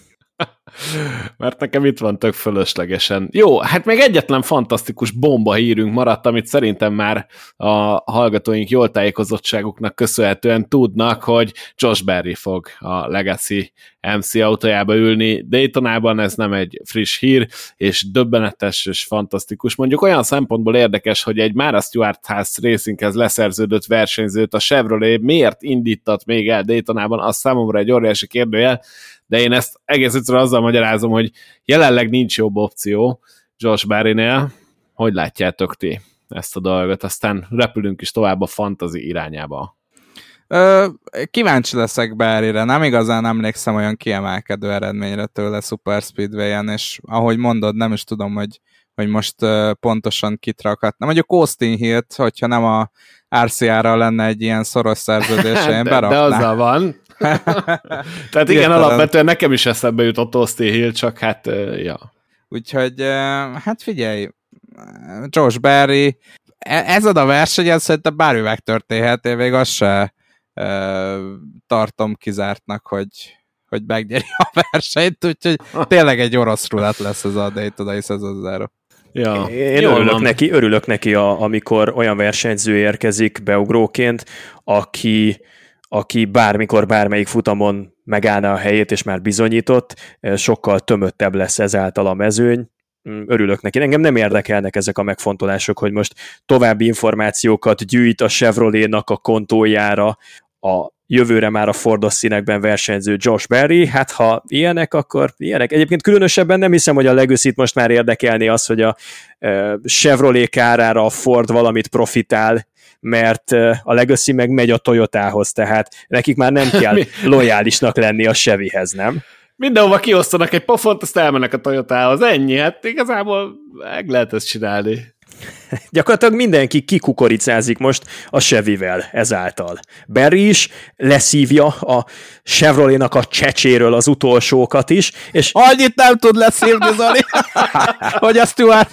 S1: Mert nekem itt van tök fölöslegesen. Jó, hát még egyetlen fantasztikus bomba hírünk maradt, amit szerintem már a hallgatóink jól tájékozottságuknak köszönhetően tudnak, hogy Josh Berry fog a Legacy em cé autójába ülni Daytonában, ez nem egy friss hír, és döbbenetes és fantasztikus. Mondjuk olyan szempontból érdekes, hogy egy Mara Stewart Haas Racinghez leszerződött versenyzőt a Chevrolet miért indított még el Daytonában, az számomra egy óriási kérdőjel, de én ezt egész egyszerűen azzal magyarázom, hogy jelenleg nincs jobb opció Josh Berrynél. Hogy látjátok ti ezt a dolgot? Aztán repülünk is tovább a fantasy irányába.
S3: Ö, kíváncsi leszek Berryre. Nem igazán emlékszem olyan kiemelkedő eredményre tőle Super Speedway-en, és ahogy mondod, nem is tudom, hogy, hogy most uh, pontosan kit rakhatna. Mondjuk Austin Hill-t, hogyha nem a er cé á-ra lenne egy ilyen szoros szerződése, én beraknám.
S1: De azzal van. Tehát igen, alapvetően nekem is eszembe jutott Austin Hill, csak hát, uh, ja.
S3: Úgyhogy, uh, hát figyelj, Josh Berry, ez a verseny, ez szerintem bármi megtörténhet, én még azt se uh, tartom kizártnak, hogy, hogy megnyeri a versenyt, úgyhogy tényleg egy orosz rulett lesz ez a Daytonai szezonzáró.
S2: Ja, én örülök neki, örülök neki a, amikor olyan versenyző érkezik beugróként, aki aki bármikor, bármelyik futamon megállna a helyét, és már bizonyított, sokkal tömöttebb lesz ezáltal a mezőny. Örülök neki. Engem nem érdekelnek ezek a megfontolások, hogy most további információkat gyűjt a Chevrolet-nak a kontójára a jövőre már a Fordos színekben versenyző Josh Berry. Hát ha ilyenek, akkor ilyenek. Egyébként különösebben nem hiszem, hogy a Legacy-t most már érdekelni az, hogy a Chevrolet kárára a Ford valamit profitál, mert a Legacy meg megy a Toyotához, tehát nekik már nem kell lojálisnak lenni a Chevyhez, nem?
S1: Mindenhova kiosztanak egy pofont, azt elmennek a Toyotához. Ennyi, hát igazából meg lehet ezt csinálni.
S2: Gyakorlatilag mindenki kikukoricázik most a Chevyvel ezáltal. Berry is leszívja a Chevrolet-nak a csecséről az utolsókat is, és...
S3: Annyit nem tud leszívni, Zoli, hogy a Stewart...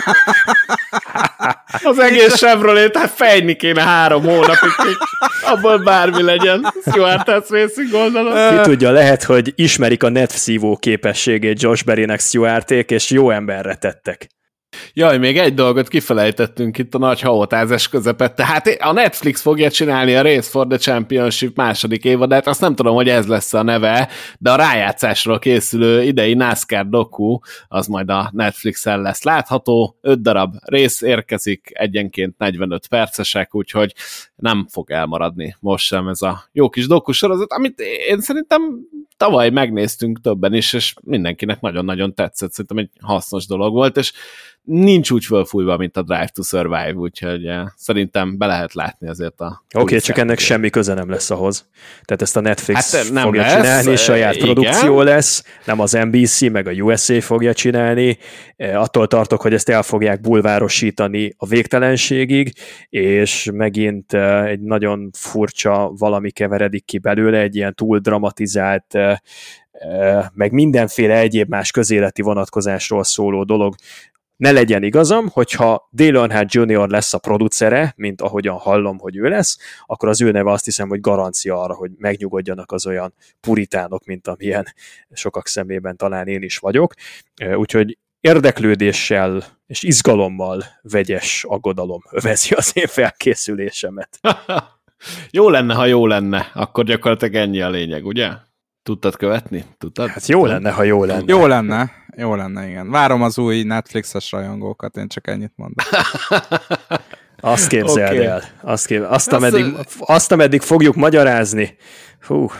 S1: Az egész Chevrolet, tehát fejni kéne három hónapig, hogy abból bármi legyen. Stewart Racing oldalon.
S2: Ki tudja, lehet, hogy ismerik a netszívó képességét Josh Berrynek Stewarték, és jó emberre tettek.
S1: Jaj, még egy dolgot kifelejtettünk itt a nagy haotázás közepette. Hát a Netflix fogja csinálni a Race for the Championship második évadát, azt nem tudom, hogy ez lesz a neve, de a rájátszásról készülő idei NASCAR doku, az majd a Netflixen lesz látható. Öt darab rész érkezik, egyenként negyvenöt percesek, úgyhogy nem fog elmaradni most sem ez a jó kis dokusorozat, amit én szerintem tavaly megnéztünk többen is, és mindenkinek nagyon-nagyon tetszett, szerintem egy hasznos dolog volt, és nincs úgy fölfújva, mint a Drive to Survive, úgyhogy szerintem be lehet látni azért a...
S2: Oké, okay, csak ennek semmi köze nem lesz ahhoz. Tehát ezt a Netflix hát nem fogja
S1: lesz,
S2: csinálni, saját igen. produkció lesz, nem az en bé cé meg a u es á fogja csinálni. Attól tartok, hogy ezt el fogják bulvárosítani a végtelenségig, és megint egy nagyon furcsa valami keveredik ki belőle, egy ilyen túl dramatizált, meg mindenféle egyéb más közéleti vonatkozásról szóló dolog. Ne legyen igazam, hogyha Dale Earnhardt junior lesz a producere, mint ahogyan hallom, hogy ő lesz, akkor az ő neve azt hiszem, hogy garancia arra, hogy megnyugodjanak az olyan puritánok, mint amilyen sokak szemében talán én is vagyok. Úgyhogy érdeklődéssel és izgalommal vegyes aggodalom övezi az én felkészülésemet.
S1: Jó lenne, ha jó lenne, akkor gyakorlatilag ennyi a lényeg, ugye? Tudtad követni? Tudtad?
S2: Hát jó lenne, ha jó lenne.
S3: Jó lenne, jó lenne, igen. Várom az új Netflixes rajongókat, én csak ennyit mondom.
S2: Azt képzeld okay. el. Azt, kép... azt, ameddig, azt, ameddig fogjuk magyarázni. Hú.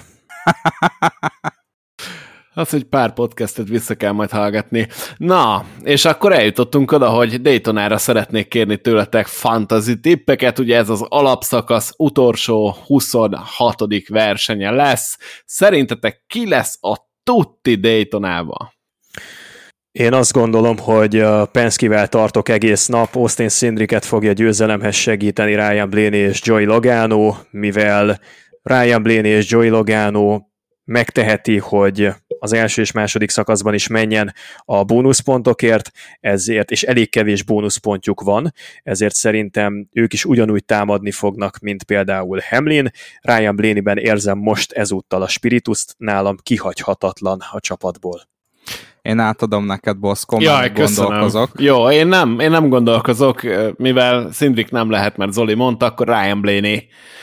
S1: Az, hogy pár podcastet vissza kell majd hallgatni. Na, és akkor eljutottunk oda, hogy Daytonára szeretnék kérni tőletek fantasy tippeket, ugye ez az alapszakasz utolsó huszonhatodik versenye lesz. Szerintetek ki lesz a tutti Daytonában?
S2: Én azt gondolom, hogy Penske-vel tartok egész nap, Austin Cindricet fogja győzelemhez segíteni Ryan Blaney és Joey Logano, mivel Ryan Blaney és Joey Logano megteheti, hogy az első és második szakaszban is menjen a bónuszpontokért, ezért, és elég kevés bónuszpontjuk van, ezért szerintem ők is ugyanúgy támadni fognak, mint például Hamlin. Ryan Blaney-ben érzem most ezúttal a spirituszt, nálam kihagyhatatlan a csapatból.
S3: Én átadom neked, Boszko, már gondolkozok.
S1: Jó, én nem, én nem gondolkozok, mivel Cindric nem lehet, mert Zoli mondta, akkor Ryan Blaney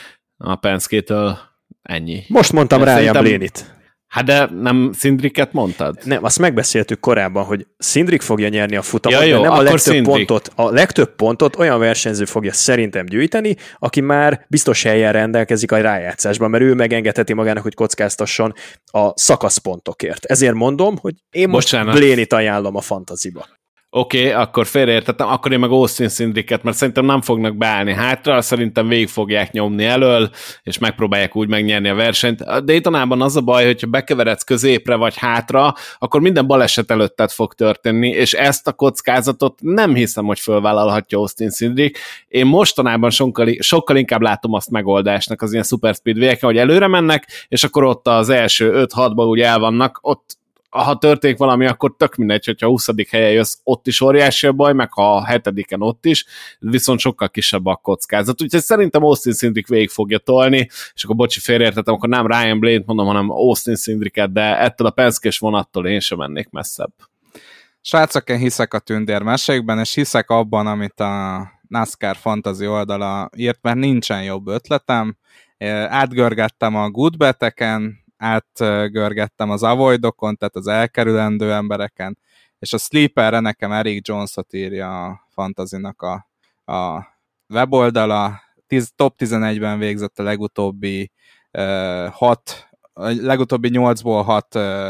S1: a Penske-től ennyi.
S2: Most mondtam Ryan szerintem... Blaney-t.
S1: Hát de nem Cindricet mondtad?
S2: Nem, azt megbeszéltük korábban, hogy Cindric fogja nyerni a futamot,
S1: ja, jó,
S2: de nem a legtöbb, pontot,
S1: a
S2: legtöbb pontot olyan versenyző fogja szerintem gyűjteni, aki már biztos helyen rendelkezik a rájátszásban, mert ő megengedheti magának, hogy kockáztasson a szakaszpontokért. Ezért mondom, hogy én most Blaney-t ajánlom a fantaziba.
S1: Oké, okay, akkor félreértettem, akkor én meg Austin Cindricet, mert szerintem nem fognak beállni hátra, szerintem végig fogják nyomni elől, és megpróbálják úgy megnyerni a versenyt. A Daytonában az a baj, hogyha bekeveredsz középre vagy hátra, akkor minden baleset előtted fog történni, és ezt a kockázatot nem hiszem, hogy fölvállalhatja Austin Cindric. Én mostanában sokkal, sokkal inkább látom azt megoldásnak az ilyen super speedway-eken, hogy előre mennek, és akkor ott az első öt-hatba úgy el vannak, ott ha történik valami, akkor tök mindegy, hogyha a huszadik helyen jössz, ott is óriási a baj, meg ha a hetediken ott is, viszont sokkal kisebb a kockázat. Úgyhogy szerintem Austin Cindric végig fogja tolni, és akkor bocsi, félreértettem, akkor nem Ryan Blaney-t mondom, hanem Austin Cindricet, de ettől a Penske-s vonattól én sem mennék messzebb.
S3: Srácok, én hiszek a tündérmesékben, és hiszek abban, amit a NASCAR Fantasy oldala írt, mert nincsen jobb ötletem. Átgörgettem a goodbeteken, átgörgettem az avoidokon, tehát az elkerülendő embereken, és a sleeperre nekem Eric Jones-ot írja a Fantasynak a, a weboldala, Tiz, top tizenegyben végzett a legutóbbi uh, hat, a legutóbbi nyolcból hat uh,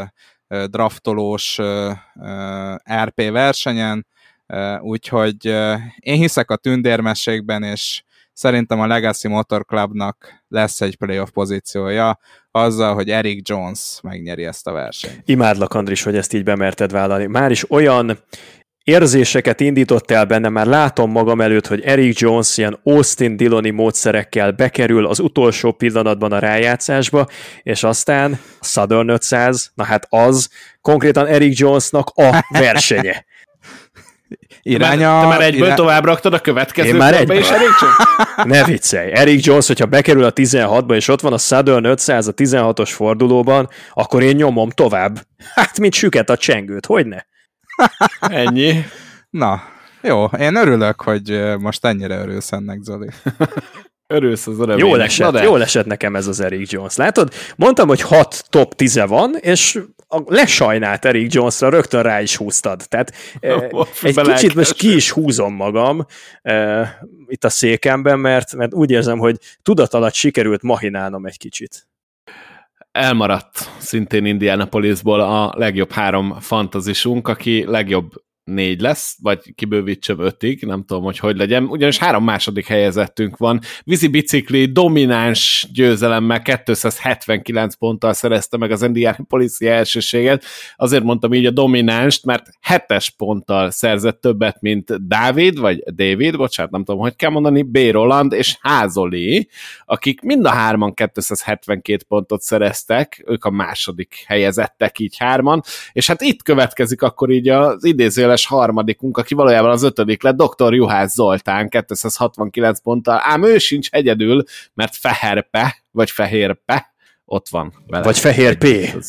S3: draftolós uh, uh, er pé versenyen, uh, úgyhogy uh, én hiszek a tündérmesékben, és szerintem a Legacy Motor Clubnak lesz egy playoff pozíciója azzal, hogy Eric Jones megnyeri ezt a versenyt.
S2: Imádlak, Andris, hogy ezt így bemerted vállalni. Már is olyan érzéseket indított el benne, már látom magam előtt, hogy Eric Jones ilyen Austin Dilloni módszerekkel bekerül az utolsó pillanatban a rájátszásba, és aztán a Southern ötszáz, na hát az konkrétan Eric Jonesnak a versenye.
S3: Iránya,
S1: te már egyből
S3: irány...
S1: tovább raktad a következő
S2: Én már egyből.
S1: is Eric Jones?
S2: Ne viccelj. Eric Jones, hogyha bekerül a tizenhatba, és ott van a Southern ötszáz a tizenhatos fordulóban, akkor én nyomom tovább. Hát, mint süket a csengőt, hogyne?
S1: Ennyi.
S3: Na, jó, én örülök, hogy most ennyire örülsz ennek, Zoli.
S1: Örülsz az öröménynek.
S2: Jól esett, de... jól esett nekem ez az Eric Jones. Látod? Mondtam, hogy hat top tíz van, és a lesajnált Eric Jonesra rögtön rá is húztad. Tehát oh, egy belelkes. Kicsit most ki is húzom magam uh, itt a székemben, mert, mert úgy érzem, hogy tudat alatt sikerült mahinálnom egy kicsit.
S1: elmaradt szintén Indianapolisból a legjobb három fantazisunk, aki legjobb négy lesz, vagy kibővítsem ötig, nem tudom, hogy hogy legyen, ugyanis három második helyezettünk van. Vízi bicikli domináns győzelemmel kétszázhetvenkilenc ponttal szerezte meg az Indianapolis-i elsőséget. Azért mondtam így a dominánst, mert hetes ponttal szerzett többet, mint Dávid, vagy David, bocsánat, nem tudom, hogy kell mondani, B. Roland és Házoli, akik mind a hárman kétszázhetvenkét pontot szereztek, ők a második helyezettek így hárman, és hát itt következik akkor így az idézőjeles harmadikunk, aki valójában az ötödik lett, doktor Juhász Zoltán kétszázhatvankilenc ponttal, ám ő sincs egyedül, mert Feherpe, vagy Fehérpe, ott van vele.
S2: Vagy Fehér P.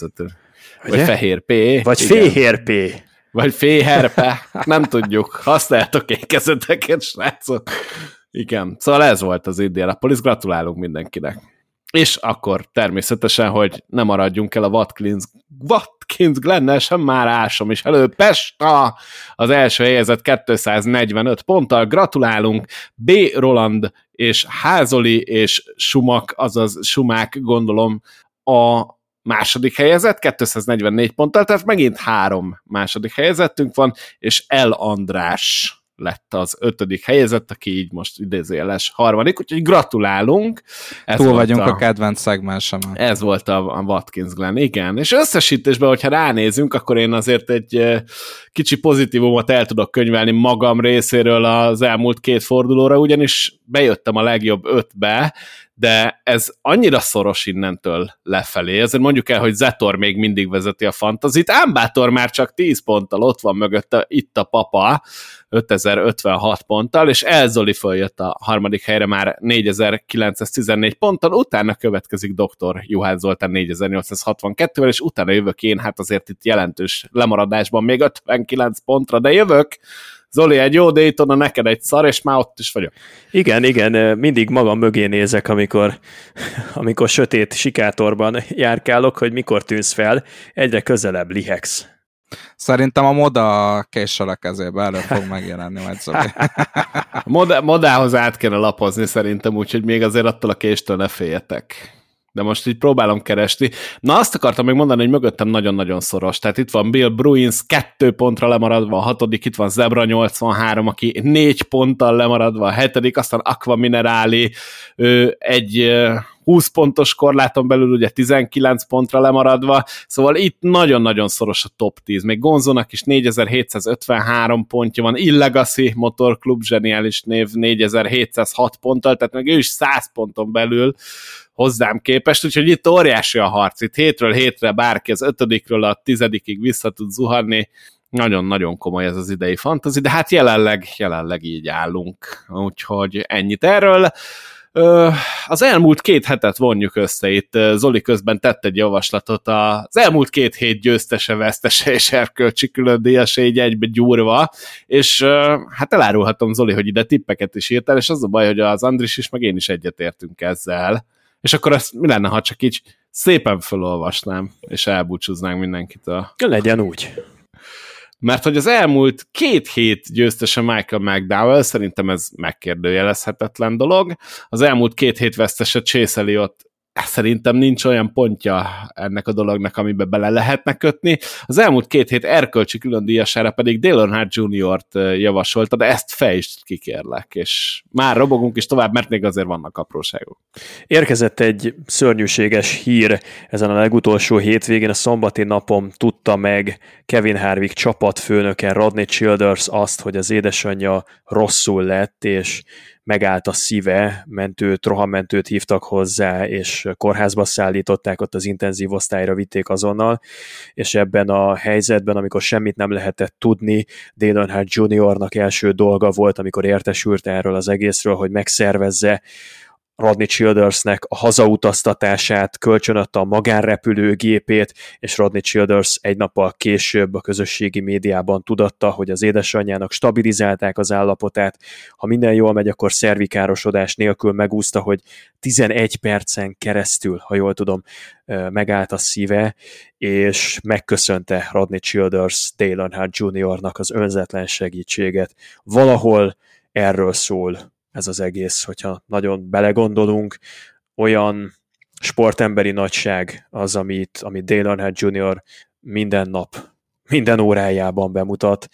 S1: Vagy Fehér P.
S2: Vagy Fehér P.
S1: Vagy Feherpe. Nem tudjuk. Használjátok ékezeteket, srácok. Igen. Szóval ez volt az Indianapolis. Gratulálunk mindenkinek. És akkor természetesen, hogy ne maradjunk el a Watkins, Watkins Glennel, sem már ásom is elő. Pesta az első helyezett kétszáznegyvenöt ponttal. Gratulálunk B. Roland és Házoli és Sumak, azaz Sumák, gondolom, a második helyezett, kétszáznegyvennégy ponttal, tehát megint három második helyezettünk van, és L. András lett az ötödik helyezett, aki így most idézőjeles harmadik, úgyhogy gratulálunk.
S3: Ez Túl vagyunk a, a kedvenc szegmensemen.
S1: Ez volt a, a Watkins Glen, igen. És összesítésben, hogyha ránézünk, akkor én azért egy kicsi pozitívumot el tudok könyvelni magam részéről az elmúlt két fordulóra, ugyanis bejöttem a legjobb ötbe, de ez annyira szoros innentől lefelé, ezért mondjuk el, hogy Zetor még mindig vezeti a fantazit, Ámbátor már csak tíz ponttal, ott van mögötte itt a papa, ötezer-ötvenhat ponttal, és Elzoli följött a harmadik helyre már négyezer-kilencszáztizennégy ponttal, utána következik doktor Juhász Zoltán négyezer-nyolcszázhatvankettővel, és utána jövök én, hát azért itt jelentős lemaradásban még ötvenkilenc pontra, de jövök. Zoli, egy jó Daytona, neked egy szar, és már ott is vagyok.
S2: Igen, igen, mindig magam mögé nézek, amikor, amikor sötét sikátorban járkálok, hogy mikor tűnsz fel, egyre közelebb lihegsz.
S3: Szerintem a moda késsel a kezébe elő fog megjelenni majd, Zoli.
S1: Moda, modához át kéne lapozni szerintem, úgyhogy még azért attól a késtől ne féljetek. De most így próbálom keresni. Na, azt akartam még mondani, hogy mögöttem nagyon-nagyon szoros. Tehát itt van Bill Bruins, kettő pontra lemaradva a hatodik, itt van Zebra nyolcvanhárom, aki négy ponttal lemaradva a hetedik, aztán Aqua Minerali, ő egy húsz pontos korláton belül ugye tizenkilenc pontra lemaradva, szóval itt nagyon-nagyon szoros a top tíz. Még Gonzónak is négyezer-hétszázötvenhárom pontja van, Illegacy Motor Club, zseniális név, négyezer-hétszázhat ponttal, tehát meg ő is száz ponton belül hozzám képest, úgyhogy itt óriási a harc, itt hétről hétre bárki az ötödikről a tizedikig vissza tud zuhanni, nagyon-nagyon komoly ez az idei fantasy, de hát jelenleg, jelenleg így állunk, úgyhogy ennyit erről. Az elmúlt két hetet vonjuk össze, itt Zoli közben tett egy javaslatot, az elmúlt két hét győztese, vesztese és erkölcsi külön díjasa így egybe gyúrva, és hát elárulhatom, Zoli, hogy ide tippeket is írtál, és az a baj, hogy az Andris is, meg én is egyetértünk ezzel. És akkor ez mi lenne, ha csak így szépen felolvasnám, és elbúcsúznánk mindenkitől.
S2: Legyen úgy.
S1: Mert hogy az elmúlt két hét győztese Michael McDowell, szerintem ez megkérdőjelezhetetlen dolog. Az elmúlt két hét vesztese Chase Elliott, szerintem nincs olyan pontja ennek a dolognak, amiben bele lehetne kötni. Az elmúlt két hét erkölcsi külön díjasára pedig Dale Earnhardt juniort javasolta, de ezt fejtsd ki, kérlek, és már robogunk is tovább, mert még azért vannak apróságok.
S2: Érkezett egy szörnyűséges hír ezen a legutolsó hétvégén, a szombati napon tudta meg Kevin Harvick csapatfőnöke Rodney Childers azt, hogy az édesanyja rosszul lett, és megállt a szíve, mentőt, rohammentőt hívtak hozzá, és kórházba szállították, ott az intenzív osztályra vitték azonnal, és ebben a helyzetben, amikor semmit nem lehetett tudni, Dale Earnhardt juniornak első dolga volt, amikor értesült erről az egészről, hogy megszervezze Rodney Childersnek a hazautaztatását, kölcsönadta a magánrepülőgépét, és Rodney Childers egy nappal később a közösségi médiában tudatta, hogy az édesanyjának stabilizálták az állapotát. Ha minden jól megy, akkor szervikárosodás nélkül megúszta, hogy tizenegy percen keresztül, ha jól tudom, megállt a szíve, és megköszönte Rodney Childers Dale Earnhardt juniornak az önzetlen segítséget. Valahol erről szól ez az egész, hogyha nagyon belegondolunk, olyan sportemberi nagyság az, amit, amit Dale Earnhardt junior minden nap, minden órájában bemutat.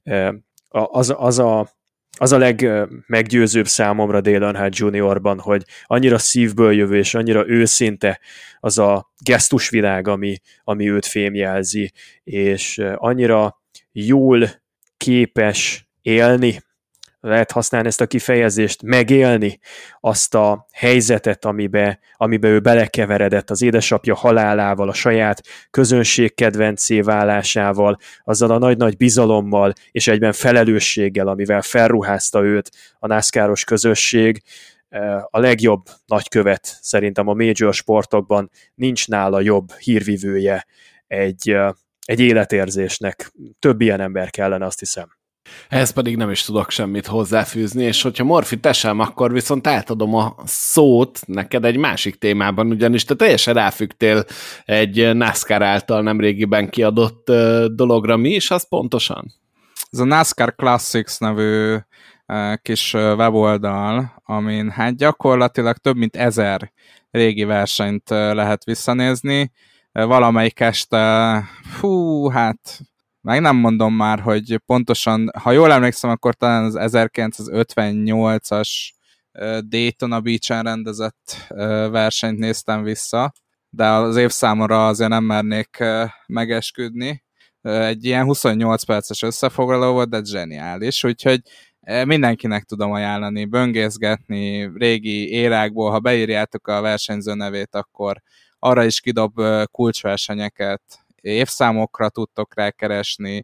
S2: Az, az a Az a legmeggyőzőbb számomra Dale Earnhardt juniorban, hogy annyira szívből jövő és annyira őszinte az a gesztusvilág, ami, ami őt fémjelzi, és annyira jól képes élni, lehet használni ezt a kifejezést, megélni azt a helyzetet, amibe, amibe ő belekeveredett az édesapja halálával, a saját közönség kedvencé válásával, azzal a nagy-nagy bizalommal és egyben felelősséggel, amivel felruházta őt a NASCAR-os közösség. A legjobb nagykövet szerintem a major sportokban, nincs nála jobb hírvivője egy, egy életérzésnek. Több ilyen ember kellene, azt hiszem.
S1: Ehhez pedig nem is tudok semmit hozzáfűzni, és hogyha Morfi, te sem, akkor viszont átadom a szót neked egy másik témában, ugyanis te teljesen ráfügtél egy NASCAR által nemrégiben kiadott uh, dologra. Mi is az pontosan?
S3: Ez a NASCAR Classics nevű uh, kis uh, weboldal, amin hát gyakorlatilag több mint ezer régi versenyt uh, lehet visszanézni. Uh, valamelyik este, fú, hát... meg nem mondom már, hogy pontosan, ha jól emlékszem, akkor talán az ezerkilencszázötvennyolcas Daytona Beach-en rendezett versenyt néztem vissza, de az évszámra azért nem mernék megesküdni. Egy ilyen huszonnyolc perces összefoglaló volt, de zseniális, úgyhogy mindenkinek tudom ajánlani, böngészgetni régi érákból, ha beírjátok a versenyző nevét, akkor arra is kidob kulcsversenyeket, évszámokra tudtok rákeresni,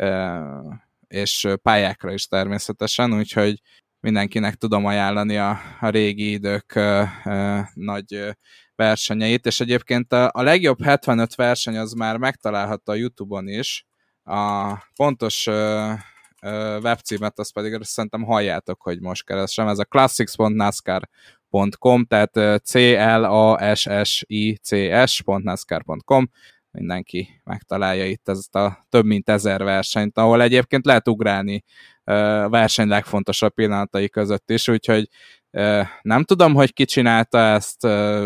S3: és pályákra is természetesen, úgyhogy mindenkinek tudom ajánlani a, a régi idők nagy versenyeit, és egyébként a, a legjobb hetvenöt verseny az már megtalálható a YouTube-on is. A pontos webcímet azt pedig szerintem halljátok, hogy most keresem, ez a classics pont nascar pont com, tehát c l a s s i c s pont nascar pont com, mindenki megtalálja itt ezt a több mint ezer versenyt, ahol egyébként lehet ugrálni a verseny legfontosabb pillanatai között is, úgyhogy nem tudom, hogy ki csinálta ezt,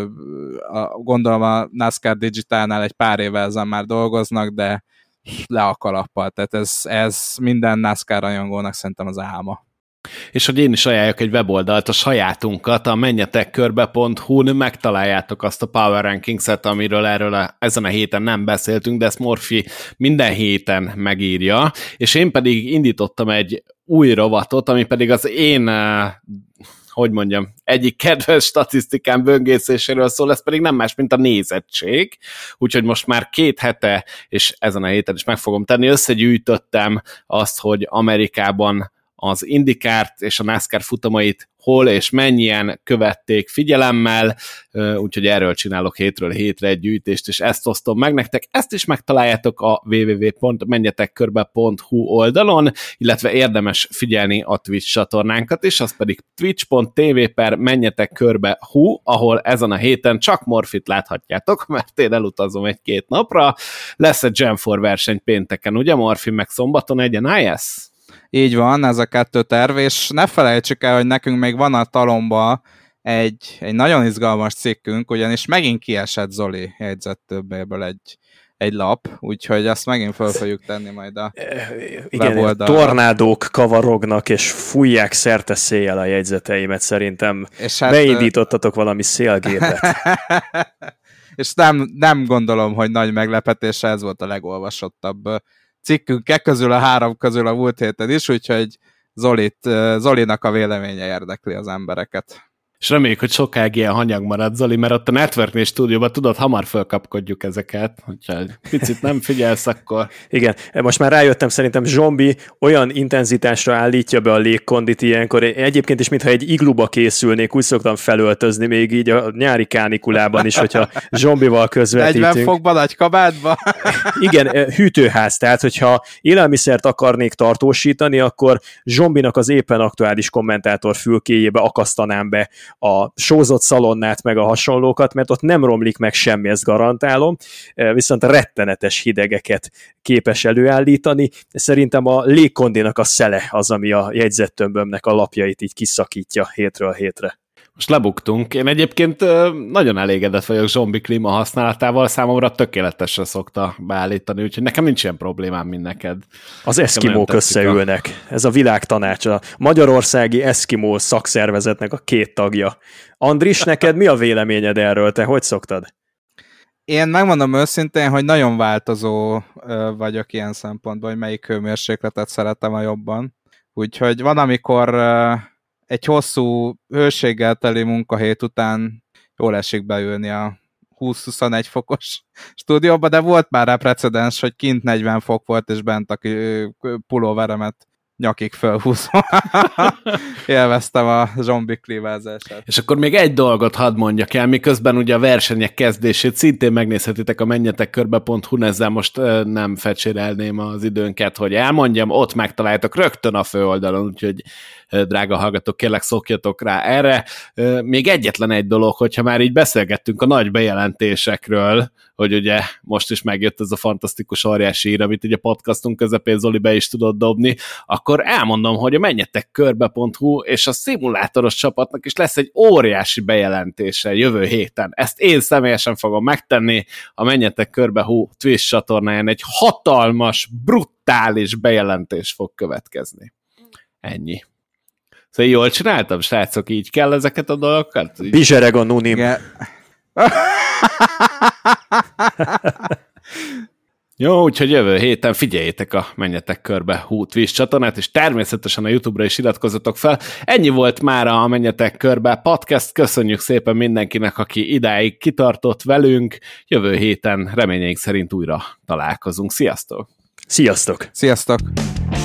S3: gondolom a NASCAR Digitalnál egy pár éve ezen már dolgoznak, de le a kalappal, tehát ez, ez minden NASCAR rajongónak szerintem az álma.
S1: És hogy én is ajánljak egy weboldalt, a sajátunkat, a menjetekkörbe pont hu-n megtaláljátok azt a Power Rankings-et, amiről erről a, ezen a héten nem beszéltünk, de ezt Morfi minden héten megírja, és én pedig indítottam egy új rovatot, ami pedig az én, hogy mondjam, egyik kedves statisztikám böngészéséről szól, ez pedig nem más, mint a nézettség, úgyhogy most már két hete, és ezen a héten is meg fogom tenni, összegyűjtöttem azt, hogy Amerikában az IndyCart és a NASCAR futamait hol és mennyien követték figyelemmel, úgyhogy erről csinálok hétről hétre egy gyűjtést, és ezt osztom meg nektek. Ezt is megtaláljátok a double-u double-u double-u pont menjetekkörbe pont hu oldalon, illetve érdemes figyelni a Twitch csatornánkat is, az pedig twitch pont tv per menjetekkörbe hu, ahol ezen a héten csak Morfit láthatjátok, mert én elutazom egy-két napra. Lesz egy Jam four verseny pénteken, ugye Morfi, meg szombaton egy en i es?
S3: Így van, ez a kettő terv, és ne felejtsük el, hogy nekünk még van a talomba egy, egy nagyon izgalmas cikkünk, ugyanis megint kiesett Zoli jegyzettömbéből egy, egy lap, úgyhogy azt megint fel fogjuk tenni majd a
S2: igen, tornádók kavarognak, és fújják szerte széjjel a jegyzeteimet, szerintem és hát, beindítottatok valami szélgépet.
S3: És nem, nem gondolom, hogy nagy meglepetés, ez volt a legolvasottabb cikkünk közül, a három közül a múlt héten is, úgyhogy Zolit, Zolinak a véleménye érdekli az embereket.
S1: És reméljük, hogy sokáig ilyen hanyag marad, Zoli, mert ott a Network stúdióban tudod, hamar fölkapkodjuk ezeket, hogyha picit nem figyelsz, akkor...
S2: Igen, most már rájöttem, szerintem Zsombi olyan intenzitásra állítja be a légkondit ilyenkor, egyébként is, mintha egy igluba készülnék, úgy szoktam felöltözni még így a nyári kánikulában is, hogyha Zsombival közvetítünk.
S3: negyven fokban nagy kabátba?
S2: Igen, hűtőház, tehát hogyha élelmiszert akarnék tartósítani, akkor Zsombinak az éppen aktuális kommentátor fülkéjébe akasztanám be a sózott szalonnát, meg a hasonlókat, mert ott nem romlik meg semmi, ezt garantálom, viszont rettenetes hidegeket képes előállítani. Szerintem a légkondinak a szele az, ami a jegyzettömbömnek a lapjait így kiszakítja hétről hétre.
S1: Most lebuktunk. Én egyébként nagyon elégedett vagyok zombi klíma használatával, számomra tökéletesre szokta beállítani, úgyhogy nekem nincs ilyen problémám, mint neked.
S2: Az eszkimók összeülnek. A... Ez a világtanács, a magyarországi eszkimó szakszervezetnek a két tagja. Andris, neked mi a véleményed erről? Te hogy szoktad?
S3: Én megmondom őszintén, hogy nagyon változó vagyok ilyen szempontból, hogy melyik hőmérsékletet szeretem a jobban. Úgyhogy van, amikor egy hosszú hőséggel teli munkahét után jól esik beülni a húsz-huszonegy fokos stúdióba, de volt már rá precedens, hogy kint negyven fok volt, és bent a pulóveremet nyakig fölhúzva. Élveztem a zombi klímázását.
S1: És akkor még egy dolgot hadd mondjak el, miközben ugye a versenyek kezdését szintén megnézhetitek a menjetek körbe pont hu-n, ezzel most nem fecsérelném az időnket, hogy elmondjam, ott megtaláltok rögtön a főoldalon, úgyhogy drága hallgatók, kérlek szokjatok rá erre. Még egyetlen egy dolog, hogyha már így beszélgettünk a nagy bejelentésekről, hogy ugye most is megjött ez a fantasztikus óriási ír, amit ugye a podcastunk közepén Zoli be is tudott dobni, akkor elmondom, hogy a menjetek körbe pont hu és a szimulátoros csapatnak is lesz egy óriási bejelentése jövő héten. Ezt én személyesen fogom megtenni, a menjetek körbe hu Twitch csatornáján egy hatalmas, brutális bejelentés fog következni. Ennyi. Szóval jól csináltam, srácok, így kell ezeket a dolgokat?
S2: Bizsereg a nunim. Yeah.
S1: Jó, úgyhogy jövő héten figyeljétek a Menjetek Körbe hu Twitch csatornát, és természetesen a YouTube-ra is iratkozzatok fel. Ennyi volt már a Menjetek Körbe podcast. Köszönjük szépen mindenkinek, aki idáig kitartott velünk. Jövő héten reményeink szerint újra találkozunk. Sziasztok!
S2: Sziasztok!
S3: Sziasztok!